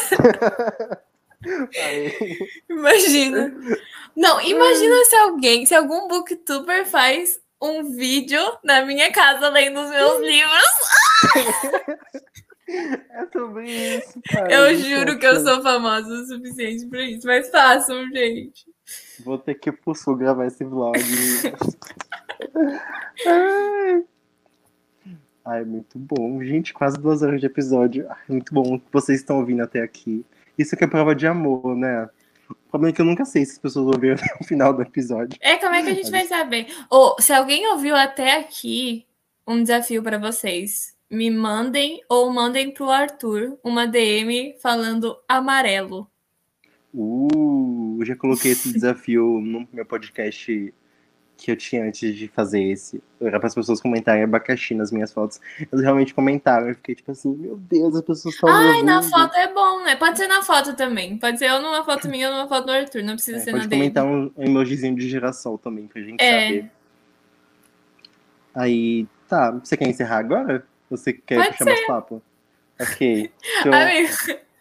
Imagina. Não, imagina se algum booktuber faz um vídeo na minha casa lendo os meus livros. É sobre isso, cara. Eu juro que eu sou famosa o suficiente pra isso, mas façam, gente. Vou ter que ir pro sul gravar esse vlog. Ai, muito bom. Gente, quase 2 horas de episódio. Ai, muito bom que vocês estão ouvindo até aqui. Isso aqui é prova de amor, né? O problema é que eu nunca sei se as pessoas ouviram até o final do episódio. Como é que a gente vai saber? Se alguém ouviu até aqui, um desafio pra vocês. Me mandem ou mandem pro Arthur uma DM falando amarelo. Eu já coloquei esse desafio no meu podcast que eu tinha antes de fazer esse. Era para as pessoas comentarem abacaxi nas minhas fotos. Eles realmente comentaram. Eu fiquei tipo assim, meu Deus, as pessoas estão me ouvindo. Na foto é bom, né? Pode ser na foto também. Pode ser eu numa foto minha ou numa foto do Arthur. Não precisa ser na dele. Pode comentar um emojizinho de girassol também, pra gente saber. Aí, tá. Você quer encerrar agora? Você quer puxar mais papo? Ok. Então, amigo.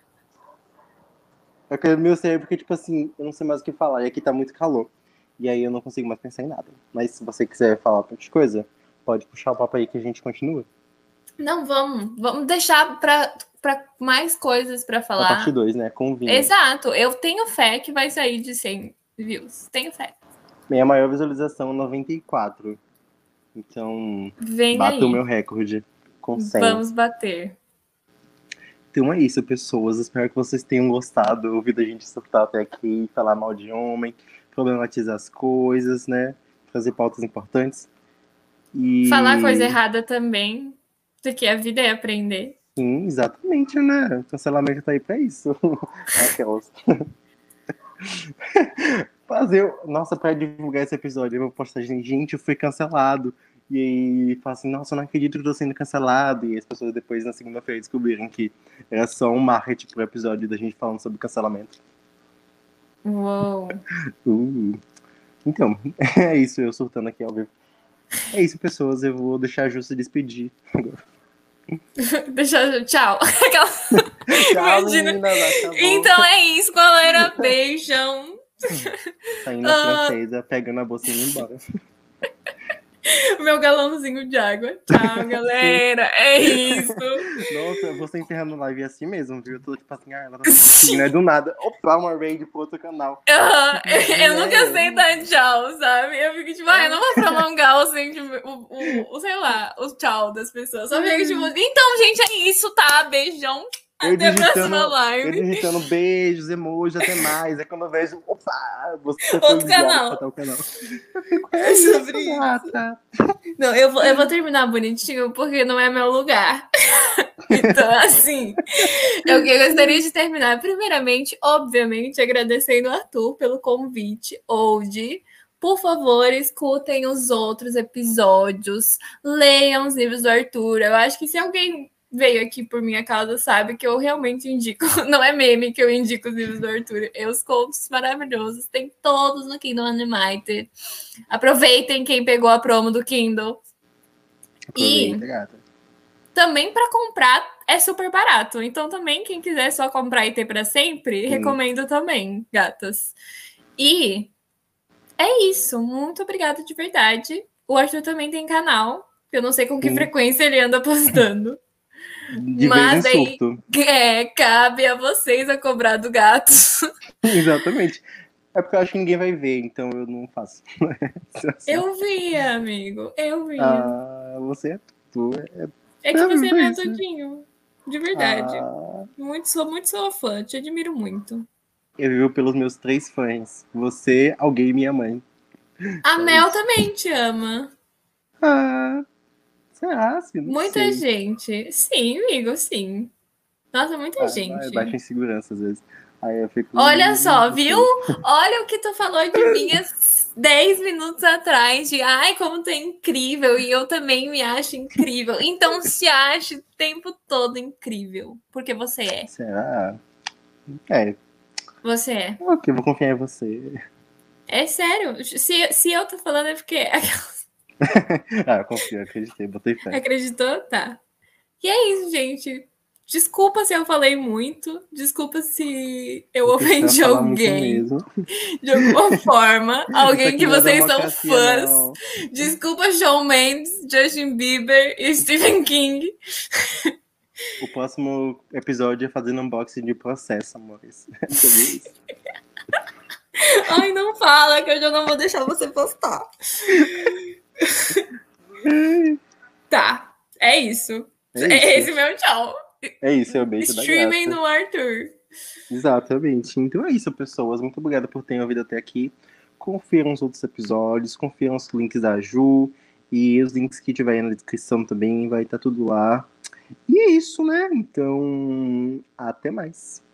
Eu quero meu cérebro porque, tipo assim, eu não sei mais o que falar. E aqui tá muito calor. E aí eu não consigo mais pensar em nada. Mas se você quiser falar outra coisa, pode puxar o papo aí que a gente continua. Não, vamos deixar pra mais coisas pra falar. A parte 2, né? Com vinho. Exato. Eu tenho fé que vai sair de 100 views. Tenho fé. Minha maior visualização 94. Então, Vem bateu o aí. meu recorde com 100. Vamos bater. Então é isso, pessoas. Espero que vocês tenham gostado, ouvido a gente surtar até aqui, falar mal de homem, problematizar as coisas, né? Fazer pautas importantes. E... Falar coisa errada também, porque a vida é aprender. Sim, exatamente, né? O cancelamento tá aí pra isso. Aquelas. Nossa, pra divulgar esse episódio, eu vou postar, gente, eu fui cancelado. E aí, fala assim, nossa, eu não acredito que eu tô sendo cancelado. E as pessoas depois, na segunda-feira, descobriram que era só um marketing pro episódio da gente falando sobre cancelamento. Uou. Então, é isso, eu surtando aqui ao vivo. É isso, pessoas, eu vou deixar a Ju se despedir agora. Tchau. Tchau, Imagina. meninas, acabou. Então é isso, galera. Beijão. Saindo a francesa, pegando a bolsa e indo embora. Meu galãozinho de água. Tchau, galera. É isso. Nossa, você encerrando live assim mesmo, viu? Eu tô tipo assim, ela tá seguindo, é do nada. Opa, uma raid pro outro canal. Eu nunca sei dar tchau, sabe? Eu fico tipo, eu não vou prolongar assim, tipo, sei lá, o tchau das pessoas. Só fico tipo, então, gente, é isso, tá? Beijão. Até a próxima live. Eu digitando beijos, emojis, até mais. É quando eu vejo, opa, você outro foi canal. Pra o canal. É sobre isso. Tá. Não, eu vou terminar bonitinho porque não é meu lugar. Então, assim, eu gostaria de terminar, primeiramente, obviamente, agradecendo o Arthur pelo convite. Por favor, escutem os outros episódios, leiam os livros do Arthur. Eu acho que se alguém veio aqui por minha causa sabe que eu realmente indico, não é meme que eu indico os livros do Arthur, os contos maravilhosos, tem todos no Kindle Unlimited. Aproveitem quem pegou a promo do Kindle. Aproveita, gata. Também para comprar é super barato, então também quem quiser só comprar e ter para sempre, recomendo também, gatas. E é isso, muito obrigada de verdade. O Arthur também tem canal, eu não sei com que frequência ele anda postando. Mas aí cabe a vocês a cobrar do gato. Exatamente. É porque eu acho que ninguém vai ver, então eu não faço. Eu via, amigo. Eu via. Ah, você é tudo. É que você é meu todinho. De verdade. Sou muito sua fã. Te admiro muito. Eu vivo pelos meus 3 fãs. Você, alguém e minha mãe. A Mel também te ama. Será? Assim, não muita sei. Gente. Sim, amigo, sim. Nossa, muita gente. Baixa insegurança às vezes. Aí eu fico... Olha só, viu? Olha o que tu falou de mim 10 minutos atrás, de ai, como tu é incrível, e eu também me acho incrível. Então se ache o tempo todo incrível, porque você é. Será? Você é. Ok, vou confiar em você. É sério. Se eu tô falando é porque... eu confio, acreditei, botei fé. Acreditou? Tá. E é isso, gente. Desculpa se eu falei muito. Desculpa se eu ofendi alguém. De alguma forma. Alguém que vocês são fãs. Não. Desculpa, Shawn Mendes, Justin Bieber e Stephen King. O próximo episódio é fazendo unboxing de processo, amores. Ai, não fala que eu já não vou deixar você postar. Tá. É isso. Esse é meu tchau. É isso, é o beijo da gata. Streaming no Arthur. Exatamente. Então é isso, pessoas. Muito obrigada por terem ouvido até aqui. Confiram os outros episódios, confiram os links da Ju e os links que tiver aí na descrição também, vai estar tudo lá. E é isso, né? Então, até mais.